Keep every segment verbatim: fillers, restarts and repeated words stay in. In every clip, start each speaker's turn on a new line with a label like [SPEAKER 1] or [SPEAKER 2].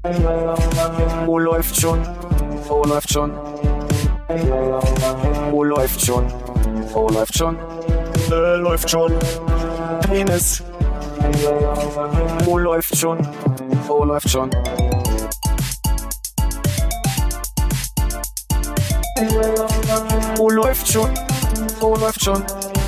[SPEAKER 1] Oh, läuft schon. Oh, läuft schon. Oh, läuft schon. Oh, läuft schon. Äh, läuft schon. Penis. Oh, läuft schon. Oh, läuft schon. Oh, läuft schon. Oh, läuft schon.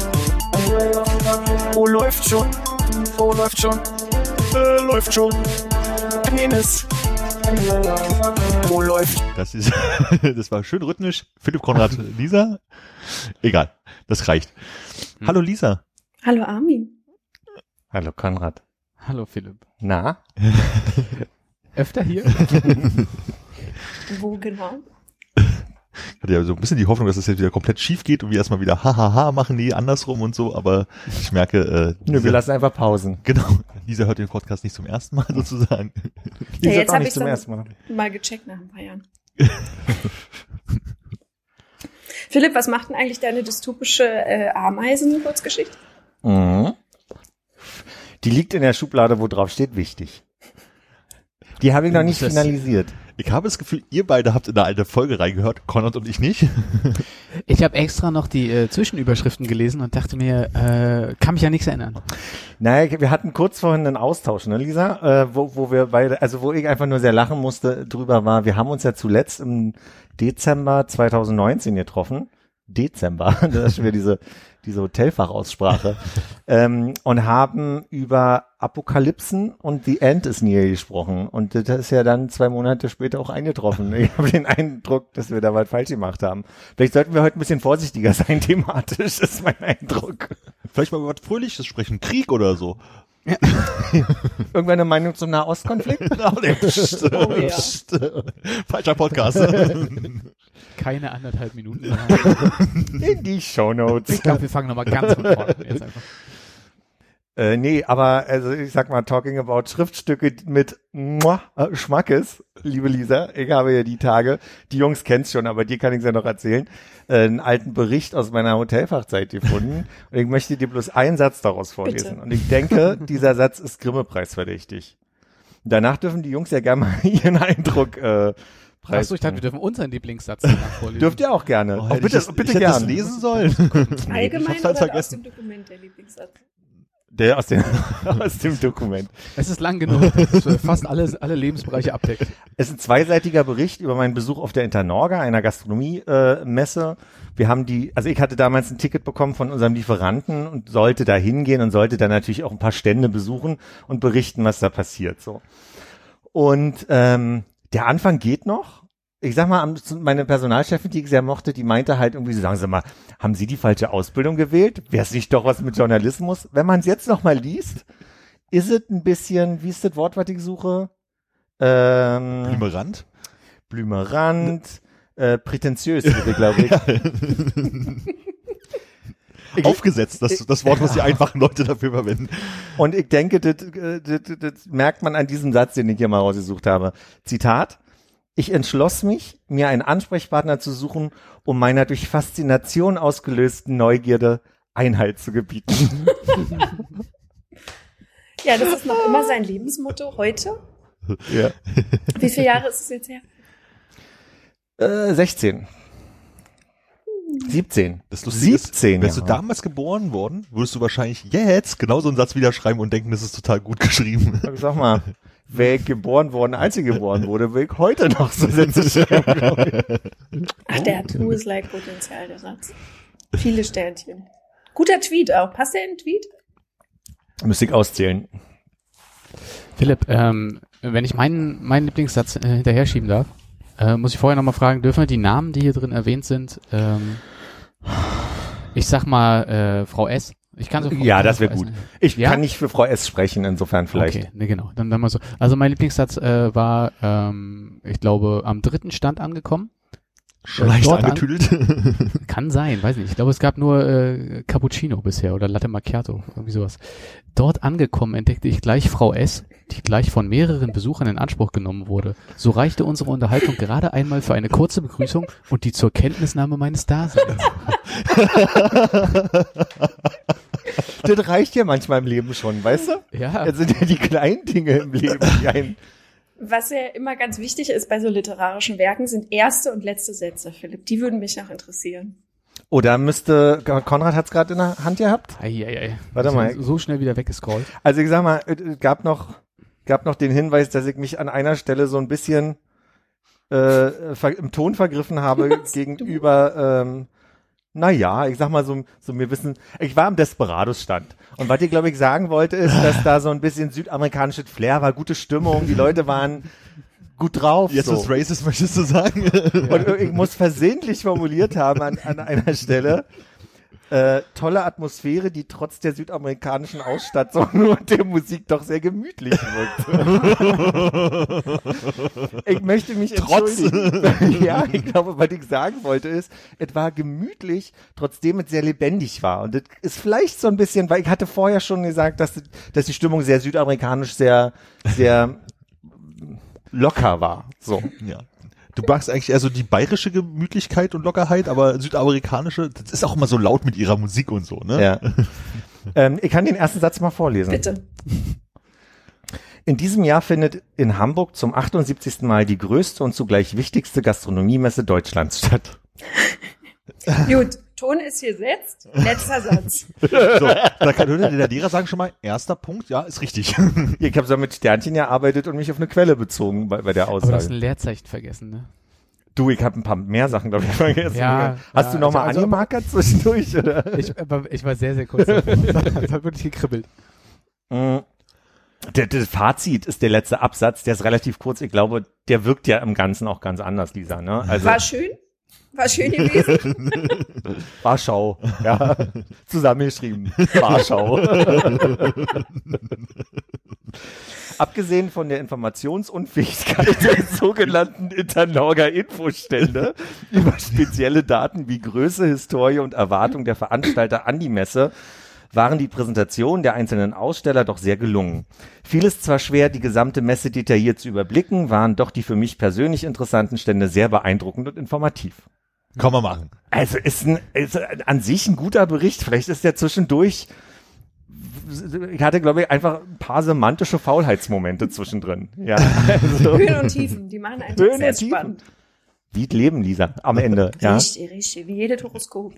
[SPEAKER 1] Oh, läuft schon. Oh, läuft schon. Äh, läuft schon. Penis. Oh, läuft.
[SPEAKER 2] Das ist, das war schön rhythmisch. Philipp, Konrad, Lisa. Egal, das reicht. Hm. Hallo Lisa.
[SPEAKER 3] Hallo Armin.
[SPEAKER 4] Hallo Konrad.
[SPEAKER 5] Hallo Philipp.
[SPEAKER 4] Na?
[SPEAKER 5] Öfter hier?
[SPEAKER 3] Wo genau?
[SPEAKER 2] Ich hatte ja so ein bisschen die Hoffnung, dass es jetzt wieder komplett schief geht und wir erstmal wieder hahaha machen, nee, andersrum und so, aber ich merke, äh,
[SPEAKER 4] Nö,
[SPEAKER 2] Lisa,
[SPEAKER 4] wir lassen einfach Pausen.
[SPEAKER 2] Genau, Lisa hört den Podcast nicht zum ersten Mal sozusagen.
[SPEAKER 3] Ja, jetzt habe ich
[SPEAKER 4] zum ersten Mal.
[SPEAKER 3] mal gecheckt nach ein paar Jahren. Philipp, was macht denn eigentlich deine dystopische äh, Ameisen-Kurzgeschichte?
[SPEAKER 4] Mhm. Die liegt in der Schublade, wo drauf steht, wichtig. Die habe ich noch nicht
[SPEAKER 2] Das-
[SPEAKER 4] finalisiert.
[SPEAKER 2] Ich habe das Gefühl, ihr beide habt in eine alte Folge reingehört, Konrad und ich nicht.
[SPEAKER 5] Ich habe extra noch die äh, Zwischenüberschriften gelesen und dachte mir, äh, kann mich ja nichts erinnern.
[SPEAKER 4] Naja, wir hatten kurz vorhin einen Austausch, ne, Lisa, äh, wo, wo wir beide, also wo ich einfach nur sehr lachen musste drüber war, wir haben uns ja zuletzt im Dezember zwanzig neunzehn getroffen. Dezember, das ist schon wieder diese, diese Hotelfachaussprache, ähm, und haben über Apokalypsen und The End is Near gesprochen. Und das ist ja dann zwei Monate später auch eingetroffen. Ich habe den Eindruck, dass wir da was falsch gemacht haben. Vielleicht sollten wir heute ein bisschen vorsichtiger sein thematisch, ist mein Eindruck.
[SPEAKER 2] Vielleicht mal über was Fröhliches sprechen, Krieg oder so.
[SPEAKER 4] Irgendwann eine Meinung zum Nahostkonflikt?
[SPEAKER 2] Oh, nee, pst,
[SPEAKER 3] Oh, ja.
[SPEAKER 2] pst. Falscher Podcast.
[SPEAKER 5] Keine anderthalb Minuten.
[SPEAKER 4] In die Shownotes.
[SPEAKER 5] Ich glaube, wir fangen nochmal ganz von vorne an jetzt einfach.
[SPEAKER 4] Äh, nee, aber also ich sag mal, talking about Schriftstücke mit Mua, äh, Schmackes, liebe Lisa, ich habe ja die Tage, die Jungs kennen's schon, aber dir kann ich es ja noch erzählen, äh, einen alten Bericht aus meiner Hotelfachzeit gefunden und ich möchte dir bloß einen Satz daraus vorlesen.
[SPEAKER 3] Bitte.
[SPEAKER 4] Und ich denke, dieser Satz ist Grimme-Preis verdächtig. Danach dürfen die Jungs ja gerne mal ihren Eindruck äh, preis.
[SPEAKER 5] Achso, ich dachte, wir dürfen unseren Lieblingssatz danach vorlesen.
[SPEAKER 4] Dürft ihr auch gerne.
[SPEAKER 2] Oh,
[SPEAKER 4] auch
[SPEAKER 2] hätte
[SPEAKER 4] bitte,
[SPEAKER 2] ich das,
[SPEAKER 4] bitte
[SPEAKER 2] ich hätte das
[SPEAKER 4] gern.
[SPEAKER 2] lesen sollen.
[SPEAKER 3] Allgemein
[SPEAKER 2] Ich hab's halt
[SPEAKER 3] oder
[SPEAKER 2] vergessen.
[SPEAKER 3] aus dem Dokument, der Lieblingssatz?
[SPEAKER 4] Der aus dem, aus dem Dokument.
[SPEAKER 5] Es ist lang genug, dass es fast alle, alle Lebensbereiche abdeckt.
[SPEAKER 4] Es ist ein zweiseitiger Bericht über meinen Besuch auf der Internorga, einer Gastronomie-Messe. Wir haben die, also ich hatte damals ein Ticket bekommen von unserem Lieferanten und sollte da hingehen und sollte dann natürlich auch ein paar Stände besuchen und berichten, was da passiert, so. Und, ähm, der Anfang geht noch. Ich sag mal, meine Personalchefin, die ich sehr mochte, die meinte halt irgendwie so, sagen Sie mal, haben Sie die falsche Ausbildung gewählt? Wäre es nicht doch was mit Journalismus? Wenn man es jetzt noch mal liest, ist es ein bisschen, wie ist das Wort, was ich suche? Ähm,
[SPEAKER 2] Blümerand?
[SPEAKER 4] Blümerand, äh, prätentiös, glaube ich. Ich-
[SPEAKER 2] Aufgesetzt, das, das Wort, was die einfachen Leute dafür verwenden.
[SPEAKER 4] Und ich denke, das, das, das, das merkt man an diesem Satz, den ich hier mal rausgesucht habe. Zitat: Ich entschloss mich, mir einen Ansprechpartner zu suchen, um meiner durch Faszination ausgelösten Neugierde Einhalt zu gebieten.
[SPEAKER 3] Ja, das ist noch immer sein Lebensmotto heute.
[SPEAKER 4] Ja.
[SPEAKER 3] Wie viele Jahre ist es jetzt her?
[SPEAKER 4] Äh, sechzehn. siebzehn.
[SPEAKER 2] Das Lustige ist,
[SPEAKER 4] siebzehn.
[SPEAKER 2] wärst du
[SPEAKER 4] Jahre.
[SPEAKER 2] damals geboren worden, würdest du wahrscheinlich jetzt genau so einen Satz wieder schreiben und denken, das ist total gut geschrieben.
[SPEAKER 4] Ich sag mal, wäre ich geboren worden, als ich geboren wurde, will ich heute noch so Sätze schreiben, glaube ich.
[SPEAKER 3] Ach, der hat Who-is-like-Potenzial, der Satz. Viele Sternchen. Guter Tweet auch. Passt der in den Tweet?
[SPEAKER 4] Müsste ich auszählen.
[SPEAKER 5] Philipp, ähm, wenn ich meinen, meinen Lieblingssatz äh, hinterher schieben darf, äh, muss ich vorher nochmal fragen, dürfen wir die Namen, die hier drin erwähnt sind, ähm, ich sag mal, äh, Frau S. Ich kann so
[SPEAKER 4] Ja, das wäre
[SPEAKER 5] Frau S
[SPEAKER 4] gut.
[SPEAKER 5] nennen.
[SPEAKER 4] Ich
[SPEAKER 5] Ja?
[SPEAKER 4] kann nicht für Frau S sprechen, insofern vielleicht.
[SPEAKER 5] Okay, ne, genau. Dann, dann mal so. Also mein Lieblingssatz äh, war, ähm, ich glaube, am dritten Stand angekommen.
[SPEAKER 2] Schon leicht
[SPEAKER 5] dort an-
[SPEAKER 2] angetüdelt.
[SPEAKER 5] Kann sein, weiß nicht. Ich glaube, es gab nur äh, Cappuccino bisher oder Latte Macchiato, irgendwie sowas. Dort angekommen entdeckte ich gleich Frau S., die gleich von mehreren Besuchern in Anspruch genommen wurde. So reichte unsere Unterhaltung gerade einmal für eine kurze Begrüßung und die zur Kenntnisnahme meines Daseins.
[SPEAKER 4] Das reicht ja manchmal im Leben schon, weißt du?
[SPEAKER 5] Ja,
[SPEAKER 4] Das sind ja die kleinen Dinge im Leben, die einen
[SPEAKER 3] Was ja immer ganz wichtig ist bei so literarischen Werken, sind erste und letzte Sätze, Philipp. Die würden mich noch interessieren.
[SPEAKER 4] Oder müsste, Konrad hat's gerade in der Hand gehabt?
[SPEAKER 5] Ei, ei, ei.
[SPEAKER 4] Warte mal.
[SPEAKER 5] So schnell wieder weggescrollt.
[SPEAKER 4] Also ich sag mal, es gab noch, gab noch den Hinweis, dass ich mich an einer Stelle so ein bisschen äh, ver- im Ton vergriffen habe
[SPEAKER 3] Was?
[SPEAKER 4] gegenüber, ähm, naja, ich sag mal so, so wir wissen, ich war am Desperados-Stand. Und was ich glaube ich sagen wollte, ist, dass da so ein bisschen südamerikanisches Flair war, gute Stimmung, die Leute waren gut drauf.
[SPEAKER 2] Jetzt
[SPEAKER 4] so.
[SPEAKER 2] ist Racist, möchtest du sagen?
[SPEAKER 4] Und ich muss versehentlich formuliert haben an, an einer Stelle, äh, tolle Atmosphäre, die trotz der südamerikanischen Ausstattung und der Musik doch sehr gemütlich wirkt. Ich möchte mich
[SPEAKER 2] Trotz.
[SPEAKER 4] entschuldigen. Ja, ich glaube, was ich sagen wollte ist, es war gemütlich, trotzdem es sehr lebendig war. Und das ist vielleicht so ein bisschen, weil ich hatte vorher schon gesagt, dass, dass die Stimmung sehr südamerikanisch, sehr, sehr locker war. So.
[SPEAKER 2] Ja. Du magst eigentlich eher so die bayerische Gemütlichkeit und Lockerheit, aber südamerikanische, das ist auch immer so laut mit ihrer Musik und so, ne?
[SPEAKER 4] Ja. ähm, ich kann den ersten Satz mal vorlesen.
[SPEAKER 3] Bitte.
[SPEAKER 4] In diesem Jahr findet in Hamburg zum achtundsiebzigsten Mal die größte und zugleich wichtigste Gastronomiemesse Deutschlands statt.
[SPEAKER 3] Gut, Ton ist gesetzt. Letzter Satz.
[SPEAKER 2] So, da kann der Lehrer sagen schon mal, erster Punkt, ja, ist richtig.
[SPEAKER 4] Ich habe so mit Sternchen gearbeitet und mich auf eine Quelle bezogen bei, bei der
[SPEAKER 5] Aber du hast ein
[SPEAKER 4] Aussage.
[SPEAKER 5] Leerzeichen vergessen, ne?
[SPEAKER 4] Du, ich habe ein paar mehr Sachen, glaube ich, vergessen.
[SPEAKER 5] Ja,
[SPEAKER 4] Hast
[SPEAKER 5] ja,
[SPEAKER 4] du noch mal
[SPEAKER 5] also-
[SPEAKER 4] Animaker zwischendurch, oder?
[SPEAKER 5] Ich, aber ich war sehr, sehr kurz davor. Das hat wirklich gekribbelt.
[SPEAKER 4] Mm. Der, der Fazit ist der letzte Absatz, der ist relativ kurz. Ich glaube, der wirkt ja im Ganzen auch ganz anders, Lisa. Ne? Also
[SPEAKER 3] War schön? War schön gewesen?
[SPEAKER 4] Warschau, ja, zusammengeschrieben. Warschau. Abgesehen von der Informationsunfähigkeit der sogenannten Internorga Infostände über spezielle Daten wie Größe, Historie und Erwartung der Veranstalter an die Messe, waren die Präsentationen der einzelnen Aussteller doch sehr gelungen. Vieles zwar schwer, die gesamte Messe detailliert zu überblicken, waren doch die für mich persönlich interessanten Stände sehr beeindruckend und informativ.
[SPEAKER 2] Kann man machen.
[SPEAKER 4] Also ist, ein, ist an sich ein guter Bericht. Vielleicht ist der zwischendurch, ich hatte glaube ich einfach ein paar semantische Faulheitsmomente zwischendrin. Ja, also,
[SPEAKER 3] Höhen und Tiefen, die machen einen
[SPEAKER 4] Höhen
[SPEAKER 3] Tag sehr
[SPEAKER 4] und Tiefen.
[SPEAKER 3] spannend.
[SPEAKER 4] wie es Leben, Lisa, am Ende. Ja.
[SPEAKER 3] Richtig, richtig, wie jedes Horoskop.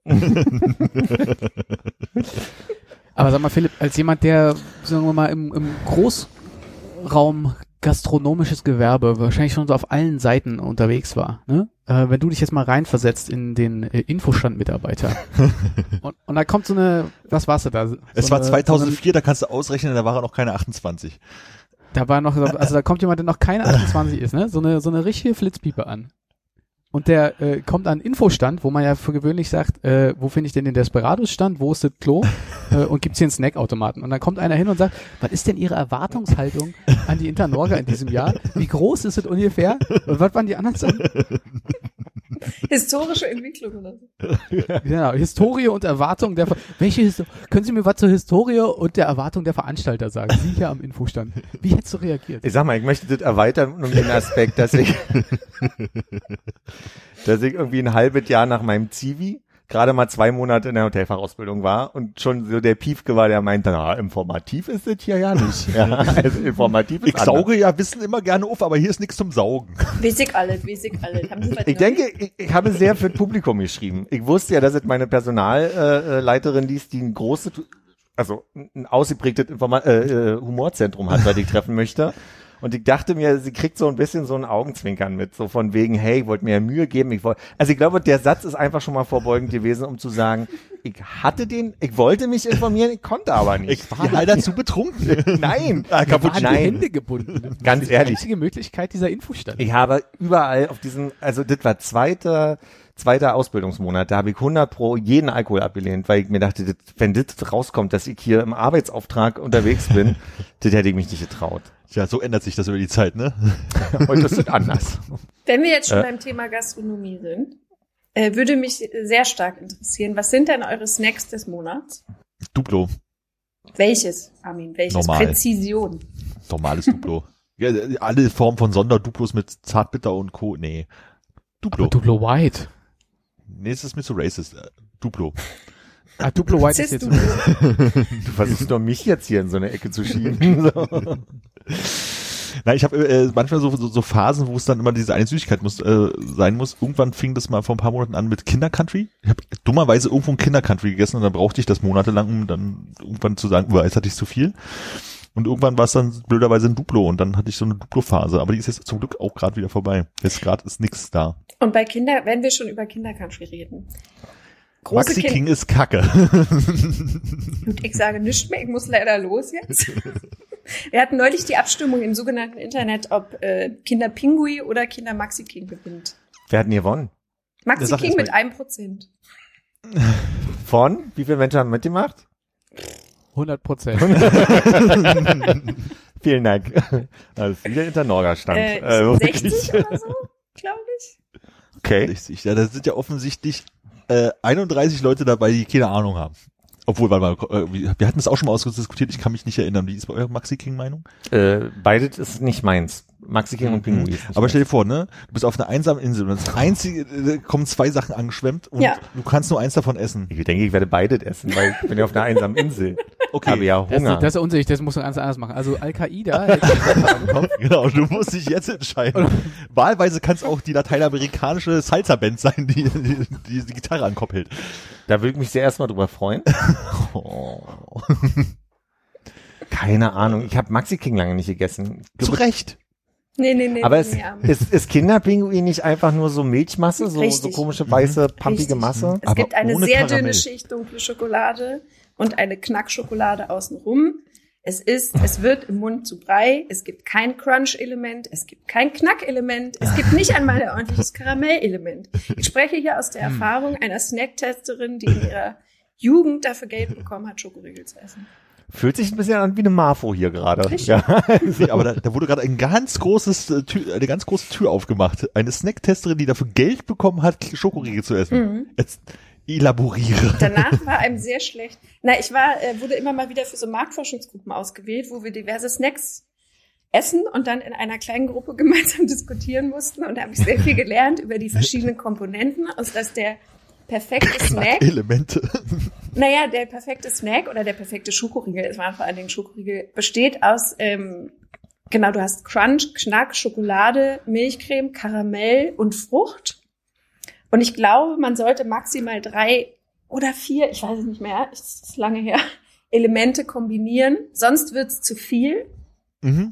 [SPEAKER 5] Aber sag mal, Philipp, als jemand, der, sagen wir mal, im, im Großraum gastronomisches Gewerbe wahrscheinlich schon so auf allen Seiten unterwegs war, ne? Äh, wenn du dich jetzt mal reinversetzt in den äh, Infostand-Mitarbeiter und, und da kommt so eine, was warst du da? So
[SPEAKER 2] Es war
[SPEAKER 5] eine,
[SPEAKER 2] zweitausendvier, da kannst du ausrechnen, da war er noch keine achtundzwanzig.
[SPEAKER 5] Da war noch, also da kommt jemand, der noch keine achtundzwanzig ist, ne? So eine, so eine richtige Flitzpiepe an. Und der äh, kommt an einen Infostand, wo man ja für gewöhnlich sagt, äh, wo finde ich denn den Desperados-Stand, wo ist das Klo äh, und gibt's hier einen Snackautomaten? Und dann kommt einer hin und sagt, was ist denn Ihre Erwartungshaltung an die Internorga in diesem Jahr? Wie groß ist es ungefähr? Und was waren die anderen Sachen?
[SPEAKER 3] Historische Entwicklung oder so.
[SPEAKER 5] Genau, Historie und Erwartung der Ver Welche Histo Können Sie mir was zur Historie und der Erwartung der Veranstalter sagen? Sie hier am Infostand. Wie hättest du reagiert?
[SPEAKER 4] Ich sag mal, ich möchte das erweitern um den Aspekt, dass ich, dass ich irgendwie ein halbes Jahr nach meinem Zivi gerade mal zwei Monate in der Hotelfachausbildung war und schon so der Piefke war, der meinte, na, informativ ist das hier ja nicht. Ja, also informativ ist
[SPEAKER 2] Ich sauge ja Wissen immer gerne auf, aber hier ist nichts zum Saugen.
[SPEAKER 3] Weiß ich alles, weiß ich alles. Haben Sie was
[SPEAKER 4] Ich
[SPEAKER 3] Neues?
[SPEAKER 4] denke, ich, ich habe sehr für das Publikum geschrieben. Ich wusste ja, dass es meine Personalleiterin äh, Leiterin liest, die ein großes, also ein ausgeprägtes Informa äh, äh, Humorzentrum hat, das ich treffen möchte. Und ich dachte mir, sie kriegt so ein bisschen so ein Augenzwinkern mit, so von wegen, hey, ich wollte mir ja Mühe geben. Ich wollte, also ich glaube, der Satz ist einfach schon mal vorbeugend gewesen, um zu sagen, ich hatte den, ich wollte mich informieren, ich konnte aber nicht.
[SPEAKER 2] Ich war leider zu betrunken.
[SPEAKER 4] Nein,
[SPEAKER 2] Ah, kaputt.
[SPEAKER 5] Waren die
[SPEAKER 4] Nein.
[SPEAKER 5] Hände gebunden. Das
[SPEAKER 4] Ganz
[SPEAKER 5] ist die
[SPEAKER 4] ehrlich.
[SPEAKER 5] einzige Möglichkeit dieser Infostand.
[SPEAKER 4] Ich habe überall auf diesem, also das war zweiter, zweiter Ausbildungsmonat, da habe ich hundert pro jeden Alkohol abgelehnt, weil ich mir dachte, das, wenn das rauskommt, dass ich hier im Arbeitsauftrag unterwegs bin, das hätte ich mich nicht getraut.
[SPEAKER 2] Ja, so ändert sich das über die Zeit, ne?
[SPEAKER 4] Heute ist es anders.
[SPEAKER 3] Wenn wir jetzt schon
[SPEAKER 4] Äh.
[SPEAKER 3] beim Thema Gastronomie sind, äh, würde mich sehr stark interessieren, was sind denn eure Snacks des Monats?
[SPEAKER 2] Duplo.
[SPEAKER 3] Welches, Armin? Welches?
[SPEAKER 2] Normal.
[SPEAKER 3] Präzision.
[SPEAKER 2] Normales Duplo. Ja, alle Formen von Sonderduplos mit Zartbitter und Co. Nee. Duplo.
[SPEAKER 5] Duplo White.
[SPEAKER 2] Nee, es ist mir zu racist. Äh, Duplo.
[SPEAKER 5] Ah, Duplo White ist
[SPEAKER 3] Siehst
[SPEAKER 5] jetzt.
[SPEAKER 3] du?
[SPEAKER 4] Du versuchst doch mich jetzt hier in so eine Ecke zu schieben. So.
[SPEAKER 2] Nein, ich habe äh, manchmal so, so so Phasen, wo es dann immer diese eine Süßigkeit muss äh, sein muss. Irgendwann fing das mal vor ein paar Monaten an mit Kinder-Country. Ich habe dummerweise irgendwo ein Kinder-Country gegessen und dann brauchte ich das monatelang, um dann irgendwann zu sagen, jetzt hatte ich zu viel. Und irgendwann war es dann blöderweise ein Duplo und dann hatte ich so eine Duplo-Phase. Aber die ist jetzt zum Glück auch gerade wieder vorbei. Jetzt gerade ist nichts da.
[SPEAKER 3] Und bei Kinder, wenn wir schon über Kinder-Country reden. Große
[SPEAKER 2] Maxi
[SPEAKER 3] Kind-
[SPEAKER 2] King ist Kacke.
[SPEAKER 3] Und ich sage nichts mehr, ich muss leider los jetzt. Wir hatten neulich die Abstimmung im sogenannten Internet, ob äh, Kinder Pinguin oder Kinder Maxi King gewinnt.
[SPEAKER 4] Wer hat denn gewonnen?
[SPEAKER 3] Maxi
[SPEAKER 2] Sag
[SPEAKER 3] King
[SPEAKER 2] erst mal.
[SPEAKER 3] mit einem Prozent.
[SPEAKER 4] Von? Wie viele Menschen haben mitgemacht?
[SPEAKER 5] hundert Prozent.
[SPEAKER 4] Vielen Dank. Das ist wieder Internorga-Stand.
[SPEAKER 3] Äh,
[SPEAKER 4] Äh,
[SPEAKER 3] sechzig
[SPEAKER 4] wirklich.
[SPEAKER 3] oder so, glaube ich.
[SPEAKER 4] Okay.
[SPEAKER 2] Richtig. Ja, da sind ja offensichtlich äh, einunddreißig Leute dabei, die keine Ahnung haben. Obwohl, warte mal, äh, wir wir hatten es auch schon mal ausdiskutiert, ich kann mich nicht erinnern. Wie ist bei eurer Maxi King Meinung?
[SPEAKER 4] Äh, beides ist nicht meins. Maxi King und Pinguin ist nicht
[SPEAKER 2] Aber
[SPEAKER 4] meins.
[SPEAKER 2] stell dir vor, ne, du bist auf einer einsamen Insel und das einzige, äh, kommen zwei Sachen angeschwemmt und
[SPEAKER 3] Ja.
[SPEAKER 2] du kannst nur eins davon essen.
[SPEAKER 4] Ich denke, ich werde beides essen, weil ich bin ja auf einer einsamen Insel.
[SPEAKER 2] Okay.
[SPEAKER 4] Habe ja
[SPEAKER 5] Das,
[SPEAKER 4] Hunger.
[SPEAKER 5] das ist unsicher, das muss man ganz anders machen. Also Al-Qaida hält den Messer am Kopf.
[SPEAKER 2] Genau, du musst dich jetzt entscheiden. Wahlweise kann es auch die lateinamerikanische Salsa-Band sein, die, die die die Gitarre an den Kopf hält.
[SPEAKER 4] Da würde ich mich sehr erstmal drüber freuen.
[SPEAKER 2] Oh.
[SPEAKER 4] Keine Ahnung. Ich habe Maxi King lange nicht gegessen.
[SPEAKER 2] Zu Recht.
[SPEAKER 3] Nee, nee, nee.
[SPEAKER 4] Aber
[SPEAKER 3] nee,
[SPEAKER 4] ist,
[SPEAKER 3] nee,
[SPEAKER 4] ist, ist Kinderpinguin nicht einfach nur so Milchmasse, so, so
[SPEAKER 3] Richtig.
[SPEAKER 4] komische, weiße, pumpige
[SPEAKER 3] Richtig.
[SPEAKER 4] Masse?
[SPEAKER 3] Es
[SPEAKER 2] Aber
[SPEAKER 3] gibt eine
[SPEAKER 2] ohne
[SPEAKER 3] sehr
[SPEAKER 2] Karamell.
[SPEAKER 3] dünne Schicht dunkle Schokolade und eine Knackschokolade außenrum. Es ist, es wird im Mund zu Brei. Es gibt kein Crunch-Element. Es gibt kein Knack-Element. Es gibt nicht einmal ein ordentliches Karamell-Element. Ich spreche hier aus der Erfahrung einer Snacktesterin, die in ihrer Jugend dafür Geld bekommen hat, Schokoriegel zu essen.
[SPEAKER 4] Fühlt sich ein bisschen an wie eine Marfo hier gerade.
[SPEAKER 3] Richtig.
[SPEAKER 4] Ja.
[SPEAKER 2] Nee, aber da, da wurde gerade ein ganz großes äh, Tür, eine ganz große Tür aufgemacht. Eine Snacktesterin, die dafür Geld bekommen hat, Schokoriegel zu essen.
[SPEAKER 3] Mhm.
[SPEAKER 2] Jetzt elaboriere.
[SPEAKER 3] Danach war einem sehr schlecht. Na, ich war, äh, wurde immer mal wieder für so Marktforschungsgruppen ausgewählt, wo wir diverse Snacks essen und dann in einer kleinen Gruppe gemeinsam diskutieren mussten. Und da habe ich sehr viel gelernt über die verschiedenen Komponenten, aus dass der perfekte Snack,
[SPEAKER 2] Elemente.
[SPEAKER 3] naja, der perfekte Snack oder der perfekte Schokoriegel, es waren vor allen Dingen Schokoriegel, besteht aus, ähm, genau, du hast Crunch, Knack, Schokolade, Milchcreme, Karamell und Frucht. Und ich glaube, man sollte maximal drei oder vier, ich weiß es nicht mehr, es ist lange her, Elemente kombinieren, sonst wird's zu viel.
[SPEAKER 2] Mhm.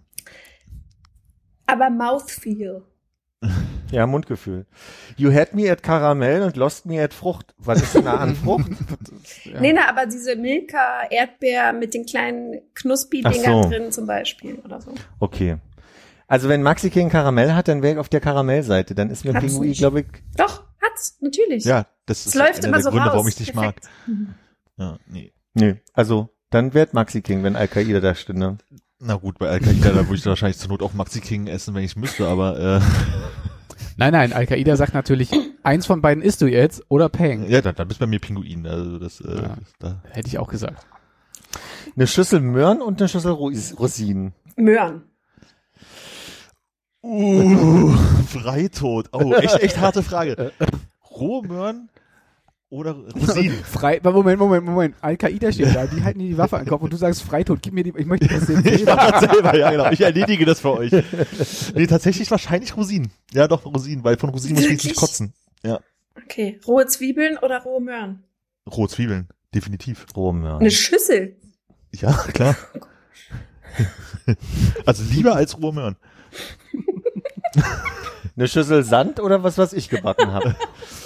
[SPEAKER 3] Aber Mouthfeel.
[SPEAKER 4] Ja, Mundgefühl. You had me at Karamell und lost me at Frucht. Was ist denn da an Frucht?
[SPEAKER 5] Ja.
[SPEAKER 3] Nee, na, aber diese Milka, Erdbeer mit den kleinen Knuspi-Dingern
[SPEAKER 4] Ach so.
[SPEAKER 3] drin zum Beispiel oder so.
[SPEAKER 4] Okay. Also wenn Maxi King Karamell hat, dann wäre ich auf der Karamellseite. Dann ist mir
[SPEAKER 3] Hat's
[SPEAKER 4] Pinguin,
[SPEAKER 3] nicht.
[SPEAKER 4] glaube ich,
[SPEAKER 3] Doch, hat's, natürlich.
[SPEAKER 2] Ja, das
[SPEAKER 3] Es
[SPEAKER 2] ist
[SPEAKER 3] läuft
[SPEAKER 2] einer
[SPEAKER 3] immer
[SPEAKER 2] der
[SPEAKER 3] so
[SPEAKER 2] Gründe,
[SPEAKER 3] raus.
[SPEAKER 2] warum ich es nicht mag.
[SPEAKER 3] Perfekt. Mhm.
[SPEAKER 2] Ja, nee.
[SPEAKER 4] nee, also dann wäre Maxi King, wenn Al-Qaida da stünde.
[SPEAKER 2] Na gut, bei Al-Qaida, da würde ich wahrscheinlich zur Not auch Maxi King essen, wenn ich müsste, aber äh,
[SPEAKER 5] Nein, nein, Al-Qaida sagt natürlich, eins von beiden isst du jetzt oder Peng.
[SPEAKER 2] ja, dann, dann bist du bei mir Pinguin. Also das, äh,
[SPEAKER 5] Ja.
[SPEAKER 2] da.
[SPEAKER 5] Hätte ich auch gesagt.
[SPEAKER 4] Eine Schüssel Möhren und eine Schüssel Ros- Rosinen.
[SPEAKER 3] Möhren.
[SPEAKER 2] Uh, Freitod. Oh, echt, echt harte Frage. Rohe Möhren oder Rosinen?
[SPEAKER 5] Frei, Moment, Moment, Moment. Al-Qaida steht da, die halten dir die Waffe an den Kopf und du sagst Freitod, gib mir die, ich möchte das jetzt
[SPEAKER 2] Ich
[SPEAKER 5] selber.
[SPEAKER 2] mach das selber, ja genau. Ich erledige das für euch. Nee, tatsächlich wahrscheinlich Rosinen. Ja, doch, Rosinen, weil von Rosinen muss ich jetzt nicht
[SPEAKER 3] Wirklich?
[SPEAKER 2] kotzen. Ja.
[SPEAKER 3] Okay, rohe Zwiebeln oder rohe Möhren?
[SPEAKER 2] Rohe Zwiebeln, definitiv.
[SPEAKER 4] Rohe Möhren.
[SPEAKER 3] Eine Schüssel.
[SPEAKER 2] Ja, klar. Also lieber als rohe Möhren.
[SPEAKER 4] Eine Schüssel Sand oder was, was ich gebacken habe?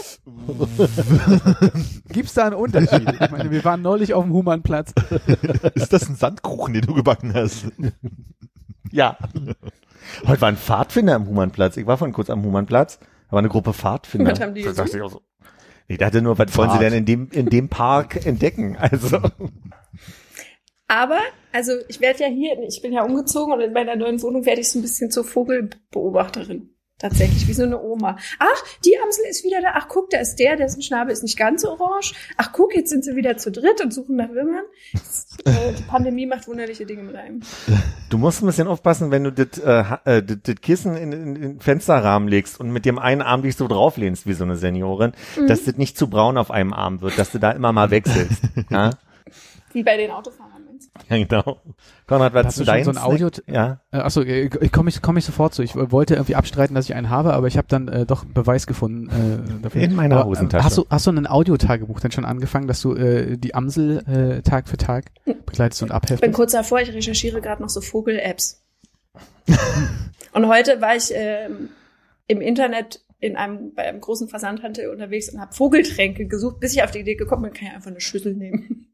[SPEAKER 5] Gibt's da einen Unterschied? Ich meine, wir waren neulich auf dem Humanplatz.
[SPEAKER 2] Ist das ein Sandkuchen, den du gebacken hast?
[SPEAKER 4] Ja. Heute war ein Pfadfinder am Humanplatz. Ich war vorhin kurz am Humanplatz. Da war eine Gruppe Pfadfinder.
[SPEAKER 3] Was haben die
[SPEAKER 4] Da
[SPEAKER 3] gesucht?
[SPEAKER 4] dachte ich auch so. Ich dachte nur, was wollen sie
[SPEAKER 2] Pfad.
[SPEAKER 4] denn in dem, in dem Park entdecken? Also.
[SPEAKER 3] Aber, also ich werde ja hier, ich bin ja umgezogen und in meiner neuen Wohnung werde ich so ein bisschen zur Vogelbeobachterin. Tatsächlich, wie so eine Oma. Ach, die Amsel ist wieder da. Ach, guck, da ist der, dessen Schnabel ist nicht ganz so orange. Ach, guck, jetzt sind sie wieder zu dritt und suchen nach Würmern. Das, äh, die Pandemie macht wunderliche Dinge mit einem.
[SPEAKER 4] Du musst ein bisschen aufpassen, wenn du das äh, ha- äh, das- das Kissen in, in, in den Fensterrahmen legst und mit dem einen Arm dich so drauflehnst wie so eine Seniorin,
[SPEAKER 3] Mhm.
[SPEAKER 4] dass das nicht zu braun auf einem Arm wird, dass du da immer mal wechselst. Ja?
[SPEAKER 3] Wie bei den Autofahrern. kannst.
[SPEAKER 4] Ja, genau. Konrad, was
[SPEAKER 5] Hast
[SPEAKER 4] zu
[SPEAKER 5] du schon
[SPEAKER 4] deinem
[SPEAKER 5] so ein Audio?
[SPEAKER 4] Snack? Ja.
[SPEAKER 5] Äh, achso, äh, ich komme ich, komm ich sofort zu. Ich wollte irgendwie abstreiten, dass ich einen habe, aber ich habe dann äh, doch Beweis gefunden äh, dafür.
[SPEAKER 4] In meiner
[SPEAKER 5] aber,
[SPEAKER 4] Hosentasche.
[SPEAKER 5] Äh, hast du hast du ein Audiotagebuch denn schon angefangen, dass du äh, die Amsel äh, Tag für Tag begleitest und
[SPEAKER 3] Ich bin
[SPEAKER 5] abheftest?
[SPEAKER 3] kurz davor, ich recherchiere gerade noch so Vogel-Apps. Und heute war ich ähm, im Internet in einem, bei einem großen Versandhandel unterwegs und habe Vogeltränke gesucht, bis ich auf die Idee gekommen bin, kann ich einfach eine Schüssel nehmen.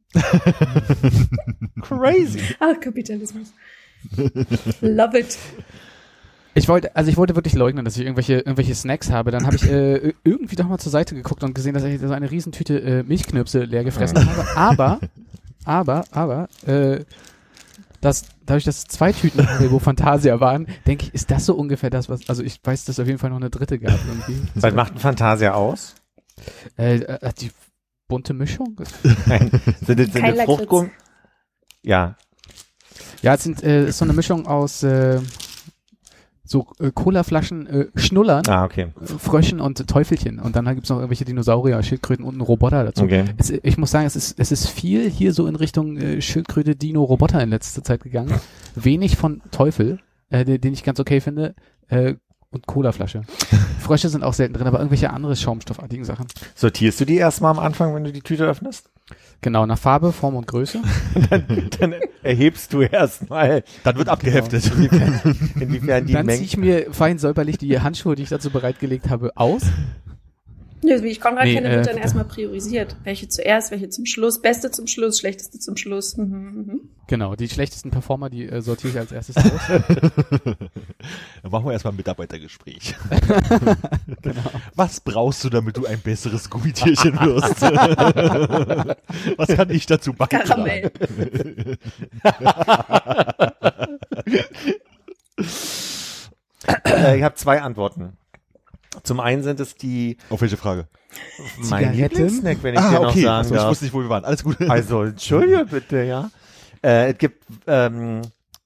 [SPEAKER 4] Crazy.
[SPEAKER 3] Ach, Kapitalismus. Love it.
[SPEAKER 5] Ich wollte, also ich wollte wirklich leugnen, dass ich irgendwelche irgendwelche Snacks habe. Dann habe ich äh, irgendwie doch mal zur Seite geguckt und gesehen, dass ich so eine Riesentüte äh, Milchknirpse leer gefressen habe. Aber, aber, aber, äh, das, dadurch, dass es zwei Tüten Haribo Fantasia waren, denke ich, ist das so ungefähr das, was, also ich weiß, dass es auf jeden Fall noch eine dritte gab irgendwie.
[SPEAKER 4] Was macht ein Fantasia aus?
[SPEAKER 5] Äh, äh, die bunte Mischung?
[SPEAKER 4] Nein. Sind das, sind
[SPEAKER 3] Kein
[SPEAKER 4] das Fruchtgummi? Ja.
[SPEAKER 5] Ja, es sind, äh, ist so eine Mischung aus äh, so äh, Colaflaschen, äh, Schnullern,
[SPEAKER 4] Ah, okay.
[SPEAKER 5] äh, Fröschen und Teufelchen. Und dann gibt's noch irgendwelche Dinosaurier, Schildkröten und einen Roboter dazu.
[SPEAKER 4] Okay.
[SPEAKER 5] Es, ich muss sagen, es ist, es ist viel hier so in Richtung äh, Schildkröte, Dino, Roboter in letzter Zeit gegangen. Wenig von Teufel, äh, den, den ich ganz okay finde, äh, und Colaflasche. Frösche sind auch selten drin, aber irgendwelche andere schaumstoffartigen Sachen.
[SPEAKER 4] Sortierst du die erstmal am Anfang, wenn du die Tüte öffnest?
[SPEAKER 5] Genau, nach Farbe, Form und Größe.
[SPEAKER 4] Dann, dann erhebst du erstmal,
[SPEAKER 2] Dann wird abgeheftet.
[SPEAKER 4] inwiefern die
[SPEAKER 5] Dann ziehe
[SPEAKER 4] Mengen.
[SPEAKER 5] ich mir fein säuberlich die Handschuhe, die ich dazu bereitgelegt habe, aus.
[SPEAKER 3] Ja, wie ich Konrad
[SPEAKER 5] Nee,
[SPEAKER 3] kenne,
[SPEAKER 5] äh,
[SPEAKER 3] wird dann erstmal priorisiert. Welche zuerst, welche zum Schluss, beste zum Schluss, schlechteste zum Schluss. Mhm, mhm.
[SPEAKER 5] Genau, die schlechtesten Performer, die äh, sortiere ich als erstes aus.
[SPEAKER 2] Dann machen wir erstmal ein Mitarbeitergespräch.
[SPEAKER 5] Genau.
[SPEAKER 2] Was brauchst du, damit du ein besseres Gummitierchen wirst? Was kann ich dazu beitragen?
[SPEAKER 3] Karamell.
[SPEAKER 4] Äh, ich habe zwei Antworten. Zum einen sind es die
[SPEAKER 2] Auf welche Frage?
[SPEAKER 4] mein
[SPEAKER 5] Zigaretten?
[SPEAKER 4] Lieblingssnack, wenn ich
[SPEAKER 2] Ah,
[SPEAKER 4] dir noch
[SPEAKER 2] okay.
[SPEAKER 4] sagen
[SPEAKER 2] Achso, ich
[SPEAKER 4] darf.
[SPEAKER 2] wusste nicht, wo wir waren. Alles gut.
[SPEAKER 4] Also, entschuldige bitte, ja. Äh, es gibt, ähm,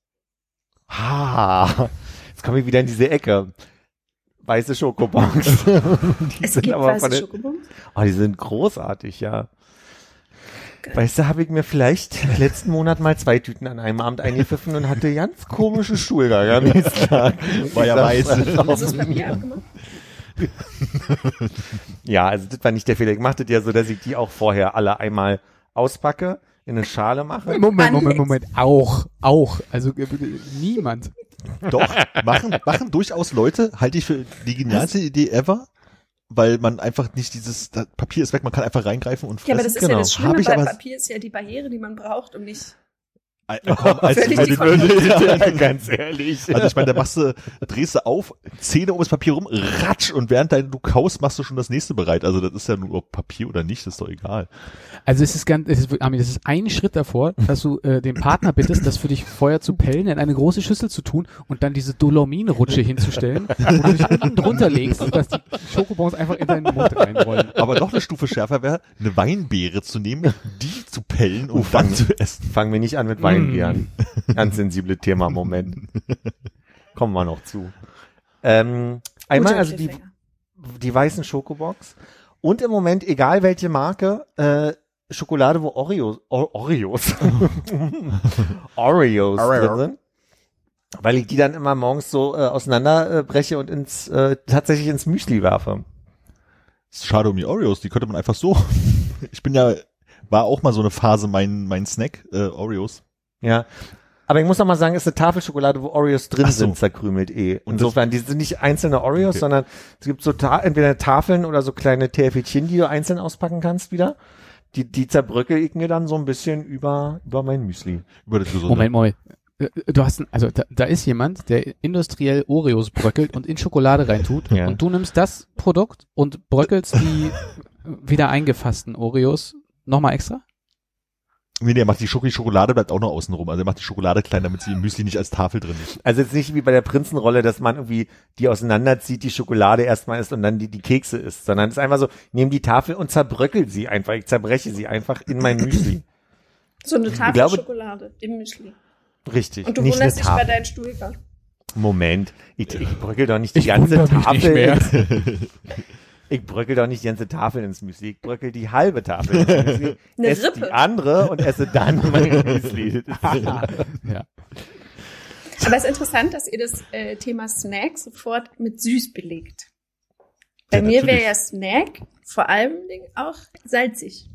[SPEAKER 4] ha, jetzt komme ich wieder in diese Ecke. Weiße Schokobons. Die
[SPEAKER 3] Es
[SPEAKER 4] sind
[SPEAKER 3] gibt
[SPEAKER 4] aber von
[SPEAKER 3] weiße
[SPEAKER 4] der,
[SPEAKER 3] Schokobons.
[SPEAKER 4] oh, die sind großartig, ja. Weißt du, habe ich mir vielleicht letzten Monat mal zwei Tüten an einem Abend eingepfiffen und hatte ganz komische Schulter am nächsten Tag.
[SPEAKER 2] War ja weiß.
[SPEAKER 3] Hast du es bei mir abgemacht?
[SPEAKER 4] Ja, also das war nicht der Fehler. Ich machte ja so, dass ich die auch vorher alle einmal auspacke, in eine Schale mache.
[SPEAKER 5] Moment, Moment, Moment. Auch, auch. Also äh, niemand.
[SPEAKER 2] Doch, machen, machen durchaus Leute, halte ich für die genialste Idee ever, weil man einfach nicht dieses, das Papier ist weg, man kann einfach reingreifen und fressen.
[SPEAKER 3] Ja, aber das ist
[SPEAKER 4] Genau.
[SPEAKER 3] ja das Schlimme,
[SPEAKER 2] Hab ich
[SPEAKER 3] weil
[SPEAKER 2] aber-
[SPEAKER 3] Papier ist ja die Barriere, die man braucht, um nicht...
[SPEAKER 2] Äh, komm, als,
[SPEAKER 3] Völlig
[SPEAKER 2] als,
[SPEAKER 3] die
[SPEAKER 2] also
[SPEAKER 4] Ganz ehrlich.
[SPEAKER 2] ich meine, da machst du, drehst du auf, Zähne um das Papier rum, ratsch, und während dein, du kaust, machst du schon das nächste bereit. Also das ist ja nur ob Papier oder nicht, das ist doch egal.
[SPEAKER 5] Also es ist ganz, es ist, Armin, das ist ein Schritt davor, dass du äh, den Partner bittest, das für dich vorher zu pellen, in eine große Schüssel zu tun und dann diese Dolomin-Rutsche hinzustellen, wo du dich unten drunter legst und dass die Schokobons einfach in deinen Mund reinrollen.
[SPEAKER 2] Aber noch eine Stufe schärfer wäre, eine Weinbeere zu nehmen, die zu pellen und
[SPEAKER 4] Uh,
[SPEAKER 2] dann
[SPEAKER 4] fang-
[SPEAKER 2] zu essen.
[SPEAKER 4] Fangen wir nicht an mit Weinbeeren. Ganz sensible Thema, Moment. Kommen wir noch zu. Ähm, einmal
[SPEAKER 3] Guter
[SPEAKER 4] also die,
[SPEAKER 3] Cliffhanger.
[SPEAKER 4] die weißen Schokobox und im Moment, egal welche Marke, äh, Schokolade, wo Oreos, o Oreos, Oreos drin sind, weil ich die dann immer morgens so äh, auseinander äh, breche und ins äh, tatsächlich ins Müsli werfe.
[SPEAKER 2] Das ist schade um die Oreos, die könnte man einfach so. Ich bin ja, war auch mal so eine Phase mein, mein Snack, äh, Oreos.
[SPEAKER 4] Ja. Aber ich muss noch mal sagen, es ist eine Tafel Schokolade, wo Oreos drin
[SPEAKER 2] Ach so.
[SPEAKER 4] sind, zerkrümelt eh.
[SPEAKER 2] Und
[SPEAKER 4] Insofern, die sind nicht einzelne Oreos,
[SPEAKER 2] Okay.
[SPEAKER 4] sondern es gibt so ta entweder Tafeln oder so kleine Täfelchen, die du einzeln auspacken kannst wieder. Die, die zerbröckel ich mir dann so ein bisschen über, über mein Müsli.
[SPEAKER 2] Über das Gesunde.
[SPEAKER 5] Moment, Moment. Äh, Du hast, ein, also da, da ist jemand, der industriell Oreos bröckelt und in Schokolade reintut
[SPEAKER 4] Ja.
[SPEAKER 5] und du nimmst das Produkt und bröckelst die wieder eingefassten Oreos nochmal extra?
[SPEAKER 2] Nee, der macht die Schoki Schokolade, bleibt auch noch außen rum. Also er macht die Schokolade klein, damit sie im Müsli nicht als Tafel drin ist.
[SPEAKER 4] Also jetzt nicht wie bei der Prinzenrolle, dass man irgendwie die auseinanderzieht, die Schokolade erstmal isst und dann die, die Kekse isst, sondern es ist einfach so, nehme die Tafel und zerbröckel sie einfach. Ich zerbreche sie einfach in mein Müsli.
[SPEAKER 3] So eine Tafel
[SPEAKER 4] glaube-
[SPEAKER 3] Schokolade im Müsli.
[SPEAKER 4] Richtig.
[SPEAKER 3] Und du
[SPEAKER 4] nicht
[SPEAKER 3] wunderst
[SPEAKER 4] eine
[SPEAKER 3] dich bei
[SPEAKER 4] Tafel.
[SPEAKER 3] deinen Stuhlgang.
[SPEAKER 4] Moment. Ich, ich bröckel doch nicht die
[SPEAKER 5] Ich
[SPEAKER 4] ganze
[SPEAKER 5] wundere mich
[SPEAKER 4] Tafel.
[SPEAKER 5] nicht mehr.
[SPEAKER 4] Ich bröckel doch nicht die ganze Tafel ins Müsli, ich bröckel die halbe Tafel ins Müsli,
[SPEAKER 3] Eine
[SPEAKER 4] esse
[SPEAKER 3] Rippe.
[SPEAKER 4] die andere und esse dann mein Müsli.
[SPEAKER 5] Ja.
[SPEAKER 3] Aber es ist interessant, dass ihr das äh, Thema Snack sofort mit süß belegt. Bei
[SPEAKER 2] Ja,
[SPEAKER 3] mir wäre
[SPEAKER 2] natürlich.
[SPEAKER 3] ja Snack vor allem auch salzig.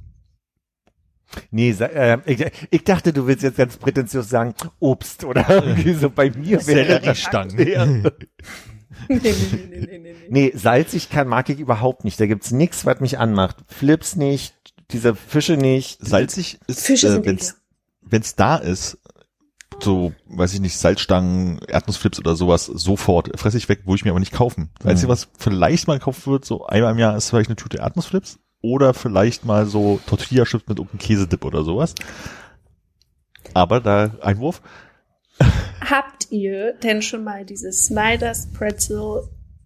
[SPEAKER 4] Nee, sa- äh, ich, ich dachte, du willst jetzt ganz prätentiös sagen, Obst oder irgendwie so. Bei mir wäre das
[SPEAKER 2] Selleriestangen.
[SPEAKER 4] Ja.
[SPEAKER 3] nee, nee, nee, nee, nee, nee.
[SPEAKER 4] Nee, salzig kann, mag ich überhaupt nicht. Da gibt's nix, was mich anmacht. Flips nicht, diese Fische nicht.
[SPEAKER 2] Salzig ist,
[SPEAKER 3] Fische
[SPEAKER 2] äh,
[SPEAKER 3] sind
[SPEAKER 2] wenn's, wenn's da ist, so, weiß ich nicht, Salzstangen, Erdnussflips oder sowas, sofort fresse ich weg, wo ich mir aber nicht kaufen. Das Einzige, was vielleicht mal gekauft wird, so einmal im Jahr, ist vielleicht eine Tüte Erdnussflips oder vielleicht mal so Tortilla-Chips mit irgendeinem Käsedip oder sowas. Aber da, Einwurf,
[SPEAKER 3] Habt ihr denn schon mal diese Snyder's Pretzel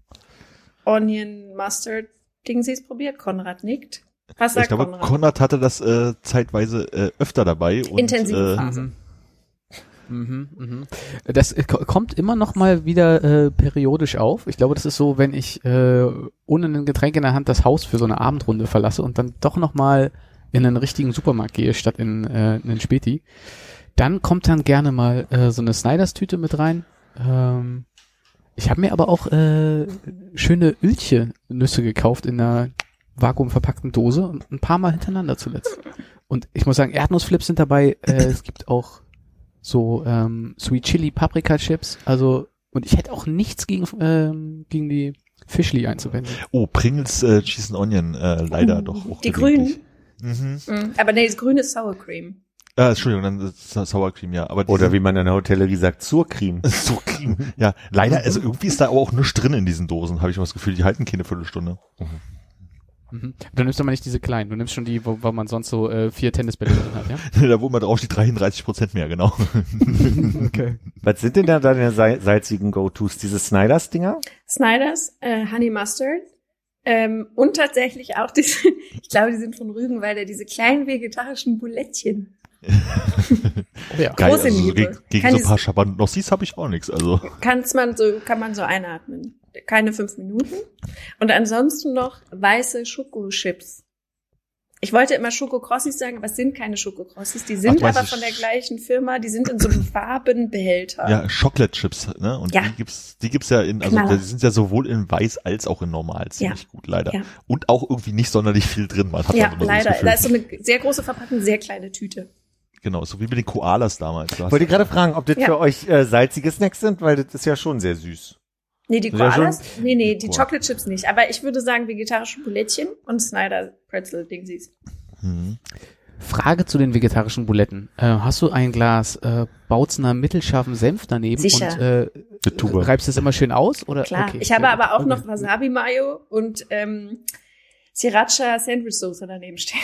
[SPEAKER 3] Onion Mustard Dingsies probiert? Konrad nickt. Was sagt
[SPEAKER 2] ich glaube,
[SPEAKER 3] Konrad?
[SPEAKER 2] Konrad hatte das äh, zeitweise äh, öfter dabei. Und,
[SPEAKER 3] Intensive
[SPEAKER 2] äh,
[SPEAKER 3] Phase.
[SPEAKER 5] Mhm, mhm. Das äh, ko- kommt immer noch mal wieder äh, periodisch auf. Ich glaube, das ist so, wenn ich äh, ohne ein Getränk in der Hand das Haus für so eine Abendrunde verlasse und dann doch noch mal in einen richtigen Supermarkt gehe, statt in, äh, in einen Späti. Dann kommt dann gerne mal äh, so eine Snyders-Tüte mit rein. Ähm, ich habe mir aber auch äh, schöne Ölche-Nüsse gekauft in einer vakuumverpackten Dose und ein paar Mal hintereinander zuletzt. Und ich muss sagen, Erdnussflips sind dabei. Äh, es gibt auch so ähm, Sweet Chili Paprika Chips. Also und ich hätte auch nichts gegen ähm, gegen die Fischli einzuwenden.
[SPEAKER 2] oh, Pringles äh, Cheese and Onion, äh, leider
[SPEAKER 3] Uh,
[SPEAKER 2] doch auch
[SPEAKER 3] die
[SPEAKER 2] gelegentlich. Mhm.
[SPEAKER 3] Mhm. Aber nee, das grüne ist Sour Cream.
[SPEAKER 2] Ah, Entschuldigung, dann ist das Sour Cream, ja. Aber
[SPEAKER 4] Oder
[SPEAKER 2] diese-
[SPEAKER 4] wie man in der Hotellerie sagt, Surcreme.
[SPEAKER 2] so Cream. Ja, leider, also irgendwie ist da aber auch nichts drin in diesen Dosen, habe ich mal das Gefühl, die halten keine Viertelstunde.
[SPEAKER 5] Mhm. Dann nimmst du aber nicht diese kleinen. Du nimmst schon die, wo, wo man sonst so äh, vier Tennisbälle drin hat, ja?
[SPEAKER 2] Da wo man drauf die dreiunddreißig Prozent mehr, genau.
[SPEAKER 5] Okay.
[SPEAKER 4] Was sind denn da deine sal- salzigen Go-Tos? Diese Snyders-Dinger?
[SPEAKER 3] Snyder's äh, Honey Mustard. Ähm, und tatsächlich auch diese, ich glaube, die sind von Rügenwalder, diese kleinen vegetarischen Bulettchen.
[SPEAKER 5] Oh ja.
[SPEAKER 2] Geil,
[SPEAKER 3] Große
[SPEAKER 2] also so
[SPEAKER 3] Liebe.
[SPEAKER 2] gegen, gegen
[SPEAKER 3] Kann
[SPEAKER 2] so ein
[SPEAKER 3] dies-
[SPEAKER 2] paar Schabanossis habe ich auch nichts, also.
[SPEAKER 3] Kann's man so, kann man so einatmen. Keine fünf Minuten. Und ansonsten noch weiße Schokochips. Ich wollte immer Schokokrossis sagen, aber es sind keine Schokokrossis. Die sind
[SPEAKER 2] Ach, du meinst
[SPEAKER 3] aber
[SPEAKER 2] die
[SPEAKER 3] von der
[SPEAKER 2] Sch-
[SPEAKER 3] gleichen Firma. Die sind in so einem Farbenbehälter.
[SPEAKER 2] Ja, Chocolate Chips, ne? Und
[SPEAKER 3] Ja.
[SPEAKER 2] die gibt's, die gibt's ja in, also
[SPEAKER 3] Knaller.
[SPEAKER 2] die sind ja sowohl in weiß als auch in normal ziemlich
[SPEAKER 3] Ja.
[SPEAKER 2] gut, leider.
[SPEAKER 3] Ja.
[SPEAKER 2] Und auch irgendwie nicht sonderlich viel drin, man hat
[SPEAKER 3] Ja,
[SPEAKER 2] man immer so
[SPEAKER 3] leider.
[SPEAKER 2] das
[SPEAKER 3] Da ist
[SPEAKER 2] Gefühl.
[SPEAKER 3] so eine sehr große Verpackung, sehr kleine Tüte.
[SPEAKER 2] Genau, so wie mit den Koalas damals. Du hast-
[SPEAKER 4] Wollte ich gerade fragen, ob das
[SPEAKER 3] Ja.
[SPEAKER 4] für euch äh, salzige Snacks sind, weil das ist ja schon sehr süß.
[SPEAKER 3] Nee, die
[SPEAKER 4] Das ist ja
[SPEAKER 3] Koalas? Nee, nee, die
[SPEAKER 2] Boah.
[SPEAKER 3] Chocolate Chips nicht. Aber ich würde sagen vegetarische Bulettchen und Snyder Pretzel Dingsies.
[SPEAKER 2] Mhm.
[SPEAKER 5] Frage zu den vegetarischen Buletten. Äh, hast du ein Glas äh, Bautzner mittelscharfen Senf daneben
[SPEAKER 3] Sicher.
[SPEAKER 5] und äh,
[SPEAKER 4] Mit Tube.
[SPEAKER 5] reibst es immer schön aus? Oder?
[SPEAKER 3] Klar.
[SPEAKER 5] Okay,
[SPEAKER 3] ich habe
[SPEAKER 5] sehr
[SPEAKER 3] aber
[SPEAKER 5] gut.
[SPEAKER 3] auch
[SPEAKER 5] Okay.
[SPEAKER 3] noch Wasabi Mayo und ähm, Sriracha Sandwich Soße daneben stehen.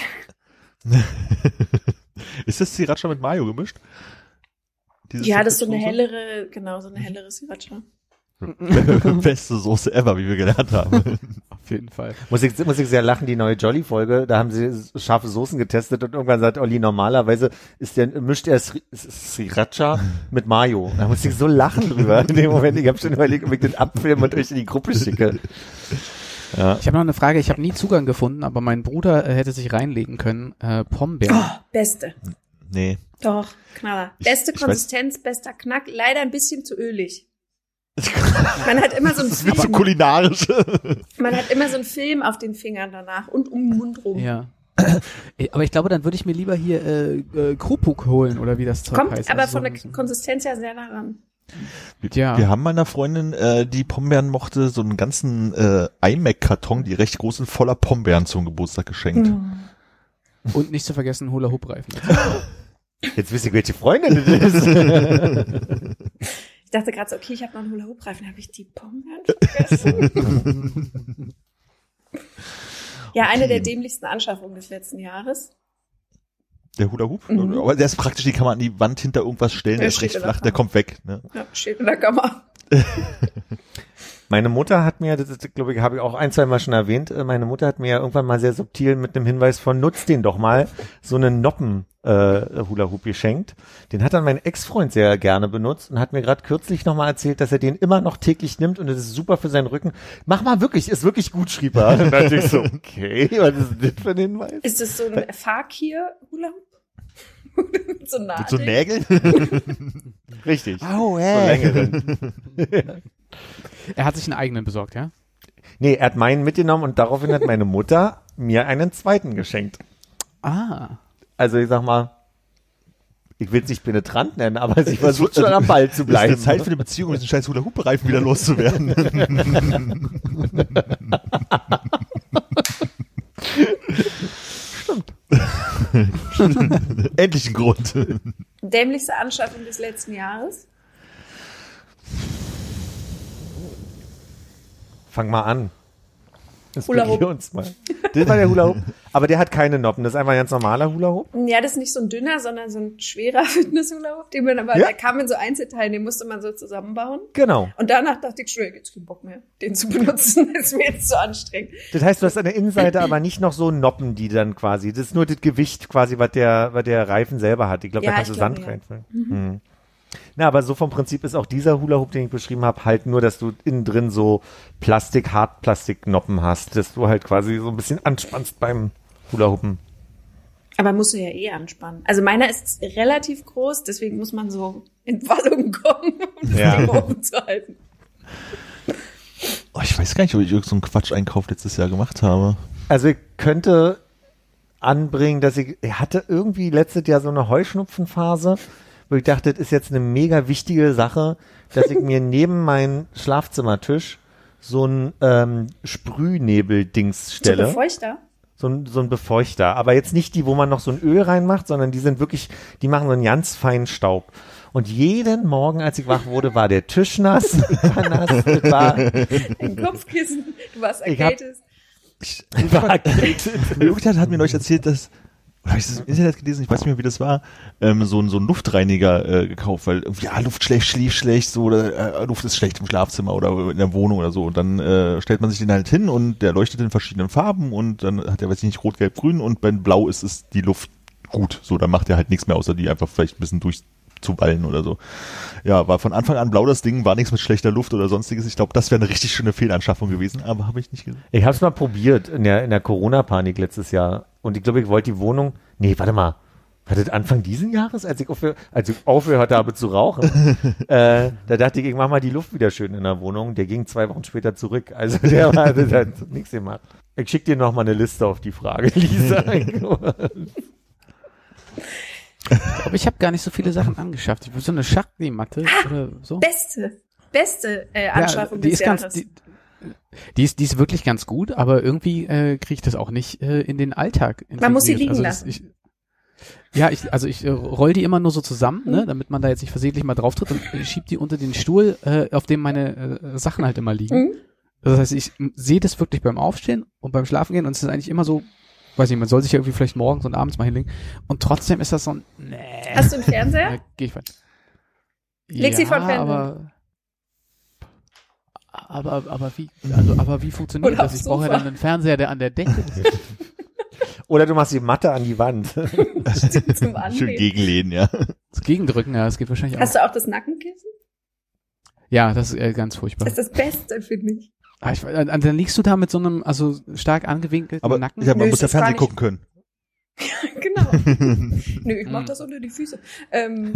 [SPEAKER 2] Ist das Sriracha mit Mayo gemischt? Dieses
[SPEAKER 3] Ja, das ist so eine
[SPEAKER 2] Soße?
[SPEAKER 3] hellere, genau, so eine hellere Sriracha.
[SPEAKER 2] Beste Soße ever, wie wir gelernt haben.
[SPEAKER 5] Auf jeden Fall.
[SPEAKER 4] Muss ich, muss ich sehr lachen, die neue Jolly-Folge, da haben sie scharfe Soßen getestet und irgendwann sagt Olli, normalerweise ist der, mischt er Sri- Sriracha mit Mayo. Da muss ich so lachen drüber in dem Moment. Ich habe schon überlegt, ob ich den abfilme und euch in die Gruppe schicke. Ja.
[SPEAKER 5] Ich habe noch eine Frage. Ich habe nie Zugang gefunden, aber mein Bruder äh, hätte sich reinlegen können. Äh, Pombeeren.
[SPEAKER 3] Oh, beste.
[SPEAKER 2] Nee.
[SPEAKER 3] Doch, Knaller.
[SPEAKER 2] Ich-
[SPEAKER 3] Beste
[SPEAKER 2] ich
[SPEAKER 3] Konsistenz, bester Knack, leider ein bisschen zu ölig. Man hat immer so einen
[SPEAKER 2] Das ist mir zu
[SPEAKER 3] Film,
[SPEAKER 2] kulinarisch.
[SPEAKER 3] man hat immer so einen Film auf den Fingern danach und um den Mund rum.
[SPEAKER 5] Ja. Äh, aber ich glaube, dann würde ich mir lieber hier äh, äh, Krupuk holen oder wie das Zeug
[SPEAKER 3] Kommt
[SPEAKER 5] heißt.
[SPEAKER 3] aber
[SPEAKER 5] Also
[SPEAKER 3] von
[SPEAKER 5] so
[SPEAKER 3] der
[SPEAKER 5] ein bisschen-
[SPEAKER 3] Konsistenz ja sehr nah ran.
[SPEAKER 5] Ja.
[SPEAKER 2] Wir haben meiner Freundin, äh, die Pombeeren mochte, so einen ganzen äh, iMac-Karton, die recht groß sind, voller Pombeeren zum Geburtstag geschenkt.
[SPEAKER 3] Mhm.
[SPEAKER 5] Und nicht zu vergessen Hula-Hoop-Reifen.
[SPEAKER 4] Jetzt wisst ihr, welche Freundin das ist.
[SPEAKER 3] Ich dachte gerade so, okay, ich habe noch einen Hula-Hoop-Reifen, habe ich die Pombeeren vergessen? Ja, eine der dämlichsten Anschaffungen des letzten Jahres.
[SPEAKER 2] Der Hula Hoop?
[SPEAKER 3] Mhm.
[SPEAKER 2] Aber der ist praktisch, die kann man an die Wand hinter irgendwas stellen, der
[SPEAKER 3] Der
[SPEAKER 2] ist recht
[SPEAKER 3] steht in der
[SPEAKER 2] flach, der kommt weg. Ne?
[SPEAKER 3] Ja, steht in der Kammer.
[SPEAKER 4] Meine Mutter hat mir, das ist, glaube ich, habe ich auch ein, zwei Mal schon erwähnt, äh, meine Mutter hat mir irgendwann mal sehr subtil mit einem Hinweis von, nutz den doch mal, so einen Noppen äh, Hula Hoop geschenkt. Den hat dann mein Ex-Freund sehr gerne benutzt und hat mir gerade kürzlich nochmal erzählt, dass er den immer noch täglich nimmt und das ist super für seinen Rücken. Mach mal wirklich, ist wirklich gut, schrieb er. Und dann dachte ich so, okay, was ist das für ein Hinweis?
[SPEAKER 3] Ist das so ein Fakir-Hula Hoop? Mit so
[SPEAKER 2] Mit so Nägeln?
[SPEAKER 4] Richtig.
[SPEAKER 2] Au,
[SPEAKER 4] So längeren.
[SPEAKER 5] Er hat sich einen eigenen besorgt, ja?
[SPEAKER 4] Nee, er hat meinen mitgenommen und daraufhin hat meine Mutter mir einen zweiten geschenkt.
[SPEAKER 5] Ah.
[SPEAKER 4] Also ich sag mal, ich will es nicht penetrant nennen, aber sie versucht schon am Ball zu bleiben.
[SPEAKER 2] Es ist eine Zeit für eine Beziehung, um diesen scheiß Hula-Hoop-Reifen wieder loszuwerden. Stimmt. Endlich ein Grund.
[SPEAKER 3] Dämlichste Anschaffung des letzten Jahres?
[SPEAKER 4] Fang mal an.
[SPEAKER 3] Hula Hoop.
[SPEAKER 4] Inspirier uns mal. Das war der Hula Hoop. Aber der hat keine Noppen. Das ist einfach ein ganz normaler Hula Hoop.
[SPEAKER 3] Ja, das ist nicht so ein dünner, sondern so ein schwerer Fitness-Hula Hoop, den man aber,
[SPEAKER 4] Ja.
[SPEAKER 3] der kam in so Einzelteilen, den musste man so zusammenbauen.
[SPEAKER 4] Genau.
[SPEAKER 3] Und danach dachte ich schon, jetzt keinen Bock mehr, den zu benutzen. Das ist mir jetzt zu anstrengend.
[SPEAKER 4] Das heißt, du hast an der Innenseite aber nicht noch so Noppen, die dann quasi, das ist nur das Gewicht quasi, was der, was der Reifen selber hat. Ich glaube,
[SPEAKER 3] Ja,
[SPEAKER 4] da kannst du
[SPEAKER 3] ich glaube,
[SPEAKER 4] Sand
[SPEAKER 3] ja.
[SPEAKER 4] reinfüllen. Mhm. Na, aber so vom Prinzip ist auch dieser Hula Hoop, den ich beschrieben habe, halt nur, dass du innen drin so Plastik, Hartplastiknoppen hast, dass du halt quasi so ein bisschen anspannst beim Hula Hoopen.
[SPEAKER 3] Aber musst du ja eh anspannen. Also meiner ist relativ groß, deswegen muss man so in Wallung kommen, um das
[SPEAKER 4] Ja.
[SPEAKER 3] Ding oben zu halten.
[SPEAKER 2] Oh, ich weiß gar nicht, ob ich irgend so einen Quatsch-Einkauf letztes Jahr gemacht habe.
[SPEAKER 4] Also ich könnte anbringen, dass ich, ich hatte irgendwie letztes Jahr so eine Heuschnupfenphase, wo ich dachte, das ist jetzt eine mega wichtige Sache, dass ich mir neben meinen Schlafzimmertisch so ein ähm, Sprühnebel-Dings
[SPEAKER 3] So
[SPEAKER 4] stelle.
[SPEAKER 3] Befeuchter.
[SPEAKER 4] So ein, so ein Befeuchter. Aber jetzt nicht die, wo man noch so ein Öl reinmacht, sondern die sind wirklich, die machen so einen ganz feinen Staub. Und jeden Morgen, als ich wach wurde, war der Tisch nass, war nass, es war,
[SPEAKER 3] Ein Kopfkissen. Du warst
[SPEAKER 4] Ich hab-
[SPEAKER 3] erkältet.
[SPEAKER 2] Ich,
[SPEAKER 4] war erkältet.
[SPEAKER 2] Irgendjemand hat mir neulich erzählt, dass, oder habe ich das im Internet gelesen, ich weiß nicht mehr, wie das war, ähm, so, ein- so ein Luftreiniger äh, gekauft, weil irgendwie, ja, Luft schlecht, Schlief schlecht, so, oder äh, Luft ist schlecht im Schlafzimmer oder in der Wohnung oder so. Und dann äh, stellt man sich den halt hin und der leuchtet in verschiedenen Farben und dann hat er, weiß ich nicht, rot, gelb, grün und wenn blau ist, ist die Luft gut. So, dann macht er halt nichts mehr, außer die einfach vielleicht ein bisschen durchzuballen oder so. Ja, war von Anfang an blau das Ding, war nichts mit schlechter Luft oder sonstiges. Ich glaube, das wäre eine richtig schöne Fehlanschaffung gewesen, aber habe ich nicht gesehen.
[SPEAKER 4] Ich habe es mal probiert in der, in der Corona-Panik letztes Jahr. Und ich glaube, ich wollte die Wohnung, nee, warte mal, war das Anfang diesen Jahres, als ich, aufhör, als ich aufgehört habe zu rauchen? äh, da dachte ich, ich mach mal die Luft wieder schön in der Wohnung. Der ging zwei Wochen später zurück. Also der, war, der hat nichts gemacht. Ich schicke dir noch mal eine Liste auf die Frage, Lisa.
[SPEAKER 5] Aber ich habe gar nicht so viele Sachen angeschafft. Ich will so eine Schachtelmatte oder so.
[SPEAKER 3] Beste, beste äh, Anschaffung
[SPEAKER 5] die
[SPEAKER 3] des
[SPEAKER 5] ist ganz,
[SPEAKER 3] Jahres.
[SPEAKER 5] die, die ist, die ist wirklich ganz gut, aber irgendwie äh, kriege ich das auch nicht äh, in den Alltag.
[SPEAKER 3] Man muss sie
[SPEAKER 5] integriert.
[SPEAKER 3] liegen
[SPEAKER 5] also das,
[SPEAKER 3] lassen.
[SPEAKER 5] Ich, ja, ich, also ich äh, roll die immer nur so zusammen,
[SPEAKER 3] Mhm.
[SPEAKER 5] ne, damit man da jetzt nicht versehentlich mal drauf tritt und äh, schieb die unter den Stuhl, äh, auf dem meine äh, Sachen halt immer liegen.
[SPEAKER 3] Mhm.
[SPEAKER 5] Das heißt, ich m, sehe das wirklich beim Aufstehen und beim Schlafen gehen und es ist eigentlich immer so, weiß nicht, man soll sich ja irgendwie vielleicht morgens und abends mal hinlegen und trotzdem ist das so ein, nee.
[SPEAKER 3] Hast du einen Fernseher?
[SPEAKER 5] Ja, geh ich weiter.
[SPEAKER 3] Leg sie
[SPEAKER 5] ja,
[SPEAKER 3] vor den Fernseher.
[SPEAKER 5] aber, aber, aber wie, also, aber wie funktioniert
[SPEAKER 3] Oder
[SPEAKER 5] das?
[SPEAKER 3] aufs
[SPEAKER 5] Ich brauche ja
[SPEAKER 3] Sofa.
[SPEAKER 5] dann einen Fernseher, der an der Decke ist.
[SPEAKER 4] Oder du machst die Matte an die Wand.
[SPEAKER 3] Zum
[SPEAKER 2] Schön
[SPEAKER 3] Anlehnen.
[SPEAKER 2] gegenlehnen, ja.
[SPEAKER 5] Das Gegendrücken, ja, das geht wahrscheinlich
[SPEAKER 3] Hast
[SPEAKER 5] auch.
[SPEAKER 3] du auch das Nackenkissen?
[SPEAKER 5] Ja, das ist äh, ganz furchtbar.
[SPEAKER 3] Das ist das Beste, finde ich.
[SPEAKER 5] Ah, ich, äh, dann liegst du da mit so einem, also stark angewinkelten
[SPEAKER 2] Aber
[SPEAKER 5] Nacken.
[SPEAKER 2] ja, man
[SPEAKER 3] Nö,
[SPEAKER 2] muss ja
[SPEAKER 3] ist gar
[SPEAKER 2] Fernsehen
[SPEAKER 3] nicht-
[SPEAKER 2] gucken können.
[SPEAKER 3] Genau. Nö, ich mach
[SPEAKER 5] Hm.
[SPEAKER 3] das unter die Füße. Ähm,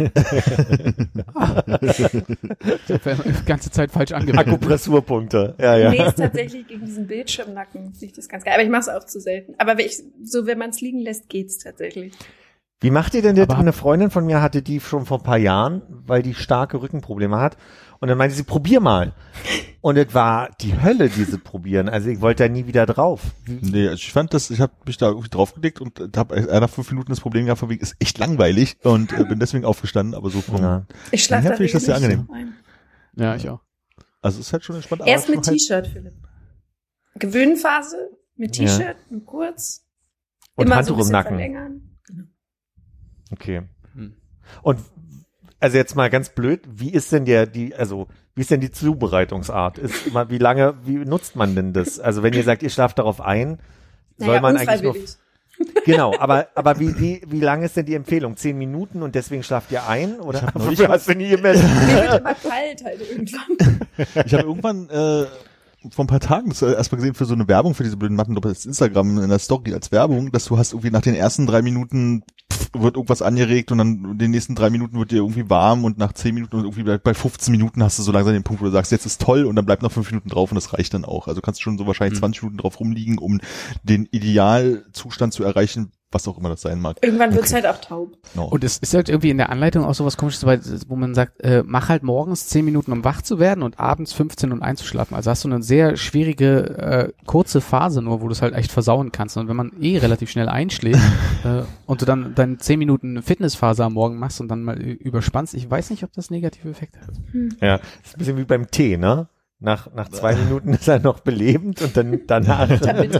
[SPEAKER 5] Ich hab ja die ganze Zeit falsch angewendet.
[SPEAKER 4] Akupressurpunkte. Ja, ja.
[SPEAKER 3] Nee, ist tatsächlich gegen diesen Bildschirmnacken finde ich das ganz geil. Aber ich mache es auch zu selten. Aber wenn ich, so wenn man es liegen lässt, geht's tatsächlich.
[SPEAKER 4] Wie macht ihr denn das?
[SPEAKER 5] Aber-
[SPEAKER 4] Eine Freundin von mir hatte die schon vor ein paar Jahren, weil die starke Rückenprobleme hat. Und dann meinte sie, probier mal. Und es war die Hölle, diese probieren. Also ich wollte da nie wieder drauf.
[SPEAKER 2] Nee, also ich fand das, ich habe mich da irgendwie draufgelegt und habe nach fünf Minuten das Problem gehabt, von wegen, ist echt langweilig und äh, bin deswegen aufgestanden, aber so vom,
[SPEAKER 4] Ja.
[SPEAKER 3] Ich schlafe
[SPEAKER 2] Ja,
[SPEAKER 3] da
[SPEAKER 2] finde ich das sehr
[SPEAKER 3] regelmäßig
[SPEAKER 2] angenehm.
[SPEAKER 3] ein.
[SPEAKER 5] Ja, ich auch.
[SPEAKER 2] also es ist halt schon entspannt. aber
[SPEAKER 3] Erst mit
[SPEAKER 2] schon halt-
[SPEAKER 3] T-Shirt, Philipp. Gewöhnphase, mit
[SPEAKER 4] Ja.
[SPEAKER 3] T-Shirt, mit kurz.
[SPEAKER 4] Und
[SPEAKER 3] immer
[SPEAKER 4] Handtuch
[SPEAKER 3] so ein
[SPEAKER 4] im
[SPEAKER 3] bisschen
[SPEAKER 4] Nacken.
[SPEAKER 3] verlängern.
[SPEAKER 4] Okay.
[SPEAKER 5] Hm.
[SPEAKER 4] Und also jetzt mal ganz blöd, wie ist denn der, die, also wie ist denn die Zubereitungsart? Ist mal, wie lange, wie nutzt man denn das? Also wenn ihr sagt, ihr schlaft darauf ein, soll
[SPEAKER 3] Naja,
[SPEAKER 4] man eigentlich nur,
[SPEAKER 3] unfreiwillig.
[SPEAKER 4] Genau, aber aber wie wie wie lang ist denn die Empfehlung? Zehn Minuten und deswegen schlaft ihr ein? Oder wofür hast du nie gemessen?
[SPEAKER 3] Mir wird immer kalt halt irgendwann.
[SPEAKER 2] Ich habe irgendwann äh, vor ein paar Tagen das erstmal gesehen für so eine Werbung für diese blöden Matten, das Instagram in der Story als Werbung, dass du hast irgendwie nach den ersten drei Minuten pff, wird irgendwas angeregt und dann in den nächsten drei Minuten wird dir irgendwie warm und nach zehn Minuten und irgendwie bei fünfzehn Minuten hast du so langsam den Punkt, wo du sagst, jetzt ist toll und dann bleibt noch fünf Minuten drauf und das reicht dann auch. Also kannst du schon so wahrscheinlich mhm. zwanzig Minuten drauf rumliegen, um den Idealzustand zu erreichen, was auch immer das sein mag.
[SPEAKER 3] Irgendwann wird's okay. halt auch taub.
[SPEAKER 2] No.
[SPEAKER 5] Und es ist halt irgendwie in der Anleitung auch sowas Komisches, wo man sagt, äh, mach halt morgens zehn Minuten, um wach zu werden und abends fünfzehn, um einzuschlafen. Also hast du eine sehr schwierige, äh, kurze Phase nur, wo du es halt echt versauen kannst. Und wenn man eh relativ schnell einschläft äh, und du dann deine zehn Minuten Fitnessphase am Morgen machst und dann mal überspannst, ich weiß nicht, ob das negative Effekte hat.
[SPEAKER 4] Hm. Ja, das ist ein bisschen wie beim Tee, ne? Nach, nach zwei Minuten ist er noch belebend und dann danach.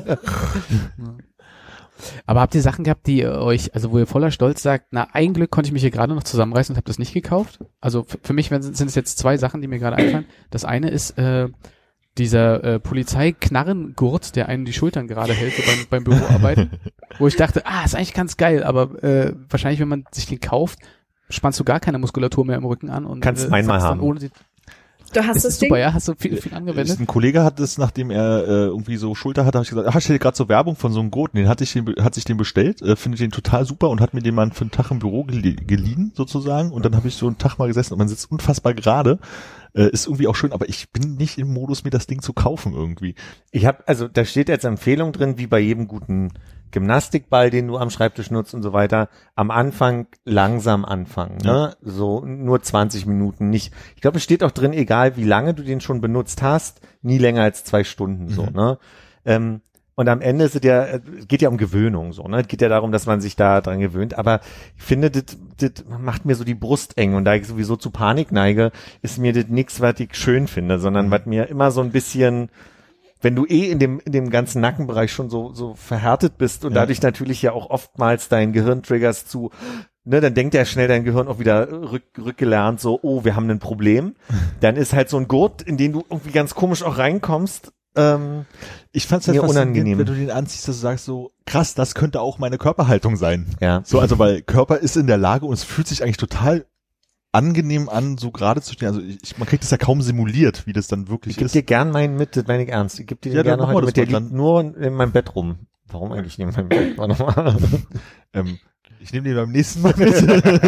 [SPEAKER 5] Aber habt ihr Sachen gehabt, die ihr euch, also wo ihr voller Stolz sagt, na, ein Glück konnte ich mich hier gerade noch zusammenreißen und habe das nicht gekauft? Also f- für mich sind es jetzt zwei Sachen, die mir gerade einfallen. Das eine ist äh, dieser äh, Polizeiknarrengurt, der einen die Schultern gerade hält so beim, beim Büroarbeiten, wo ich dachte, ah, ist eigentlich ganz geil, aber äh, wahrscheinlich, wenn man sich den kauft, spannst du gar keine Muskulatur mehr im Rücken an und
[SPEAKER 4] kannst
[SPEAKER 5] äh,
[SPEAKER 4] einmal haben.
[SPEAKER 5] Ohne die
[SPEAKER 3] Du hast
[SPEAKER 5] ist
[SPEAKER 3] das
[SPEAKER 5] super,
[SPEAKER 3] Ding?
[SPEAKER 5] ja, hast du viel, viel angewendet?
[SPEAKER 2] Ein Kollege hat es, nachdem er äh, irgendwie so Schulter hatte, habe ich gesagt, ach, ich hätte gerade so Werbung von so einem Gurt, den hatte ich den, hat sich den bestellt, äh, findet den total super und hat mir den mal für einen Tag im Büro gelie- geliehen sozusagen und dann habe ich so einen Tag mal gesessen und man sitzt unfassbar gerade, äh, ist irgendwie auch schön, aber ich bin nicht im Modus, mir das Ding zu kaufen irgendwie.
[SPEAKER 4] Ich habe, also da steht jetzt Empfehlung drin, wie bei jedem guten Gymnastikball, den du am Schreibtisch nutzt und so weiter, am Anfang langsam anfangen, ne? Ja. So nur zwanzig Minuten, nicht. Ich glaube, es steht auch drin, egal wie lange du den schon benutzt hast, nie länger als zwei Stunden, mhm. so, ne? Ähm, und am Ende ist es ja, es geht ja um Gewöhnung, so, ne? Es geht ja darum, dass man sich da dran gewöhnt, aber ich finde, das, das macht mir so die Brust eng und da ich sowieso zu Panik neige, ist mir das nichts, was ich schön finde, sondern mhm. was mir immer so ein bisschen, wenn du eh in dem in dem ganzen Nackenbereich schon so so verhärtet bist und ja. dadurch natürlich ja auch oftmals dein Gehirn triggerst zu, ne, dann denkt ja schnell dein Gehirn auch wieder rück, rückgelernt so, oh, wir haben ein Problem. Dann ist halt so ein Gurt, in den du irgendwie ganz komisch auch reinkommst. Ähm,
[SPEAKER 2] ich fand's halt unangenehm, wenn du den anziehst, dass du sagst so, krass, das könnte auch meine Körperhaltung sein.
[SPEAKER 4] Ja.
[SPEAKER 2] So, also weil Körper ist in der Lage und es fühlt sich eigentlich total angenehm an, so gerade zu stehen. Also ich, man kriegt das ja kaum simuliert, wie das dann wirklich
[SPEAKER 4] ich
[SPEAKER 2] ist.
[SPEAKER 4] Ich gebe dir gern meinen mit, das meine ich ernst. Ich gebe dir den
[SPEAKER 2] ja,
[SPEAKER 4] gerne heute mit, der
[SPEAKER 2] liegt
[SPEAKER 4] liegt nur in meinem Bett rum. Warum eigentlich neben meinem Bett? Warte mal.
[SPEAKER 2] ähm, ich nehme den beim nächsten Mal mit.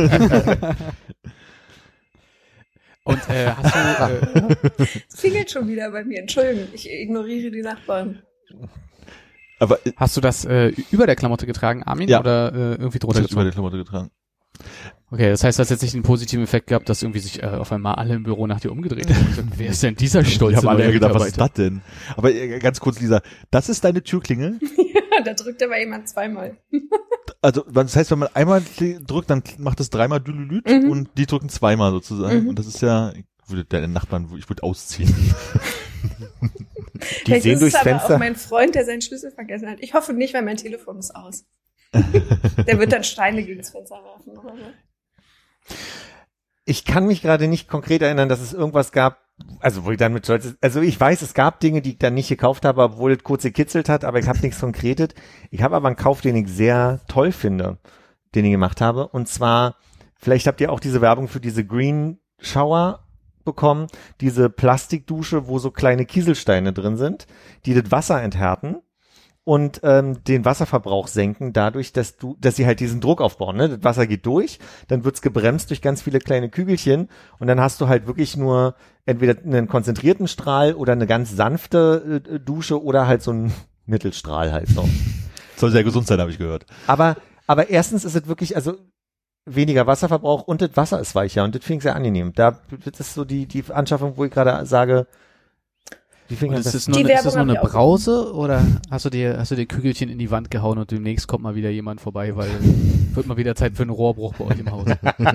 [SPEAKER 5] Und äh, hast du... Äh,
[SPEAKER 3] es klingelt schon wieder bei mir. Entschuldigung, ich ignoriere die Nachbarn.
[SPEAKER 5] Aber äh, hast du das äh, über der Klamotte getragen, Armin?
[SPEAKER 2] Ja.
[SPEAKER 5] Oder äh, irgendwie drunter
[SPEAKER 2] gezogen? Über der Klamotte getragen.
[SPEAKER 5] Okay, das heißt, das hat jetzt nicht einen positiven Effekt gehabt, dass irgendwie sich äh, auf einmal alle im Büro nach dir umgedreht haben. Gesagt, wer ist denn dieser stolze
[SPEAKER 2] Ich habe alle gedacht,
[SPEAKER 5] Mitarbeiter?
[SPEAKER 2] was ist das denn? Aber äh, ganz kurz, Lisa, das ist deine Türklingel?
[SPEAKER 3] Ja, da drückt aber jemand zweimal.
[SPEAKER 2] Also, das heißt, wenn man einmal drückt, dann macht es dreimal Dülülüt mhm. und die drücken zweimal sozusagen. Mhm. Und das ist ja, ich würde deine Nachbarn, ich würde ausziehen.
[SPEAKER 4] Die
[SPEAKER 3] Vielleicht
[SPEAKER 4] sehen
[SPEAKER 3] ist
[SPEAKER 4] durchs
[SPEAKER 3] es aber
[SPEAKER 4] Fenster.
[SPEAKER 3] Auch mein Freund, der seinen Schlüssel vergessen hat. Ich hoffe nicht, weil mein Telefon ist aus. Der wird dann Steine gegen das Fenster werfen oder so.
[SPEAKER 4] Ich kann mich gerade nicht konkret erinnern, dass es irgendwas gab, also wo ich dann mit stolz, also ich weiß, es gab Dinge, die ich dann nicht gekauft habe, obwohl es kurz gekitzelt hat, aber ich habe nichts Konkretes. Ich habe aber einen Kauf, den ich sehr toll finde, den ich gemacht habe. Und zwar, vielleicht habt ihr auch diese Werbung für diese Green Shower bekommen, diese Plastikdusche, wo so kleine Kieselsteine drin sind, die das Wasser enthärten und ähm, den Wasserverbrauch senken dadurch, dass du, dass sie halt diesen Druck aufbauen. Ne? Das Wasser geht durch, dann wird's gebremst durch ganz viele kleine Kügelchen und dann hast du halt wirklich nur entweder einen konzentrierten Strahl oder eine ganz sanfte äh, Dusche oder halt so einen Mittelstrahl halt so.
[SPEAKER 2] Soll sehr gesund sein, habe ich gehört.
[SPEAKER 4] Aber aber erstens ist es wirklich, also weniger Wasserverbrauch und das Wasser ist weicher und das finde ich sehr angenehm. Da das ist so die die Anschaffung, wo ich gerade sage, die finde ich
[SPEAKER 5] ist das nur, ist das nur eine Brause oder hast du dir hast du dir Kügelchen in die Wand gehauen und demnächst kommt mal wieder jemand vorbei, weil wird mal wieder Zeit für einen Rohrbruch bei euch im Haus.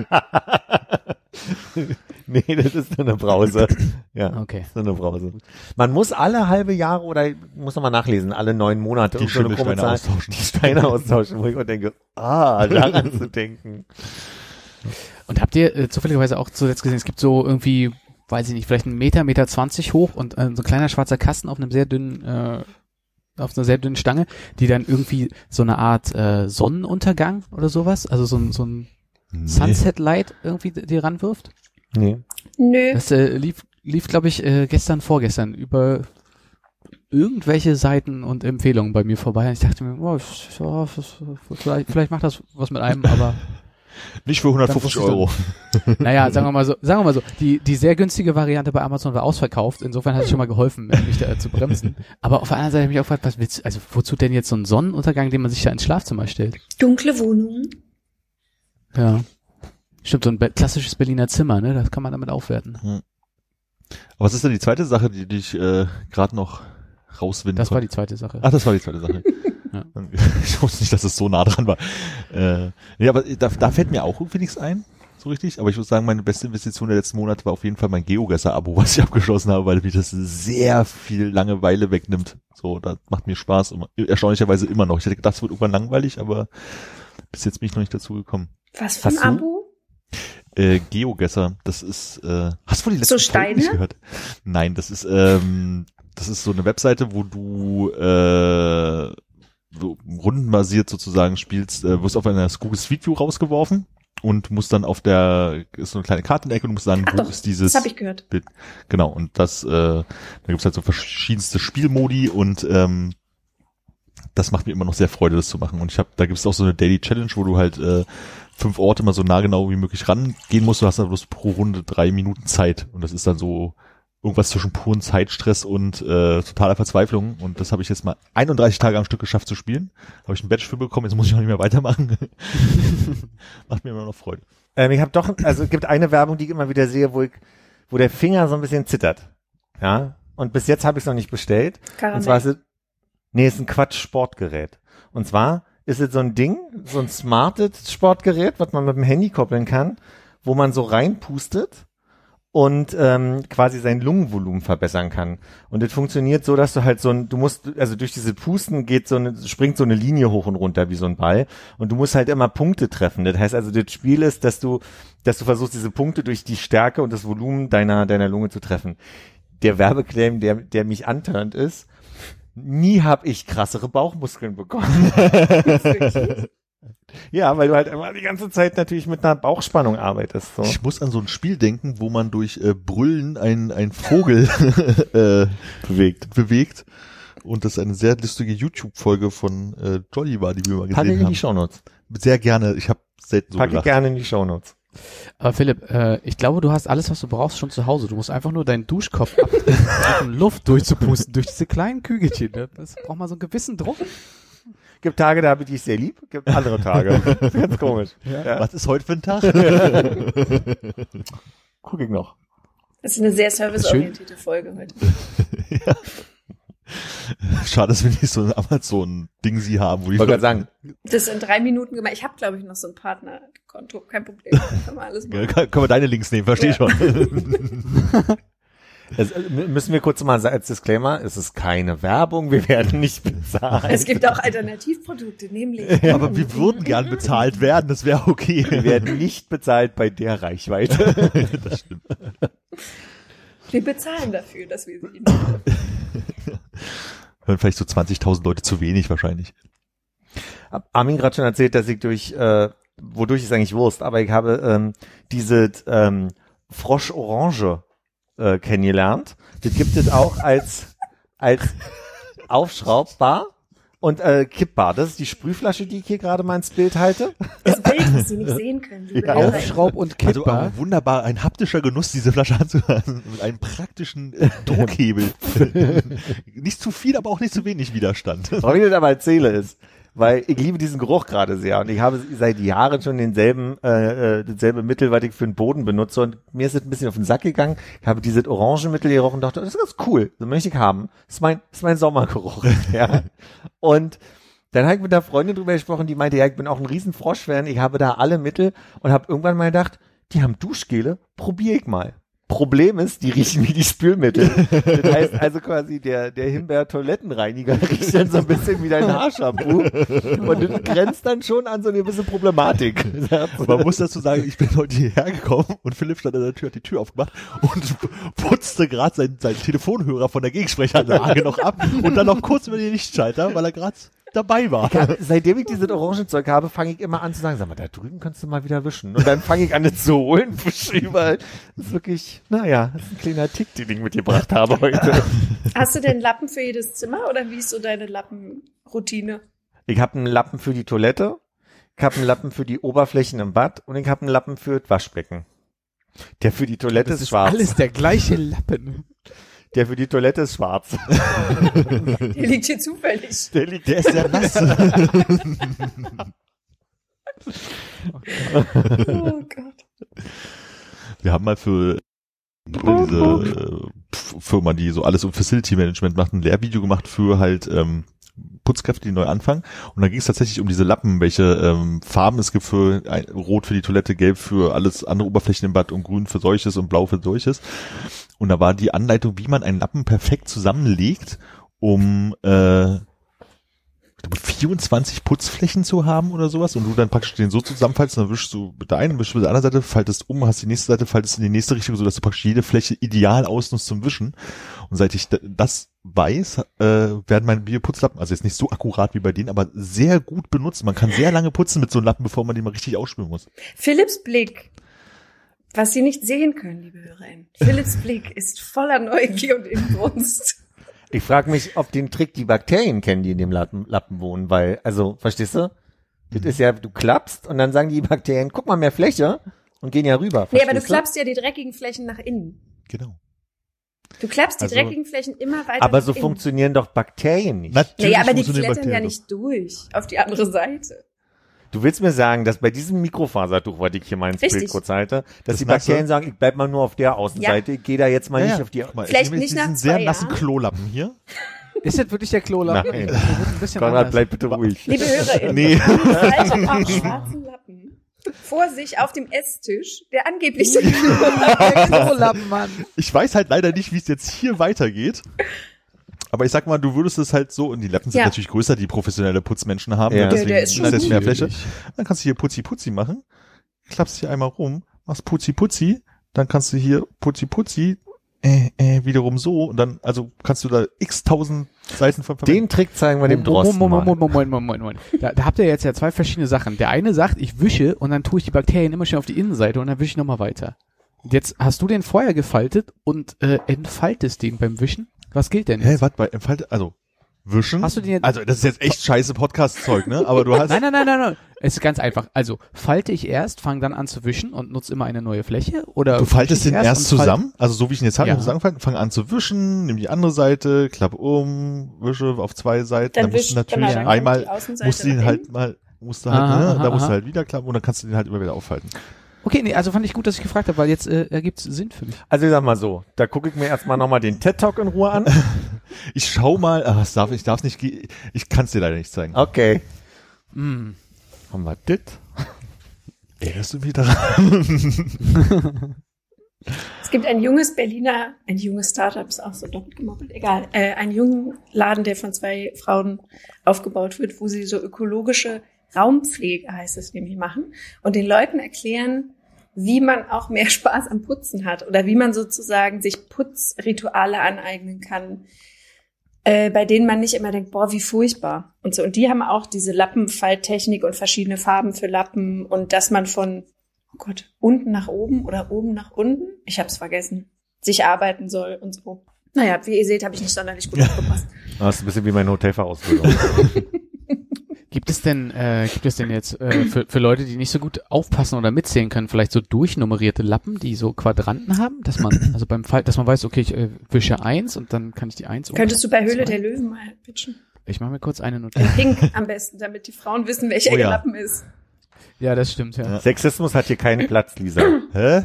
[SPEAKER 4] Nee, das ist nur eine Brause. Ja,
[SPEAKER 5] okay.
[SPEAKER 4] Das ist nur eine Brause. Man muss alle halbe Jahre oder muss noch mal nachlesen, alle neun Monate
[SPEAKER 2] die Schimmelsteine
[SPEAKER 4] so
[SPEAKER 2] austauschen.
[SPEAKER 4] Die Steine austauschen, wo ich auch denke, ah, daran zu denken.
[SPEAKER 5] Und habt ihr äh, zufälligerweise auch zuletzt gesehen, es gibt so irgendwie, weiß ich nicht, vielleicht einen Meter, Meter zwanzig hoch und äh, so ein kleiner schwarzer Kasten auf einem sehr dünnen äh, auf einer sehr dünnen Stange, die dann irgendwie so eine Art äh, Sonnenuntergang oder sowas, also so ein, so ein
[SPEAKER 2] Nee.
[SPEAKER 5] Sunset Light irgendwie dir ranwirft.
[SPEAKER 4] Nee.
[SPEAKER 3] Nö.
[SPEAKER 5] Das äh, lief, lief glaube ich, äh, gestern, vorgestern über irgendwelche Seiten und Empfehlungen bei mir vorbei. Ich dachte mir, oh, ja, vielleicht, vielleicht macht das was mit einem, aber
[SPEAKER 2] Nicht für hundertfünfzig Euro.
[SPEAKER 5] naja, sagen wir mal so, sagen wir mal so, die, die sehr günstige Variante bei Amazon war ausverkauft. Insofern hat es schon mal geholfen, mich da zu bremsen. Aber auf der anderen Seite habe ich mich auch gefragt, was willst du, also wozu denn jetzt so ein Sonnenuntergang, den man sich da ins Schlafzimmer stellt?
[SPEAKER 3] Dunkle Wohnungen.
[SPEAKER 5] Ja. Stimmt, so ein be- klassisches Berliner Zimmer, ne? Das kann man damit aufwerten.
[SPEAKER 2] Aber was ist denn die zweite Sache, die dich äh, gerade noch rauswinden
[SPEAKER 5] Das war
[SPEAKER 2] konnte?
[SPEAKER 5] die zweite Sache.
[SPEAKER 2] Ach, das war die zweite Sache.
[SPEAKER 5] Ja.
[SPEAKER 2] Ich wusste nicht, dass es so nah dran war. Äh, nee, aber da, da fällt mir auch irgendwie nichts ein, so richtig. Aber ich muss sagen, meine beste Investition der letzten Monate war auf jeden Fall mein GeoGuessr-Abo, was ich abgeschlossen habe, weil mich das sehr viel Langeweile wegnimmt. So, das macht mir Spaß. Immer, erstaunlicherweise immer noch. Ich hätte gedacht, es wird irgendwann langweilig, aber bis jetzt bin ich noch nicht dazu gekommen.
[SPEAKER 3] Was für ein
[SPEAKER 4] Hast du?
[SPEAKER 3] Abo?
[SPEAKER 2] Äh, GeoGuessr, das ist, äh, hast du von die letzten
[SPEAKER 3] So Steine?
[SPEAKER 2] Folgen nicht gehört? Nein, das ist, ähm, das ist so eine Webseite, wo du, äh, so rundenbasiert sozusagen spielst, äh, wirst auf einer Google Street View rausgeworfen und musst dann auf der, ist so eine kleine Kartenecke und du musst sagen,
[SPEAKER 3] Ach
[SPEAKER 2] wo
[SPEAKER 3] doch,
[SPEAKER 2] ist dieses
[SPEAKER 3] Das habe ich gehört.
[SPEAKER 2] Bild. Genau, und das, äh, da gibt's halt so verschiedenste Spielmodi und, ähm, das macht mir immer noch sehr Freude, das zu machen. Und ich habe, da gibt's auch so eine Daily Challenge, wo du halt äh, fünf Orte mal so nah genau wie möglich rangehen musst. Du hast dann bloß pro Runde drei Minuten Zeit. Und das ist dann so irgendwas zwischen puren Zeitstress und äh, totaler Verzweiflung. Und das habe ich jetzt mal einunddreißig Tage am Stück geschafft zu spielen. Habe ich einen Badge für bekommen, jetzt muss ich auch nicht mehr weitermachen. Macht mir immer noch Freude.
[SPEAKER 4] Ähm, ich habe doch, also es gibt eine Werbung, die ich immer wieder sehe, wo ich, wo der Finger so ein bisschen zittert. Ja. Und bis jetzt habe ich es noch nicht bestellt.
[SPEAKER 3] Karamell.
[SPEAKER 4] Und zwar ist es, nee, ist ein Quatsch-Sportgerät. Und zwar ist es so ein Ding, so ein smartes Sportgerät, was man mit dem Handy koppeln kann, wo man so reinpustet und ähm, quasi sein Lungenvolumen verbessern kann. Und das funktioniert so, dass du halt so ein, du musst, also durch diese Pusten geht so eine, springt so eine Linie hoch und runter wie so ein Ball und du musst halt immer Punkte treffen. Das heißt also, das Spiel ist, dass du, dass du versuchst, diese Punkte durch die Stärke und das Volumen deiner deiner Lunge zu treffen. Der Werbeclaim, der der mich antörnt, ist: Nie habe ich krassere Bauchmuskeln bekommen. Ja, weil du halt immer die ganze Zeit natürlich mit einer Bauchspannung arbeitest. So.
[SPEAKER 2] Ich muss an so ein Spiel denken, wo man durch äh, Brüllen ein ein Vogel äh, bewegt. bewegt. Und das eine sehr lustige YouTube-Folge von äh, Jolly war, die wir mal gesehen
[SPEAKER 4] Packe ich in
[SPEAKER 2] haben.
[SPEAKER 4] die Shownotes.
[SPEAKER 2] Sehr gerne. Ich habe selten so
[SPEAKER 4] Packe ich
[SPEAKER 2] gelacht.
[SPEAKER 4] gerne in die Shownotes.
[SPEAKER 5] Aber Philipp, äh, ich glaube, du hast alles, was du brauchst, schon zu Hause. Du musst einfach nur deinen Duschkopf ab Luft durchzupusten durch diese kleinen Kügelchen. Ne? Das braucht mal so einen gewissen Druck.
[SPEAKER 4] Gibt Tage, da habe ich dich sehr lieb, gibt andere Tage. Das ist ganz komisch. Ja.
[SPEAKER 2] Was ist heute für ein Tag?
[SPEAKER 4] Guck ich noch.
[SPEAKER 3] Das ist eine sehr serviceorientierte Folge heute.
[SPEAKER 2] Ja. Schade, dass wir nicht so ein Amazon-Ding sie haben, wo die
[SPEAKER 4] Ich wollte gerade sagen,
[SPEAKER 3] Das in drei Minuten gemacht. Ich habe, glaube ich, noch so ein Partnerkonto. Kein Problem. Kann man alles
[SPEAKER 2] Ja,
[SPEAKER 3] machen.
[SPEAKER 2] kann, können wir deine Links nehmen, versteh
[SPEAKER 3] Ja.
[SPEAKER 2] schon.
[SPEAKER 4] es, müssen wir kurz mal sagen, als Disclaimer, es ist keine Werbung, wir werden nicht bezahlt.
[SPEAKER 3] Es gibt auch Alternativprodukte, nämlich.
[SPEAKER 2] Aber wir würden gern bezahlt werden, das wäre okay.
[SPEAKER 4] Wir werden nicht bezahlt bei der Reichweite.
[SPEAKER 2] Das stimmt.
[SPEAKER 3] Wir bezahlen dafür, dass wir sie
[SPEAKER 2] Hören vielleicht so zwanzigtausend Leute zu wenig wahrscheinlich.
[SPEAKER 4] Hab Armin gerade schon erzählt, dass ich durch, äh, wodurch ist eigentlich Wurst, aber ich habe ähm, diese ähm, Frosch-Orange äh, kennengelernt. Das gibt es auch als als aufschraubbar und äh, kippbar. Das ist die Sprühflasche, die ich hier gerade mal ins Bild halte.
[SPEAKER 3] Das Bild, das Sie nicht sehen können. Liebe
[SPEAKER 4] Ja,
[SPEAKER 3] Hörer.
[SPEAKER 5] Aufschraub und
[SPEAKER 2] Also
[SPEAKER 5] kippbar.
[SPEAKER 2] aber wunderbar, ein haptischer Genuss, diese Flasche anzuhören. Mit einem praktischen äh, Druckhebel. Nicht zu viel, aber auch nicht zu wenig Widerstand.
[SPEAKER 4] Warum ich das aber erzähle ist, weil ich liebe diesen Geruch gerade sehr und ich habe seit Jahren schon denselben, äh, äh, dasselbe Mittel, was ich für den Boden benutze und mir ist es ein bisschen auf den Sack gegangen. Ich habe dieses Orangenmittel gerochen und dachte, das ist ganz cool, das möchte ich haben. Das ist mein, das ist mein Sommergeruch. Ja. Und dann habe ich mit einer Freundin drüber gesprochen, die meinte, ja, ich bin auch ein riesen Frosch-Fan, ich habe da alle Mittel und habe irgendwann mal gedacht, die haben Duschgele, probiere ich mal. Problem ist, die riechen wie die Spülmittel. Das heißt also quasi, der, der Himbeer-Toilettenreiniger riecht dann so ein bisschen wie dein Haarshampoo. Und das grenzt dann schon an so eine gewisse Problematik.
[SPEAKER 2] Man muss dazu sagen, ich bin heute hierher gekommen und Philipp stand an der Tür, hat die Tür aufgemacht und putzte gerade seinen, seinen Telefonhörer von der Gegensprechanlage noch ab und dann noch kurz über den Lichtschalter, weil er gerade dabei war.
[SPEAKER 4] Ja, seitdem ich dieses Orangenzeug habe, fange ich immer an zu sagen, sag mal, da drüben kannst du mal wieder wischen. Und dann fange ich an, es zu holen, wische überall. Das ist wirklich, naja, das ist ein kleiner Tick, den ich mitgebracht habe heute.
[SPEAKER 3] Hast du denn Lappen für jedes Zimmer oder wie ist so deine Lappenroutine?
[SPEAKER 4] Ich habe einen Lappen für die Toilette, ich habe einen Lappen für die Oberflächen im Bad und ich habe einen Lappen für das Waschbecken. Der für die Toilette
[SPEAKER 5] Das
[SPEAKER 4] ist
[SPEAKER 5] ist
[SPEAKER 4] schwarz.
[SPEAKER 5] alles der gleiche Lappen.
[SPEAKER 4] Der für die Toilette ist schwarz.
[SPEAKER 3] Der liegt hier zufällig.
[SPEAKER 4] Der liegt
[SPEAKER 2] Der ist sehr nass.
[SPEAKER 3] Oh Gott.
[SPEAKER 2] Wir haben mal für diese äh, Firma, die so alles um Facility Management macht, ein Lehrvideo gemacht für halt ähm, Putzkräfte, die neu anfangen. Und da ging es tatsächlich um diese Lappen, welche ähm, Farben es gibt für ein, Rot für die Toilette, Gelb für alles andere Oberflächen im Bad und Grün für solches und Blau für solches. Und da war die Anleitung, wie man einen Lappen perfekt zusammenlegt, um äh, vierundzwanzig Putzflächen zu haben oder sowas und du dann praktisch den so zusammenfaltest, dann wischst du mit der einen, wischst mit der anderen Seite, faltest um, hast die nächste Seite, faltest in die nächste Richtung, sodass du praktisch jede Fläche ideal ausnutzt zum Wischen. Und seit ich das weiß, äh, werden meine Bioputzlappen, also jetzt nicht so akkurat wie bei denen, aber sehr gut benutzt. Man kann sehr lange putzen mit so einem Lappen, bevor man den mal richtig ausspülen muss.
[SPEAKER 3] Philipps Blick, was Sie nicht sehen können, liebe HörerInnen. Philipps Blick ist voller Neugier und Inbrunst.
[SPEAKER 4] Ich frage mich, ob den Trick die Bakterien kennen, die in dem Lappen, Lappen wohnen, weil, also, verstehst du? Das ist ja, du klappst und dann sagen die Bakterien, guck mal, mehr Fläche und gehen ja rüber.
[SPEAKER 3] Nee, aber du
[SPEAKER 4] verstehst
[SPEAKER 3] klappst ja die dreckigen Flächen nach innen.
[SPEAKER 2] Genau.
[SPEAKER 3] Du klappst die
[SPEAKER 2] Also-
[SPEAKER 3] dreckigen Flächen immer weiter
[SPEAKER 4] Aber
[SPEAKER 3] nach
[SPEAKER 4] so
[SPEAKER 3] innen.
[SPEAKER 4] funktionieren doch Bakterien nicht.
[SPEAKER 3] Naja, aber die
[SPEAKER 2] funktionieren
[SPEAKER 3] klettern ja
[SPEAKER 2] Bakterien
[SPEAKER 3] nicht durch auf die andere Seite.
[SPEAKER 4] Du willst mir sagen, dass bei diesem Mikrofasertuch, was ich hier mal ins
[SPEAKER 3] Richtig.
[SPEAKER 4] Bild kurz halte, dass
[SPEAKER 2] Das
[SPEAKER 4] die
[SPEAKER 2] nasse-
[SPEAKER 4] Bakterien sagen, ich bleib mal nur auf der Außenseite, ich gehe da jetzt mal
[SPEAKER 2] Ja,
[SPEAKER 4] nicht
[SPEAKER 2] ja.
[SPEAKER 4] auf die...
[SPEAKER 2] Guck mal,
[SPEAKER 3] Vielleicht
[SPEAKER 2] ich nehme jetzt
[SPEAKER 3] nicht nach
[SPEAKER 2] diesen sehr
[SPEAKER 3] zwei
[SPEAKER 2] nassen
[SPEAKER 3] Jahren.
[SPEAKER 2] Klolappen hier.
[SPEAKER 5] Ist das wirklich der Klolappen?
[SPEAKER 4] Nein.
[SPEAKER 5] Das wird ein bisschen
[SPEAKER 4] Konrad,
[SPEAKER 5] anders.
[SPEAKER 4] bleib bitte ruhig.
[SPEAKER 3] Liebe HörerInnen,
[SPEAKER 2] Nee.
[SPEAKER 3] faltet auch schwarzen Lappen vor sich auf dem Esstisch, der angeblich der
[SPEAKER 5] Der Klolappen, Mann.
[SPEAKER 2] Ich weiß halt leider nicht, wie es jetzt hier weitergeht. Aber ich sag mal, du würdest es halt so, und die Lappen sind
[SPEAKER 3] Ja.
[SPEAKER 2] natürlich größer, die professionelle Putzmenschen haben.
[SPEAKER 4] Ja.
[SPEAKER 2] Ne? Deswegen
[SPEAKER 3] Der- der ist schon
[SPEAKER 2] jetzt mehr
[SPEAKER 5] gut.
[SPEAKER 2] Fläche. Dann kannst du hier Putzi Putzi machen, klappst hier einmal rum, machst Putzi Putzi, dann kannst du hier Putzi Putzi, äh, äh, wiederum so, und dann, also kannst du da x tausend Seiten von verwenden.
[SPEAKER 4] Den Trick zeigen wir dem
[SPEAKER 5] Moment,
[SPEAKER 4] Drosten
[SPEAKER 5] Moment,
[SPEAKER 4] mal.
[SPEAKER 5] Moment, Moment, Moment, Moment. Da, da habt ihr jetzt ja zwei verschiedene Sachen. Der eine sagt, ich wische und dann tue ich die Bakterien immer schön auf die Innenseite und dann wische ich nochmal weiter. Und jetzt hast du den vorher gefaltet und äh, entfaltest den beim Wischen. Was gilt denn
[SPEAKER 2] Hä,
[SPEAKER 5] jetzt?
[SPEAKER 2] warte, bei Entfalte, also, wischen?
[SPEAKER 5] Hast du den jetzt-
[SPEAKER 2] Also, das ist jetzt echt scheiße Podcast-Zeug, ne? Aber du hast,
[SPEAKER 5] Nein, nein, nein, nein, nein. Es ist ganz einfach. Also, falte ich erst, fange dann an zu wischen und nutze immer eine neue Fläche? Oder
[SPEAKER 2] du faltest
[SPEAKER 5] wische
[SPEAKER 2] den
[SPEAKER 5] ich
[SPEAKER 2] erst
[SPEAKER 5] und fal-
[SPEAKER 2] zusammen, also so wie ich ihn jetzt habe,
[SPEAKER 5] Ja.
[SPEAKER 2] zusammenfalten, fang an zu wischen, nimm die andere Seite, klappe um, wische auf zwei Seiten,
[SPEAKER 3] Dann
[SPEAKER 2] dann musst du
[SPEAKER 3] wischt-
[SPEAKER 2] natürlich
[SPEAKER 3] genau, dann kommt
[SPEAKER 2] einmal,
[SPEAKER 3] die Außenseite
[SPEAKER 2] musst du ihn
[SPEAKER 3] nach
[SPEAKER 2] halt
[SPEAKER 3] innen.
[SPEAKER 2] mal, musst du halt,
[SPEAKER 5] Aha,
[SPEAKER 2] ne,
[SPEAKER 5] aha,
[SPEAKER 2] da musst
[SPEAKER 5] aha.
[SPEAKER 2] du halt wieder klappen und dann kannst du den halt immer wieder aufhalten.
[SPEAKER 5] Okay, nee, also fand ich gut, dass ich gefragt habe, weil jetzt äh, ergibt es Sinn für mich.
[SPEAKER 4] Also ich sag mal so, da gucke ich mir erstmal nochmal den TED-Talk in Ruhe an.
[SPEAKER 2] Ich schau mal, ah, das darf, ich darf nicht, ge- ich kann es dir leider nicht zeigen.
[SPEAKER 4] Okay.
[SPEAKER 5] Mm.
[SPEAKER 4] Haben wir das?
[SPEAKER 2] Erinnerst du mich daran?
[SPEAKER 3] Es gibt ein junges Berliner, ein junges Startup, ist auch so doppelt gemoppelt, egal, äh, einen jungen Laden, der von zwei Frauen aufgebaut wird, wo sie so ökologische Raumpflege, heißt es nämlich, machen und den Leuten erklären, wie man auch mehr Spaß am Putzen hat oder wie man sozusagen sich Putzrituale aneignen kann, äh, bei denen man nicht immer denkt, boah, wie furchtbar und so. Und die haben auch diese Lappenfalttechnik und verschiedene Farben für Lappen und dass man von, oh Gott, unten nach oben oder oben nach unten, ich hab's vergessen, sich arbeiten soll und so. Naja, wie ihr seht, habe ich nicht sonderlich gut aufgepasst.
[SPEAKER 4] Das ist ein bisschen wie meine Hotelfahrausbildung.
[SPEAKER 5] Gibt es denn, äh, gibt es denn jetzt äh, für, für Leute, die nicht so gut aufpassen oder mitzählen können, vielleicht so durchnummerierte Lappen, die so Quadranten haben, dass man, also beim Fall, dass man weiß, okay, ich äh, wische eins und dann kann ich die eins.
[SPEAKER 3] Könntest du bei Höhle
[SPEAKER 5] zwei.
[SPEAKER 3] der Löwen mal pitchen?
[SPEAKER 5] Ich mache mir kurz eine Notiz.
[SPEAKER 3] Pink am besten, damit die Frauen wissen, welcher
[SPEAKER 2] Oh ja.
[SPEAKER 3] ihr Lappen ist.
[SPEAKER 5] Ja, das stimmt, ja.
[SPEAKER 4] Sexismus hat hier keinen Platz, Lisa.
[SPEAKER 2] Hä?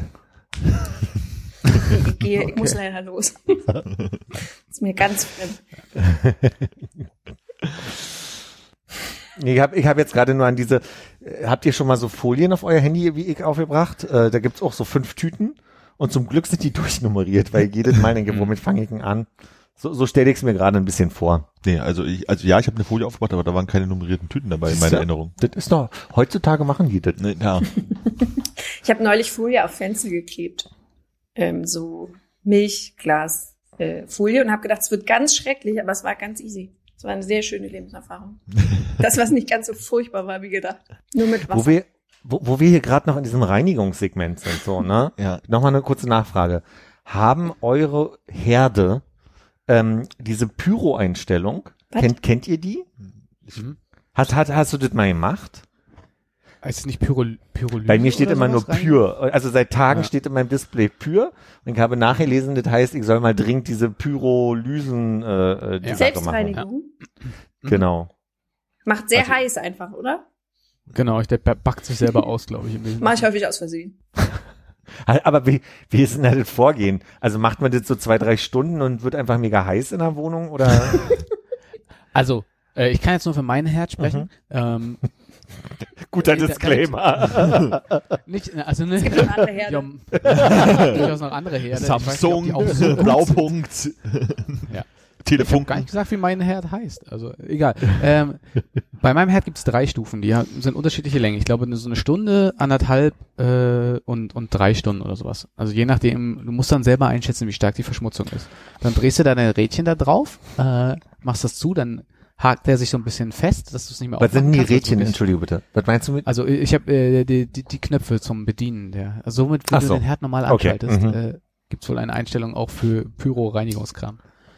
[SPEAKER 3] Ich gehe, ich muss leider los. Ist mir ganz fremd.
[SPEAKER 4] Ich habe ich hab jetzt gerade nur an diese, äh, habt ihr schon mal so Folien auf euer Handy wie ich aufgebracht? Äh, da gibt's auch so fünf Tüten Und zum Glück sind die durchnummeriert, weil jedes Mal denke, womit fange ich denn an? So, so stelle ich es mir gerade ein bisschen vor.
[SPEAKER 2] Nee, also ich, also ja, ich habe eine Folie aufgebracht, aber da waren keine nummerierten Tüten dabei in meiner Erinnerung.
[SPEAKER 4] Das ist doch, heutzutage machen die das.
[SPEAKER 2] Nee, ja.
[SPEAKER 3] Ich habe neulich Folie auf Fenster geklebt. Ähm, so Milchglas äh, Folie und habe gedacht, es wird ganz schrecklich, aber es war ganz easy. Es war eine sehr schöne Lebenserfahrung. Das, was nicht ganz so furchtbar war wie gedacht. Nur mit Wasser.
[SPEAKER 4] Wo wir, wo, wo wir hier gerade noch in diesem Reinigungssegment sind, so, ne?
[SPEAKER 2] Ja.
[SPEAKER 4] Nochmal eine kurze Nachfrage. Haben eure Herde ähm, diese Pyro-Einstellung?
[SPEAKER 3] Was?
[SPEAKER 4] Kennt, kennt ihr die?
[SPEAKER 5] Mhm.
[SPEAKER 4] Hast, hast, hast du das mal gemacht?
[SPEAKER 5] Heißt es nicht Pyro, Pyrolyse?
[SPEAKER 4] Bei mir steht
[SPEAKER 5] oder
[SPEAKER 4] immer nur
[SPEAKER 5] sowas rein?
[SPEAKER 4] Pür. Also seit Tagen
[SPEAKER 5] Ja.
[SPEAKER 4] steht in meinem Display Pür. Und ich habe nachgelesen, das heißt, ich soll mal dringend diese Pyrolysen äh, äh, die
[SPEAKER 5] Ja.
[SPEAKER 4] Sache machen.
[SPEAKER 3] Selbstreinigung.
[SPEAKER 4] Genau.
[SPEAKER 3] Macht sehr
[SPEAKER 2] Also-
[SPEAKER 3] heiß einfach, oder?
[SPEAKER 5] Genau, ich, der backt sich selber aus, glaube ich. Im Wesentlichen.
[SPEAKER 3] Mach ich häufig aus Versehen.
[SPEAKER 4] Aber wie, wie ist denn da das Vorgehen? Also macht man das so zwei, drei Stunden und wird einfach mega heiß in der Wohnung oder?
[SPEAKER 5] Also, äh, ich kann jetzt nur für meinen Herd sprechen.
[SPEAKER 4] Mhm.
[SPEAKER 5] Ähm,
[SPEAKER 4] Guter
[SPEAKER 5] Äh, da-
[SPEAKER 4] Disclaimer.
[SPEAKER 5] nicht, also ne,
[SPEAKER 3] Es gibt noch andere Herde.
[SPEAKER 5] die haben durchaus noch andere Herde. Ich weiß nicht, ob die
[SPEAKER 2] Samsung,
[SPEAKER 5] auch so gut sind.
[SPEAKER 2] Blaupunkt,
[SPEAKER 5] Ja. Ich habe
[SPEAKER 2] Telefunk.
[SPEAKER 5] gar nicht gesagt, wie mein Herd heißt. Also egal. Ähm, bei meinem Herd gibt es drei Stufen, die ha- sind unterschiedliche Längen. Ich glaube, so eine Stunde, anderthalb äh, und und drei Stunden oder sowas. Also je nachdem, du musst dann selber einschätzen, wie stark die Verschmutzung ist. Dann drehst du deine Rädchen da drauf, äh, machst das zu, dann hakt der sich so ein bisschen fest, dass du es nicht mehr
[SPEAKER 4] Was sind
[SPEAKER 5] aufmachen
[SPEAKER 4] denn die
[SPEAKER 5] kannst. Also
[SPEAKER 4] Rädchen?
[SPEAKER 5] wirklich-
[SPEAKER 4] Entschuldige bitte. Was meinst du mit?
[SPEAKER 5] Also ich habe äh, die, die, die Knöpfe zum Bedienen. Der, also somit, wenn
[SPEAKER 4] Ach
[SPEAKER 5] du
[SPEAKER 4] so.
[SPEAKER 5] den Herd normal
[SPEAKER 4] Okay,
[SPEAKER 5] anschaltest,
[SPEAKER 4] mhm.
[SPEAKER 5] äh, gibt's wohl eine Einstellung auch für Pyro-Reinigungskram.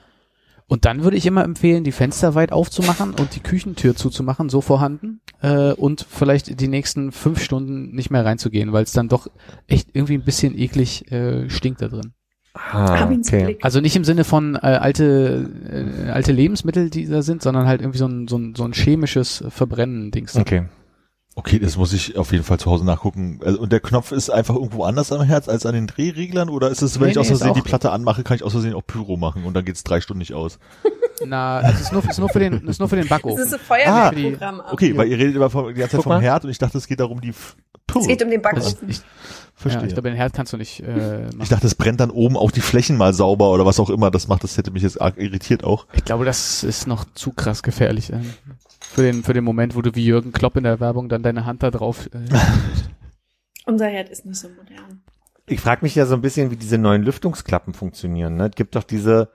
[SPEAKER 5] Und dann würde ich immer empfehlen, die Fenster weit aufzumachen und die Küchentür zuzumachen, so vorhanden, äh, und vielleicht die nächsten fünf Stunden nicht mehr reinzugehen, weil es dann doch echt irgendwie ein bisschen eklig äh, stinkt da drin.
[SPEAKER 4] Ah,
[SPEAKER 3] Hab ihn's
[SPEAKER 4] okay.
[SPEAKER 3] Blick.
[SPEAKER 5] Also nicht im Sinne von äh, alte äh, alte Lebensmittel, die da sind, sondern halt irgendwie so ein so ein, so ein chemisches Verbrennen-Dings.
[SPEAKER 4] Okay.
[SPEAKER 2] Okay, das muss ich auf jeden Fall zu Hause nachgucken. Also, und der Knopf ist einfach irgendwo anders am Herz als an den Drehreglern? Oder ist es, wenn
[SPEAKER 5] Nee,
[SPEAKER 2] ich aus
[SPEAKER 5] nee, ist
[SPEAKER 2] Versehen die
[SPEAKER 5] auch-
[SPEAKER 2] Platte anmache, kann ich aus Versehen auch Pyro machen und dann geht's drei Stunden nicht aus?
[SPEAKER 5] Na, also es ist nur, ist nur für den, ist nur für den
[SPEAKER 3] Das
[SPEAKER 5] Backofen.
[SPEAKER 3] ist so Feuerwehrprogramm. auch.
[SPEAKER 2] Okay, weil ihr redet immer vom, die ganze Zeit
[SPEAKER 4] Guck
[SPEAKER 2] vom
[SPEAKER 4] mal.
[SPEAKER 2] Herd und ich dachte, es geht darum, die F- Pyro.
[SPEAKER 3] Es geht um den
[SPEAKER 5] Also
[SPEAKER 3] Backofen.
[SPEAKER 5] ich, ich,
[SPEAKER 2] Verstehe.
[SPEAKER 5] ja, ich glaube, den Herd kannst du nicht äh, machen.
[SPEAKER 2] Ich dachte, es brennt dann oben auch die Flächen mal sauber oder was auch immer das macht. Das hätte mich jetzt arg irritiert auch.
[SPEAKER 5] Ich glaube, das ist noch zu krass gefährlich. Ähm, für den, für den Moment, wo du wie Jürgen Klopp in der Werbung dann deine Hand da drauf. Äh,
[SPEAKER 3] Unser Herd ist nicht so modern.
[SPEAKER 4] Ich frage mich ja so ein bisschen, wie diese neuen Lüftungsklappen funktionieren. Ne? Es gibt doch diese,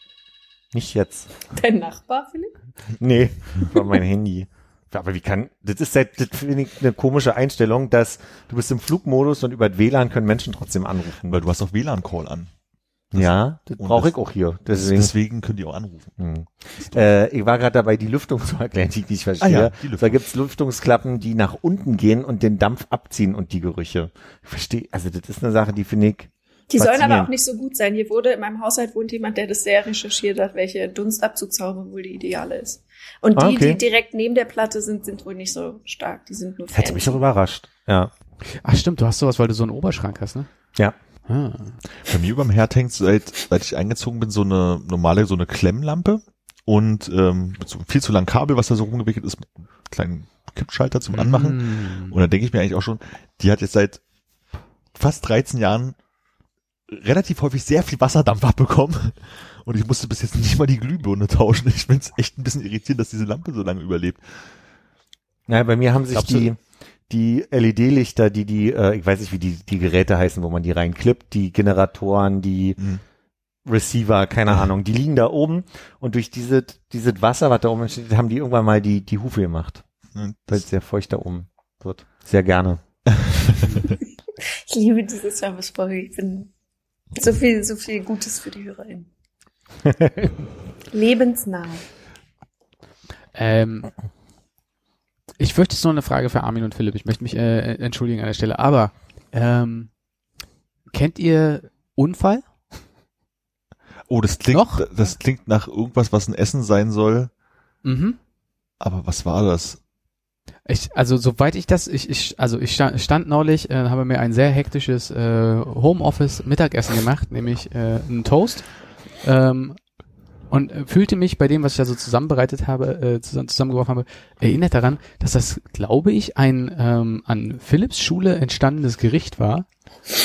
[SPEAKER 4] nicht jetzt.
[SPEAKER 3] Dein Nachbar, Philipp?
[SPEAKER 4] Nee, war mein Handy. Aber wie kann, das ist halt, das finde ich eine komische Einstellung, dass du bist im Flugmodus und über das W L A N können Menschen trotzdem anrufen.
[SPEAKER 2] Weil du hast auch W L A N-Call an.
[SPEAKER 4] Ja, das
[SPEAKER 2] und
[SPEAKER 4] brauche
[SPEAKER 2] das-
[SPEAKER 4] ich auch hier.
[SPEAKER 2] Deswegen,
[SPEAKER 4] Deswegen.
[SPEAKER 2] Deswegen könnt ihr auch anrufen.
[SPEAKER 4] Hm. Äh, ich war gerade dabei, die Lüftung zu erklären, die ich nicht verstehe.
[SPEAKER 2] Ah ja, die Lüftung.
[SPEAKER 4] Da gibt's Lüftungsklappen, die nach unten gehen und den Dampf abziehen und die Gerüche. Ich verstehe, also das ist eine Sache, die finde ich.
[SPEAKER 3] Die sollen aber
[SPEAKER 4] faszinierend.
[SPEAKER 3] auch nicht so gut sein. Hier wurde, in meinem Haushalt wohnt jemand, der das sehr recherchiert hat, welche Dunstabzugshaube wohl die ideale ist. Und die,
[SPEAKER 4] Ah, okay.
[SPEAKER 3] die direkt neben der Platte sind, sind wohl nicht so stark. Die sind nur
[SPEAKER 4] Hätte
[SPEAKER 3] fancy.
[SPEAKER 4] mich auch überrascht. Ja.
[SPEAKER 5] ach stimmt, du hast sowas, weil du so einen Oberschrank hast, ne?
[SPEAKER 4] Ja.
[SPEAKER 5] Ah.
[SPEAKER 2] Bei mir überm Herd hängt, seit, seit ich eingezogen bin, so eine normale, so eine Klemmlampe und ähm, mit so viel zu langen Kabel, was da so rumgewickelt ist, mit einem kleinen Kippschalter zum Anmachen.
[SPEAKER 5] Mm.
[SPEAKER 2] Und da denke ich mir eigentlich auch schon, die hat jetzt seit fast dreizehn Jahren relativ häufig sehr viel Wasserdampf abbekommen. Und ich musste bis jetzt nicht mal die Glühbirne tauschen. Ich finde es echt ein bisschen irritierend, dass diese Lampe so lange überlebt.
[SPEAKER 4] Naja, bei mir haben sich
[SPEAKER 5] Glaubst du-
[SPEAKER 4] die, die L E D-Lichter, die die, äh, ich weiß nicht, wie die, die Geräte heißen, wo man die reinklippt, die Generatoren, die
[SPEAKER 2] Mhm.
[SPEAKER 4] Receiver, keine Ahnung, die liegen da oben und durch diese, dieses Wasser, was da oben steht, haben die irgendwann mal die, die Hufe gemacht, weil es sehr feucht da oben wird. Sehr gerne.
[SPEAKER 3] Ich liebe diese Service-Folge. Ich bin so viel, so viel Gutes für die HörerInnen. Lebensnah.
[SPEAKER 5] Ähm, ich fürchte, es ist noch eine Frage für Armin und Philipp. Ich möchte mich äh, entschuldigen an der Stelle. Aber ähm, kennt ihr Unfall?
[SPEAKER 2] Oh, das klingt,
[SPEAKER 5] Noch?
[SPEAKER 2] das klingt nach irgendwas, was ein Essen sein soll.
[SPEAKER 5] Mhm.
[SPEAKER 2] Aber was war das?
[SPEAKER 5] Ich, also soweit ich das, ich, ich also ich stand, stand neulich, äh, habe mir ein sehr hektisches äh, Homeoffice-Mittagessen gemacht, nämlich äh, einen Toast. Ähm, und äh, fühlte mich bei dem, was ich da so zusammenbereitet habe, äh, zusammen, zusammengeworfen habe, erinnert daran, dass das, glaube ich, ein ähm, an Philipps Schule entstandenes Gericht war.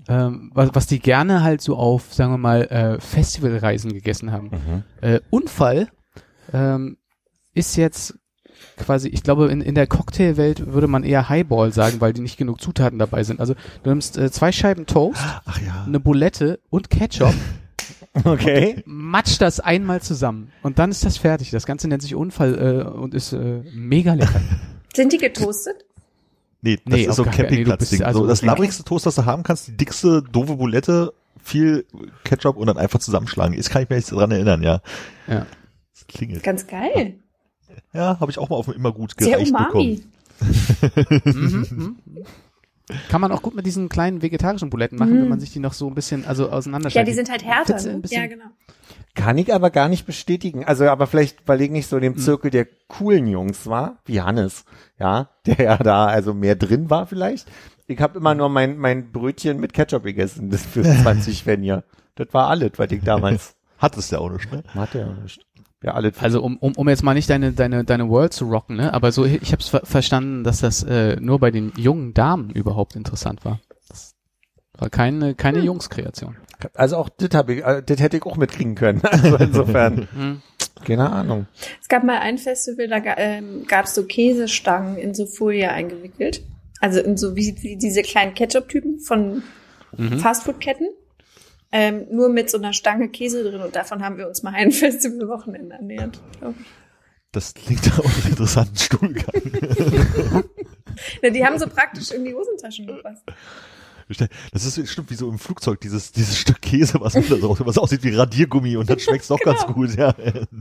[SPEAKER 5] ähm, was, was die gerne halt so auf, sagen wir mal, äh, Festivalreisen gegessen haben.
[SPEAKER 4] Mhm.
[SPEAKER 5] Äh, Unfall ähm, ist jetzt quasi, ich glaube, in, in der Cocktailwelt würde man eher Highball sagen, weil die nicht genug Zutaten dabei sind. Also du nimmst äh, zwei Scheiben Toast,
[SPEAKER 2] Ach ja.
[SPEAKER 5] eine Bulette und Ketchup,
[SPEAKER 4] Okay.
[SPEAKER 5] matsch das einmal zusammen und dann ist das fertig. Das Ganze nennt sich Unfall äh, und ist äh, mega lecker.
[SPEAKER 3] Sind die getoastet?
[SPEAKER 2] Nee, das
[SPEAKER 5] Nee,
[SPEAKER 2] ist
[SPEAKER 5] auf
[SPEAKER 2] so ein
[SPEAKER 5] gar keinen- nee, du
[SPEAKER 2] Campingplatzding.
[SPEAKER 5] bist also-
[SPEAKER 2] so das
[SPEAKER 5] okay.
[SPEAKER 2] labrigste Toast, was du haben kannst, die dickste, doofe Bulette, viel Ketchup und dann einfach zusammenschlagen. Jetzt kann ich mich dran erinnern, ja.
[SPEAKER 5] Ja.
[SPEAKER 2] Das klingelt.
[SPEAKER 3] Ganz geil.
[SPEAKER 2] Ja, habe ich auch mal auf dem Immergut
[SPEAKER 3] Sehr
[SPEAKER 2] gereicht
[SPEAKER 3] umami.
[SPEAKER 2] bekommen.
[SPEAKER 5] Mhm, mhm. Kann man auch gut mit diesen kleinen vegetarischen Buletten machen,
[SPEAKER 3] Mhm.
[SPEAKER 5] wenn man sich die noch so ein bisschen, also
[SPEAKER 3] Ja,
[SPEAKER 5] auseinanderschneidet.
[SPEAKER 3] die sind halt härter.
[SPEAKER 5] Pizza ein
[SPEAKER 3] Ne?
[SPEAKER 5] bisschen-
[SPEAKER 3] Ja, genau.
[SPEAKER 4] Kann ich aber gar nicht bestätigen. Also, aber vielleicht, weil ich nicht so in dem Zirkel der coolen Jungs war, wie Hannes, ja, der ja da also mehr drin war vielleicht. Ich habe immer nur mein, mein Brötchen mit Ketchup gegessen, das für zwanzig Pfennig. Das war alles, was ich damals
[SPEAKER 2] Hattest ja auch nicht, ne?
[SPEAKER 4] hatte. Ja nicht. Ja, alles.
[SPEAKER 5] Also um, um, um jetzt mal nicht deine deine deine World zu rocken, ne? Aber so ich habe es ver verstanden, dass das äh, nur bei den jungen Damen überhaupt interessant war. Das war keine keine Jungskreation.
[SPEAKER 4] Also auch das habe ich, äh, das hätte ich auch mitkriegen können. Also insofern,
[SPEAKER 5] Mhm.
[SPEAKER 4] keine Ahnung.
[SPEAKER 3] Es gab mal ein Festival, da ga- ähm, gab es so Käsestangen in so Folie eingewickelt. Also in so wie, wie diese kleinen Ketchup-Typen von
[SPEAKER 5] Mhm.
[SPEAKER 3] Fastfood-Ketten. Ähm, nur mit so einer Stange Käse drin und davon haben wir uns mal ein Festivalwochenende ernährt. glaub ich.
[SPEAKER 2] Das klingt auch nach einem interessanten Stuhlgang.
[SPEAKER 3] Ja, die haben so praktisch in die Hosentaschen gepasst.
[SPEAKER 2] Das ist stimmt wie so im Flugzeug, dieses, dieses Stück Käse, was, was aussieht wie Radiergummi und dann schmeckt es doch
[SPEAKER 3] Genau.
[SPEAKER 2] ganz gut, ja.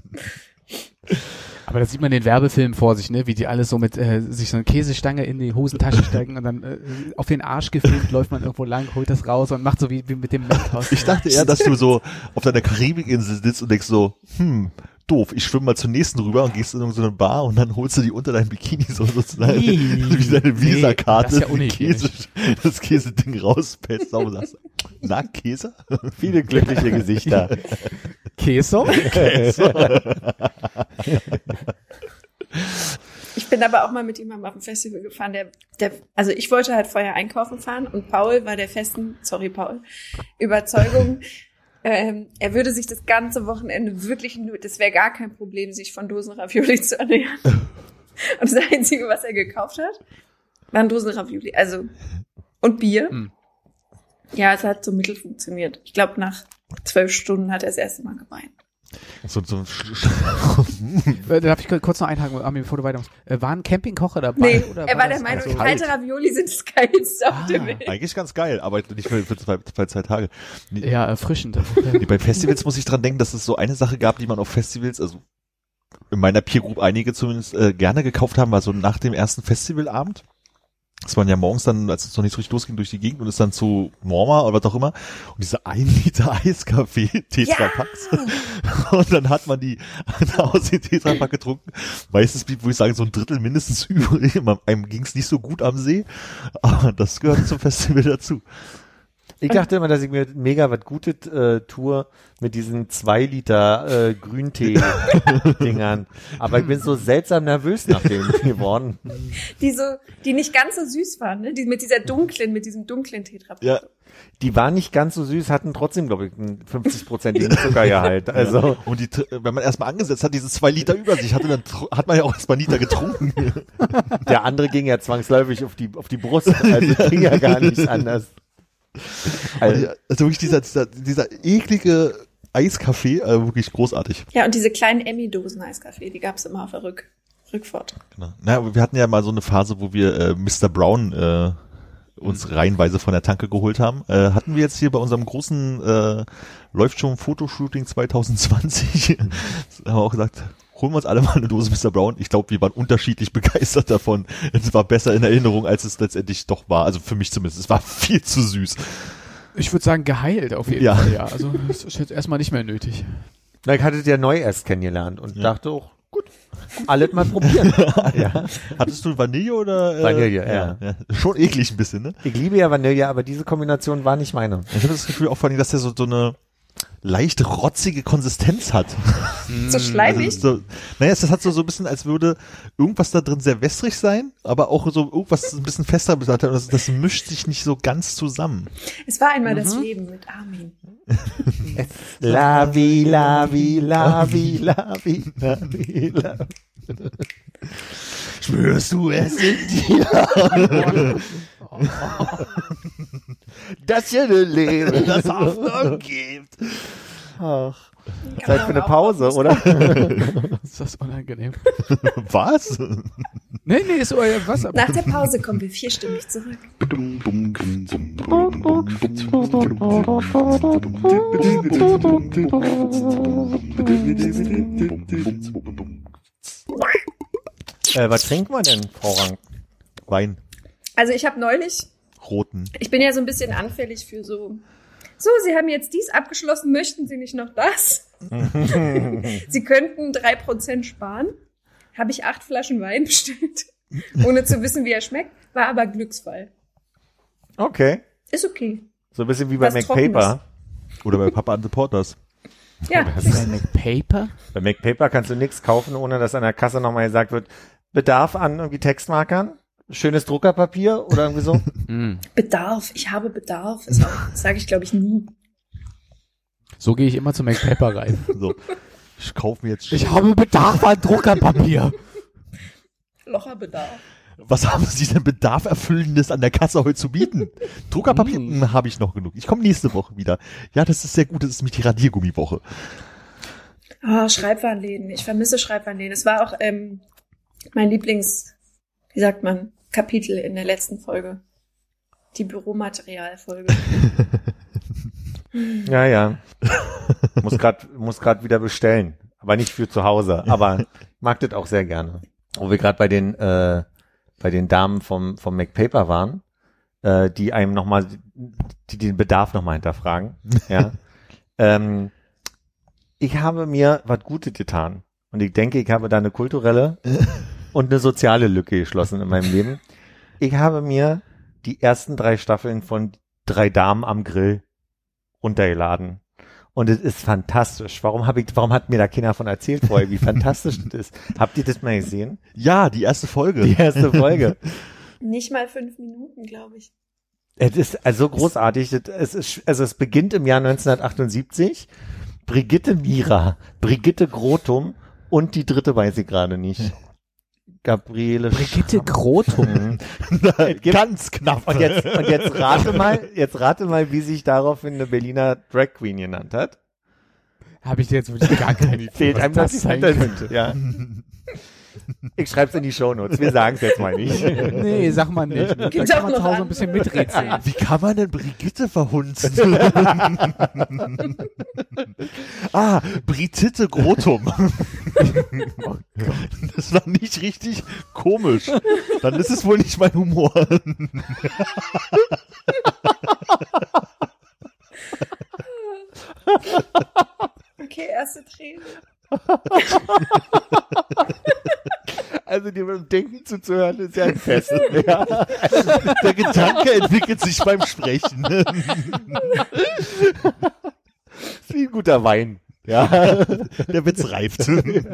[SPEAKER 5] Aber da sieht man den Werbefilm vor sich, ne, wie die alle so mit äh, sich so eine Käsestange in die Hosentasche stecken und dann äh, auf den Arsch gefilmt läuft man irgendwo lang, holt das raus und macht so wie, wie mit dem Mentos.
[SPEAKER 2] Ich dachte eher, dass du so auf deiner Karibikinsel sitzt und denkst so, hm, doof, ich schwimme mal zur nächsten rüber und gehst in so eine Bar und dann holst du die unter deinem Bikini so sozusagen
[SPEAKER 5] Nee.
[SPEAKER 2] wie deine Visa-Karte,
[SPEAKER 5] Nee, das ist ja
[SPEAKER 2] die
[SPEAKER 5] unhygienisch.
[SPEAKER 2] Käse, das Käseding rauspetzt und sagst, na, Käse?
[SPEAKER 4] Viele glückliche Gesichter.
[SPEAKER 5] Käse?
[SPEAKER 3] Ich bin aber auch mal mit jemandem auf ein Festival gefahren, der, der, also ich wollte halt vorher einkaufen fahren und Paul war der festen, sorry Paul, Überzeugung, ähm, er würde sich das ganze Wochenende wirklich nur, das wäre gar kein Problem, sich von Dosenravioli zu ernähren. Und das Einzige, was er gekauft hat, waren Dosenravioli, also, und Bier.
[SPEAKER 5] Hm.
[SPEAKER 3] Ja, es hat so mittel funktioniert. Ich glaube, nach zwölf Stunden hat er das erste Mal geweint.
[SPEAKER 2] So, so,
[SPEAKER 5] Äh, Darf ich kurz noch einhaken, Armin, bevor du weitermachst? Äh, war ein Campingkocher dabei?
[SPEAKER 3] Nee,
[SPEAKER 5] oder
[SPEAKER 3] er war der
[SPEAKER 5] das
[SPEAKER 3] Meinung,
[SPEAKER 5] also-
[SPEAKER 3] kalte Ravioli sind das Geilste auf der
[SPEAKER 5] Ah.
[SPEAKER 3] Welt.
[SPEAKER 2] eigentlich ganz geil, aber nicht für, für, zwei, für zwei Tage. Nee,
[SPEAKER 5] Ja, erfrischend.
[SPEAKER 2] nee, bei Festivals muss ich dran denken, dass es so eine Sache gab, die man auf Festivals, also in meiner Peer Group einige zumindest äh, gerne gekauft haben, war so nach dem ersten Festivalabend. Das waren ja morgens dann, als es noch nicht so richtig losging, durch die Gegend und ist dann zu Morma oder was auch immer. Und diese ein Liter Eiskaffee, Tetrapacks. Und dann hat man die aus dem Tetrapack getrunken. Meistens blieb, würde ich sagen, so ein Drittel mindestens übrig. Einem ging es nicht so gut am See, aber das gehört zum Festival dazu.
[SPEAKER 4] Ich dachte immer, dass ich mir mega was Gutes äh, tue mit diesen zwei Liter äh, Grüntee-Dingern. Aber ich bin so seltsam nervös nach denen geworden.
[SPEAKER 3] Die so, die nicht ganz so süß waren, ne? Die mit dieser dunklen, mit diesem dunklen Tetrapack.
[SPEAKER 2] Ja.
[SPEAKER 4] Die waren nicht ganz so süß, hatten trotzdem, glaube ich, einen fünfzig-prozentigen Zuckergehalt. Also
[SPEAKER 2] Und die, wenn man erstmal angesetzt hat, diese zwei Liter über sich hatte, dann tr- hat man ja auch erstmal einen Liter getrunken.
[SPEAKER 4] der andere ging ja zwangsläufig auf die auf die Brust. Also ging ja gar nicht anders.
[SPEAKER 2] Also, also wirklich dieser, dieser, dieser eklige Eiskaffee, äh, wirklich großartig.
[SPEAKER 3] Ja, und diese kleinen Emmy-Dosen Eiskaffee, die gab's immer auf der Rück Rückfahrt.
[SPEAKER 2] Genau. Na, aber wir hatten ja mal so eine Phase, wo wir äh, Mister Brown äh, uns reihenweise von der Tanke geholt haben. Äh, hatten wir jetzt hier bei unserem großen äh, läuft schon Fotoshooting zwanzig zwanzig, haben wir auch gesagt, holen wir uns alle mal eine Dose Mister Brown. Ich glaube, wir waren unterschiedlich begeistert davon. Es war besser in Erinnerung, als es letztendlich doch war. Also für mich zumindest. Es war viel zu süß.
[SPEAKER 5] Ich würde sagen, geheilt auf jeden
[SPEAKER 2] Ja.
[SPEAKER 5] Fall, ja. Also das ist jetzt erstmal nicht mehr nötig.
[SPEAKER 4] Na, ich hatte ja neu erst kennengelernt und
[SPEAKER 2] Ja.
[SPEAKER 4] dachte auch, gut, alles mal probieren. ja.
[SPEAKER 2] Hattest du Vanille oder? Äh,
[SPEAKER 4] Vanille, ja.
[SPEAKER 2] ja. Schon eklig ein bisschen, ne?
[SPEAKER 4] Ich liebe ja Vanille, aber diese Kombination war nicht meine.
[SPEAKER 2] Ich habe das Gefühl auch vor allem, dass der so, so eine leicht rotzige Konsistenz hat.
[SPEAKER 3] So schleimig?
[SPEAKER 2] Also so, naja, das hat so, so ein bisschen, als würde irgendwas da drin sehr wässrig sein, aber auch so irgendwas ein bisschen fester hat. Und das, das mischt sich nicht so ganz zusammen.
[SPEAKER 3] Es war einmal mhm. das Leben mit Armin.
[SPEAKER 4] Lavi, lavi, lavi, lavi, lavi, lavi. Spürst du es in dir? Das hier ein Leben, das Hoffnung gibt. Ach, Zeit für eine Pause, oder?
[SPEAKER 5] Ist das unangenehm?
[SPEAKER 2] Was?
[SPEAKER 5] Nee, nee, ist euer Wasser.
[SPEAKER 3] Nach der Pause kommen wir vierstimmig zurück.
[SPEAKER 4] Äh, was trinken wir denn, Frau Rank?
[SPEAKER 2] Wein.
[SPEAKER 3] Also ich habe neulich,
[SPEAKER 2] Roten.
[SPEAKER 3] ich bin ja so ein bisschen anfällig für so, so, Sie haben jetzt dies abgeschlossen, möchten Sie nicht noch das? Sie könnten drei Prozent sparen. Habe ich acht Flaschen Wein bestellt, ohne zu wissen, wie er schmeckt, war aber Glücksfall.
[SPEAKER 4] Okay.
[SPEAKER 3] Ist okay.
[SPEAKER 4] So ein bisschen wie bei
[SPEAKER 3] Was
[SPEAKER 4] McPaper.
[SPEAKER 2] Oder bei Papa and the Porters.
[SPEAKER 3] Ja,
[SPEAKER 5] Bei McPaper?
[SPEAKER 4] Bei McPaper kannst du nichts kaufen, ohne dass an der Kasse nochmal gesagt wird, Bedarf an irgendwie Textmarkern, schönes Druckerpapier oder irgendwie so.
[SPEAKER 5] Mm.
[SPEAKER 3] Bedarf, ich habe Bedarf, das sage ich glaube ich nie.
[SPEAKER 5] So gehe ich immer zu McPaper rein.
[SPEAKER 2] So. Ich kaufe mir jetzt.
[SPEAKER 5] Ich habe Bedarf an Druckerpapier.
[SPEAKER 3] Locherbedarf.
[SPEAKER 2] Was haben Sie denn Bedarf erfüllendes an der Kasse heute zu bieten? Druckerpapier mm. habe ich noch genug. Ich komme nächste Woche wieder. Ja, das ist sehr gut. Das ist nämlich die Radiergummiwoche.
[SPEAKER 3] Oh, Schreibwarenläden. Ich vermisse Schreibwarenläden. Es war auch ähm, mein Lieblings, wie sagt man, Kapitel in der letzten Folge. Die Büromaterialfolge.
[SPEAKER 4] Ja, ja. Muss grad, muss grad wieder bestellen. Aber nicht für zu Hause. Aber mag das auch sehr gerne. Wo wir gerade bei den, äh, bei den Damen vom, vom McPaper waren, äh, die einem nochmal, die den Bedarf nochmal hinterfragen. Ja. ähm, ich habe mir was Gutes getan. Und ich denke, ich habe da eine kulturelle und eine soziale Lücke geschlossen in meinem Leben. Ich habe mir die ersten drei Staffeln von Drei Damen am Grill runtergeladen. Und es ist fantastisch. Warum habe ich, warum hat mir da keiner von erzählt vorher, wie fantastisch das ist? Habt ihr das mal gesehen?
[SPEAKER 2] Ja, die erste Folge.
[SPEAKER 4] Die erste Folge.
[SPEAKER 3] Nicht mal fünf Minuten, glaube ich.
[SPEAKER 4] Es ist also großartig. Es ist, also es beginnt im Jahr neunzehnhundertachtundsiebzig. Brigitte Mira, Brigitte Grotum und die dritte weiß ich gerade nicht. Gabriele
[SPEAKER 5] Brigitte Grotum.
[SPEAKER 2] Ganz knapp.
[SPEAKER 4] Und jetzt, und jetzt rate mal, jetzt rate mal, wie sich daraufhin eine Berliner Drag Queen genannt hat.
[SPEAKER 5] Habe ich jetzt wirklich gar keine Idee,
[SPEAKER 4] Fehlt
[SPEAKER 5] was
[SPEAKER 4] einem
[SPEAKER 5] das
[SPEAKER 4] das
[SPEAKER 5] sein könnte.
[SPEAKER 4] Ja. Ich schreib's in die Shownotes. Wir sagen es jetzt mal nicht.
[SPEAKER 5] Nee, sag mal nicht. Da
[SPEAKER 3] Gibt's
[SPEAKER 5] kann
[SPEAKER 3] auch
[SPEAKER 5] man
[SPEAKER 3] noch
[SPEAKER 5] zu Hause ein
[SPEAKER 3] andere.
[SPEAKER 5] bisschen miträtseln.
[SPEAKER 2] Wie kann man denn Brigitte verhunzen? Ah, Brigitte Grotum. Oh das war nicht richtig komisch. Dann ist es wohl nicht mein Humor.
[SPEAKER 3] Okay, erste Träne.
[SPEAKER 4] Also dir beim Denken zuzuhören ist ja ein Fest. Ja.
[SPEAKER 2] Der Gedanke entwickelt sich beim Sprechen.
[SPEAKER 4] Das ist wie ein guter Wein. Ja.
[SPEAKER 2] Der Witz reift.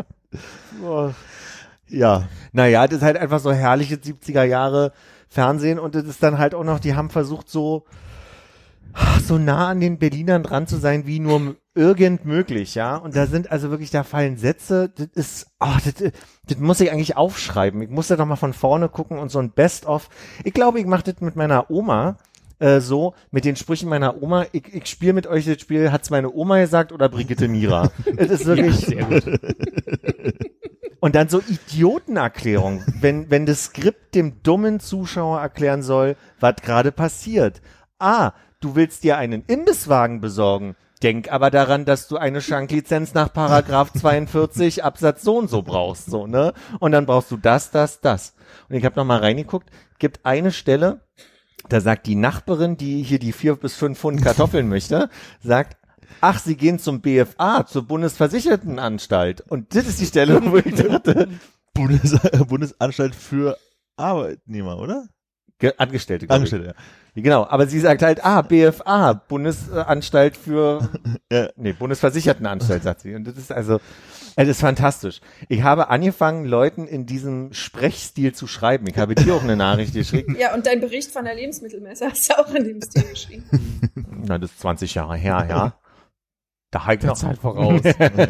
[SPEAKER 2] Ja.
[SPEAKER 4] Naja, das ist halt einfach so herrliche siebziger Jahre Fernsehen und das ist dann halt auch noch, die haben versucht so so nah an den Berlinern dran zu sein, wie nur irgend möglich, ja. Und da sind also wirklich, da fallen Sätze, das ist, oh, das, das muss ich eigentlich aufschreiben. Ich muss da doch mal von vorne gucken und so ein Best-of. Ich glaube, ich mache das mit meiner Oma äh, so, mit den Sprüchen meiner Oma. Ich, ich spiele mit euch das Spiel, hat's meine Oma gesagt oder Brigitte Mira? Es ist wirklich
[SPEAKER 5] Ja, sehr gut.
[SPEAKER 4] Und dann so Idiotenerklärung, wenn, wenn das Skript dem dummen Zuschauer erklären soll, was gerade passiert. Ah, du willst dir einen Imbisswagen besorgen. Denk aber daran, dass du eine Schanklizenz nach Paragraph zweiundvierzig Absatz so und so brauchst, so, ne? Und dann brauchst du das, das, das. Und ich habe noch mal reingeguckt, gibt eine Stelle, da sagt die Nachbarin, die hier die vier bis fünf Pfund Kartoffeln möchte, sagt, ach, sie gehen zum B F A, zur Bundesversichertenanstalt. Und das ist die Stelle, wo ich dachte,
[SPEAKER 2] Bundes Bundesanstalt für Arbeitnehmer, oder?
[SPEAKER 4] Ge- Angestellte, glaub ich.
[SPEAKER 2] Angestellte, ja.
[SPEAKER 4] Genau, aber sie sagt halt, ah, B F A, Bundesanstalt für,
[SPEAKER 2] Ja.
[SPEAKER 4] nee, Bundesversichertenanstalt, sagt sie. Und das ist also, das ist fantastisch. Ich habe angefangen, Leuten in diesem Sprechstil zu schreiben. Ich habe dir auch eine Nachricht geschickt.
[SPEAKER 3] Ja, und dein Bericht von der Lebensmittelmesse hast du auch in dem Stil geschrieben.
[SPEAKER 4] Na, das ist zwanzig Jahre her, ja. Da halt
[SPEAKER 5] Der
[SPEAKER 4] noch.
[SPEAKER 5] Zeit voraus.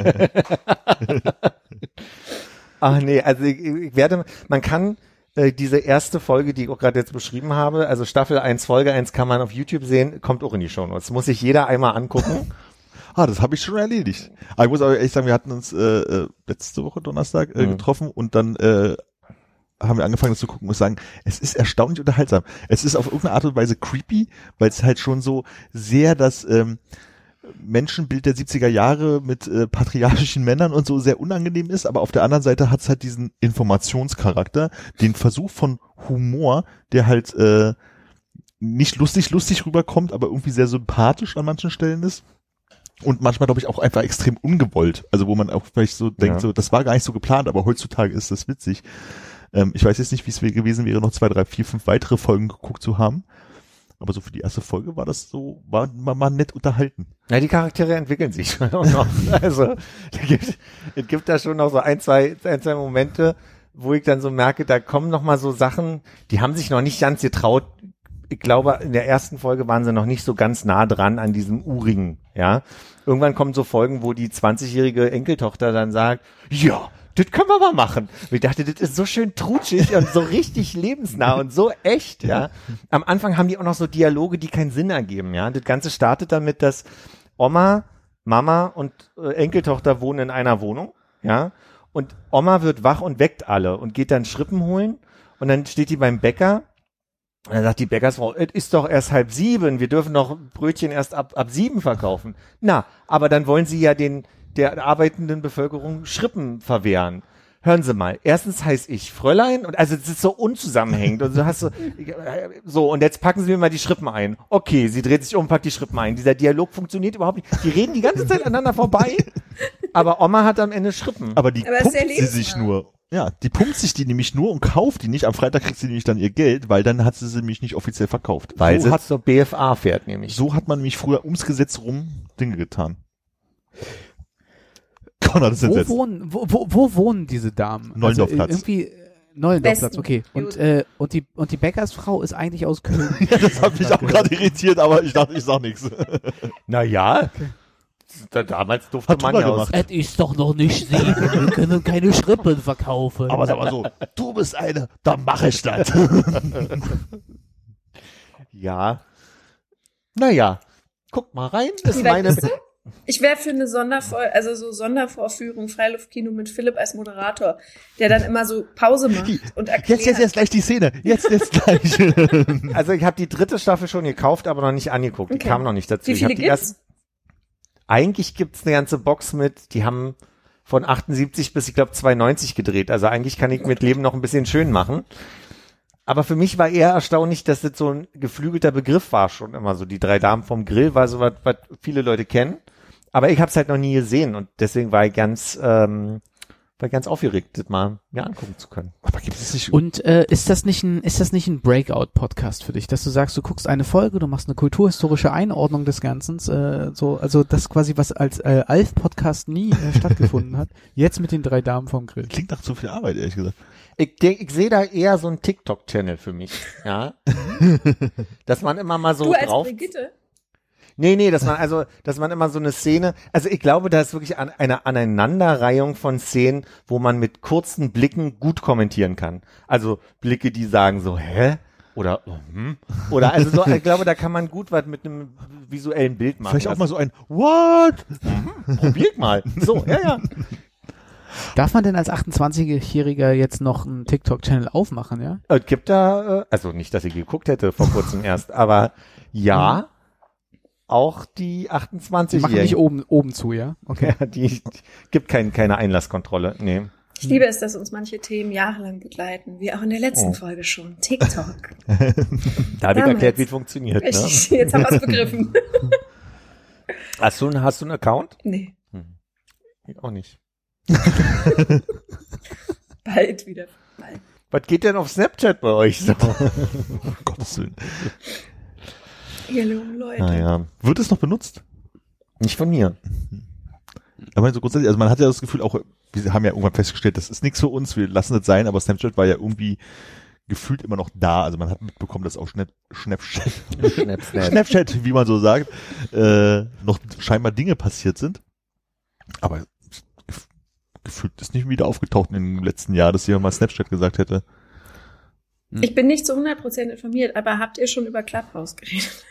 [SPEAKER 4] Ach nee, also ich, ich werde, man kann äh, diese erste Folge, die ich auch gerade jetzt beschrieben habe, also Staffel eins, Folge eins kann man auf YouTube sehen, kommt auch in die Shownotes. Muss sich jeder einmal angucken.
[SPEAKER 2] Ah, das habe ich schon erledigt. Aber ich muss aber ehrlich sagen, wir hatten uns äh, äh, letzte Woche Donnerstag äh,
[SPEAKER 4] Mhm.
[SPEAKER 2] getroffen und dann äh, haben wir angefangen, das zu gucken. Muss sagen, es ist erstaunlich unterhaltsam. Es ist auf irgendeine Art und Weise creepy, weil es halt schon so sehr das ähm, Menschenbild der siebziger Jahre mit äh, patriarchischen Männern und so sehr unangenehm ist, aber auf der anderen Seite hat es halt diesen Informationscharakter, den Versuch von Humor, der halt äh, nicht lustig, lustig rüberkommt, aber irgendwie sehr sympathisch an manchen Stellen ist. Und manchmal, glaube ich, auch einfach extrem ungewollt. Also wo man auch vielleicht so denkt,
[SPEAKER 4] Ja.
[SPEAKER 2] so das war gar nicht so geplant, aber heutzutage ist das witzig. Ähm, ich weiß jetzt nicht, wie es gewesen wäre, noch zwei, drei, vier, fünf weitere Folgen geguckt zu haben. Aber so für die erste Folge war das so, war man mal nett unterhalten.
[SPEAKER 4] Ja, die Charaktere entwickeln sich schon auch noch. Also es gibt, es gibt da schon noch so ein, zwei, ein, zwei Momente, wo ich dann so merke, da kommen noch mal so Sachen, die haben sich noch nicht ganz getraut. Ich glaube, in der ersten Folge waren sie noch nicht so ganz nah dran an diesem Urigen, ja. Irgendwann kommen so Folgen, wo die zwanzigjährige Enkeltochter dann sagt, ja, das können wir mal machen. Und ich dachte, das ist so schön trutschig und so richtig lebensnah und so echt, ja. Am Anfang haben die auch noch so Dialoge, die keinen Sinn ergeben, ja. Das Ganze startet damit, dass Oma, Mama und äh, Enkeltochter wohnen in einer Wohnung, ja. Und Oma wird wach und weckt alle und geht dann Schrippen holen und dann steht die beim Bäcker. Und dann sagt die Bäckersfrau, es ist doch erst halb sieben, wir dürfen doch Brötchen erst ab, ab sieben verkaufen. Na, aber dann wollen sie ja den, der arbeitenden Bevölkerung Schrippen verwehren. Hören Sie mal, erstens heiß ich Fräulein und also es ist so unzusammenhängend und so hast du, so und jetzt packen Sie mir mal die Schrippen ein. Okay, sie dreht sich um, packt die Schrippen ein. Dieser Dialog funktioniert überhaupt nicht. Die reden die ganze Zeit aneinander vorbei, aber Oma hat am Ende Schrippen.
[SPEAKER 2] Aber die
[SPEAKER 3] Aber es ist
[SPEAKER 2] pumpt
[SPEAKER 3] sehr
[SPEAKER 2] sie sich
[SPEAKER 3] lebensnah.
[SPEAKER 2] nur. Ja, die pumpt sich die nämlich nur und kauft die nicht. Am Freitag kriegt sie nämlich dann ihr Geld, weil dann hat sie sie nämlich nicht offiziell verkauft.
[SPEAKER 4] Weil
[SPEAKER 2] so
[SPEAKER 4] sie
[SPEAKER 2] hat,
[SPEAKER 4] zur B F A fährt nämlich.
[SPEAKER 2] so hat man nämlich früher ums Gesetz rum Dinge getan. Connor, das ist
[SPEAKER 5] Wo
[SPEAKER 2] entsetzt.
[SPEAKER 5] wohnen, wo, wo, wo wohnen diese Damen?
[SPEAKER 2] Nollendorfplatz.
[SPEAKER 5] Also, äh, irgendwie äh, Nollendorfplatz,
[SPEAKER 3] Westen.
[SPEAKER 5] okay. Und
[SPEAKER 3] Gut.
[SPEAKER 5] äh, und die und die Bäckersfrau ist eigentlich aus Köln.
[SPEAKER 2] Ja, das hat mich auch gerade irritiert, aber ich dachte, ich sag nichts.
[SPEAKER 4] Na ja, da, damals durfte
[SPEAKER 2] Hat
[SPEAKER 4] man
[SPEAKER 2] Tuba
[SPEAKER 4] ja aus,
[SPEAKER 2] gemacht.
[SPEAKER 5] Es ist doch noch nicht sieben, wir können keine Schrippen verkaufen.
[SPEAKER 2] Aber sag mal so, du bist eine, dann mach ich das.
[SPEAKER 4] ja. Naja, guck mal rein, ist
[SPEAKER 3] Wie weit
[SPEAKER 4] meine,
[SPEAKER 3] bist du? Ich wäre für eine Sondervor also so Sondervorführung Freiluftkino mit Philipp als Moderator, der dann immer so Pause macht und erklärt.
[SPEAKER 2] Jetzt, jetzt, jetzt gleich die Szene. Jetzt, jetzt gleich.
[SPEAKER 4] also ich habe die dritte Staffel schon gekauft, aber noch nicht angeguckt, die
[SPEAKER 3] Okay.
[SPEAKER 4] kam noch nicht dazu.
[SPEAKER 3] Wie
[SPEAKER 4] ich hab
[SPEAKER 3] viele
[SPEAKER 4] die
[SPEAKER 3] gibt's?
[SPEAKER 4] erst, eigentlich gibt's eine ganze Box mit, die haben von achtundsiebzig bis, ich glaube, zweiundneunzig gedreht, also eigentlich kann ich mit Leben noch ein bisschen schön machen. Aber für mich war eher erstaunlich, dass das so ein geflügelter Begriff war schon immer so. Die drei Damen vom Grill war so was, was viele Leute kennen. Aber ich habe es halt noch nie gesehen und deswegen war ich ganz, ähm, war ganz aufgeregt, das mal mir angucken zu können.
[SPEAKER 2] Aber gibt es nicht...
[SPEAKER 5] Und äh, ist das nicht ein ist das nicht ein Breakout-Podcast für dich, dass du sagst, du guckst eine Folge, du machst eine kulturhistorische Einordnung des Ganzen, äh, so also das quasi was als äh, Alf-Podcast nie äh, stattgefunden hat, jetzt mit den drei Damen vom Grill.
[SPEAKER 2] Klingt nach zu viel Arbeit, ehrlich gesagt.
[SPEAKER 4] Ich, denk, ich sehe da eher so einen TikTok-Channel für mich, ja. Dass man immer mal so
[SPEAKER 3] Du als
[SPEAKER 4] drauf...
[SPEAKER 3] Brigitte?
[SPEAKER 4] Nee, nee, dass man also, dass man immer so eine Szene, also ich glaube, da ist wirklich an, eine Aneinanderreihung von Szenen, wo man mit kurzen Blicken gut kommentieren kann. Also Blicke, die sagen so, hä? Oder, oh, hm? Oder also so, ich glaube, da kann man gut was mit einem visuellen Bild machen.
[SPEAKER 2] Vielleicht auch mal so ein What?
[SPEAKER 4] Probiert mal. So, ja, ja.
[SPEAKER 5] Darf man denn als achtundzwanzigjähriger jetzt noch einen TikTok-Channel aufmachen, ja?
[SPEAKER 4] Es gibt da, äh, also nicht, dass ich geguckt hätte vor kurzem erst, aber ja, auch die
[SPEAKER 5] Die machen nicht
[SPEAKER 4] achtundzwanzigjährigen.
[SPEAKER 5] oben oben zu, ja? Okay.
[SPEAKER 4] Ja, die, die gibt kein, keine Einlasskontrolle. Nee.
[SPEAKER 3] Ich liebe es, dass uns manche Themen jahrelang begleiten, wie auch in der letzten
[SPEAKER 4] Oh.
[SPEAKER 3] Folge schon. TikTok.
[SPEAKER 4] Da habe ich
[SPEAKER 3] Damals.
[SPEAKER 4] erklärt, wie es funktioniert. Ne?
[SPEAKER 3] Richtig, jetzt haben wir es begriffen.
[SPEAKER 4] Hast du, hast du einen Account?
[SPEAKER 3] Nee,
[SPEAKER 4] Ich auch nicht.
[SPEAKER 3] bald wieder. Bald.
[SPEAKER 4] Was geht denn auf Snapchat bei euch so?
[SPEAKER 2] Um Gottes Willen.
[SPEAKER 3] Ihr lieben Leute.
[SPEAKER 4] Naja,
[SPEAKER 2] Wird es noch benutzt?
[SPEAKER 4] nicht von mir.
[SPEAKER 2] Aber so grundsätzlich, also man hat ja das Gefühl auch, wir haben ja irgendwann festgestellt, das ist nichts für uns, wir lassen das sein, aber Snapchat war ja irgendwie gefühlt immer noch da. Also man hat mitbekommen, dass auch Snap, Snapchat,
[SPEAKER 4] Snap, Snap.
[SPEAKER 2] Snapchat, wie man so sagt, äh, noch scheinbar Dinge passiert sind. Aber gef- gefühlt ist nicht wieder aufgetaucht in den letzten Jahren, dass jemand mal Snapchat gesagt hätte.
[SPEAKER 3] Ich bin nicht zu hundert Prozent informiert, aber habt ihr schon über Clubhouse geredet?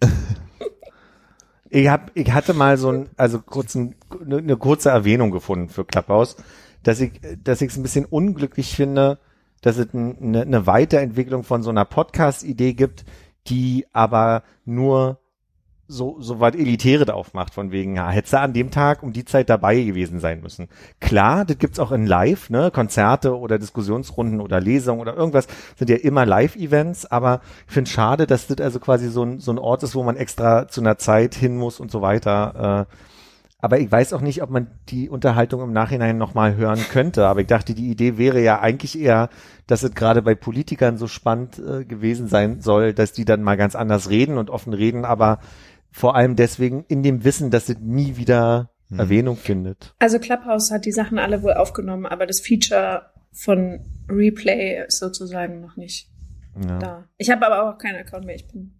[SPEAKER 4] Ich hab, ich hatte mal so ein, also kurzen, eine, eine kurze Erwähnung gefunden für Clubhouse, dass ich, dass ich es ein bisschen unglücklich finde, dass es ein, eine, eine Weiterentwicklung von so einer Podcast-Idee gibt, die aber nur so, so was Elitäre da aufmacht, von wegen, ja, hättest du an dem Tag um die Zeit dabei gewesen sein müssen. Klar, das gibt's auch in Live, ne, Konzerte oder Diskussionsrunden oder Lesungen oder irgendwas, sind ja immer Live-Events, aber ich finde schade, dass das also quasi so ein, so ein Ort ist, wo man extra zu einer Zeit hin muss und so weiter, äh, aber ich weiß auch nicht, ob man die Unterhaltung im Nachhinein nochmal hören könnte, aber ich dachte, die Idee wäre ja eigentlich eher, dass es gerade bei Politikern so spannend äh, gewesen sein soll, dass die dann mal ganz anders reden und offen reden, aber vor allem deswegen in dem Wissen, dass es nie wieder
[SPEAKER 2] Hm.
[SPEAKER 4] Erwähnung findet.
[SPEAKER 3] Also Clubhouse hat die Sachen alle wohl aufgenommen, aber das Feature von Replay ist sozusagen noch nicht
[SPEAKER 4] Ja.
[SPEAKER 3] da. Ich habe aber auch keinen Account mehr. Ich bin.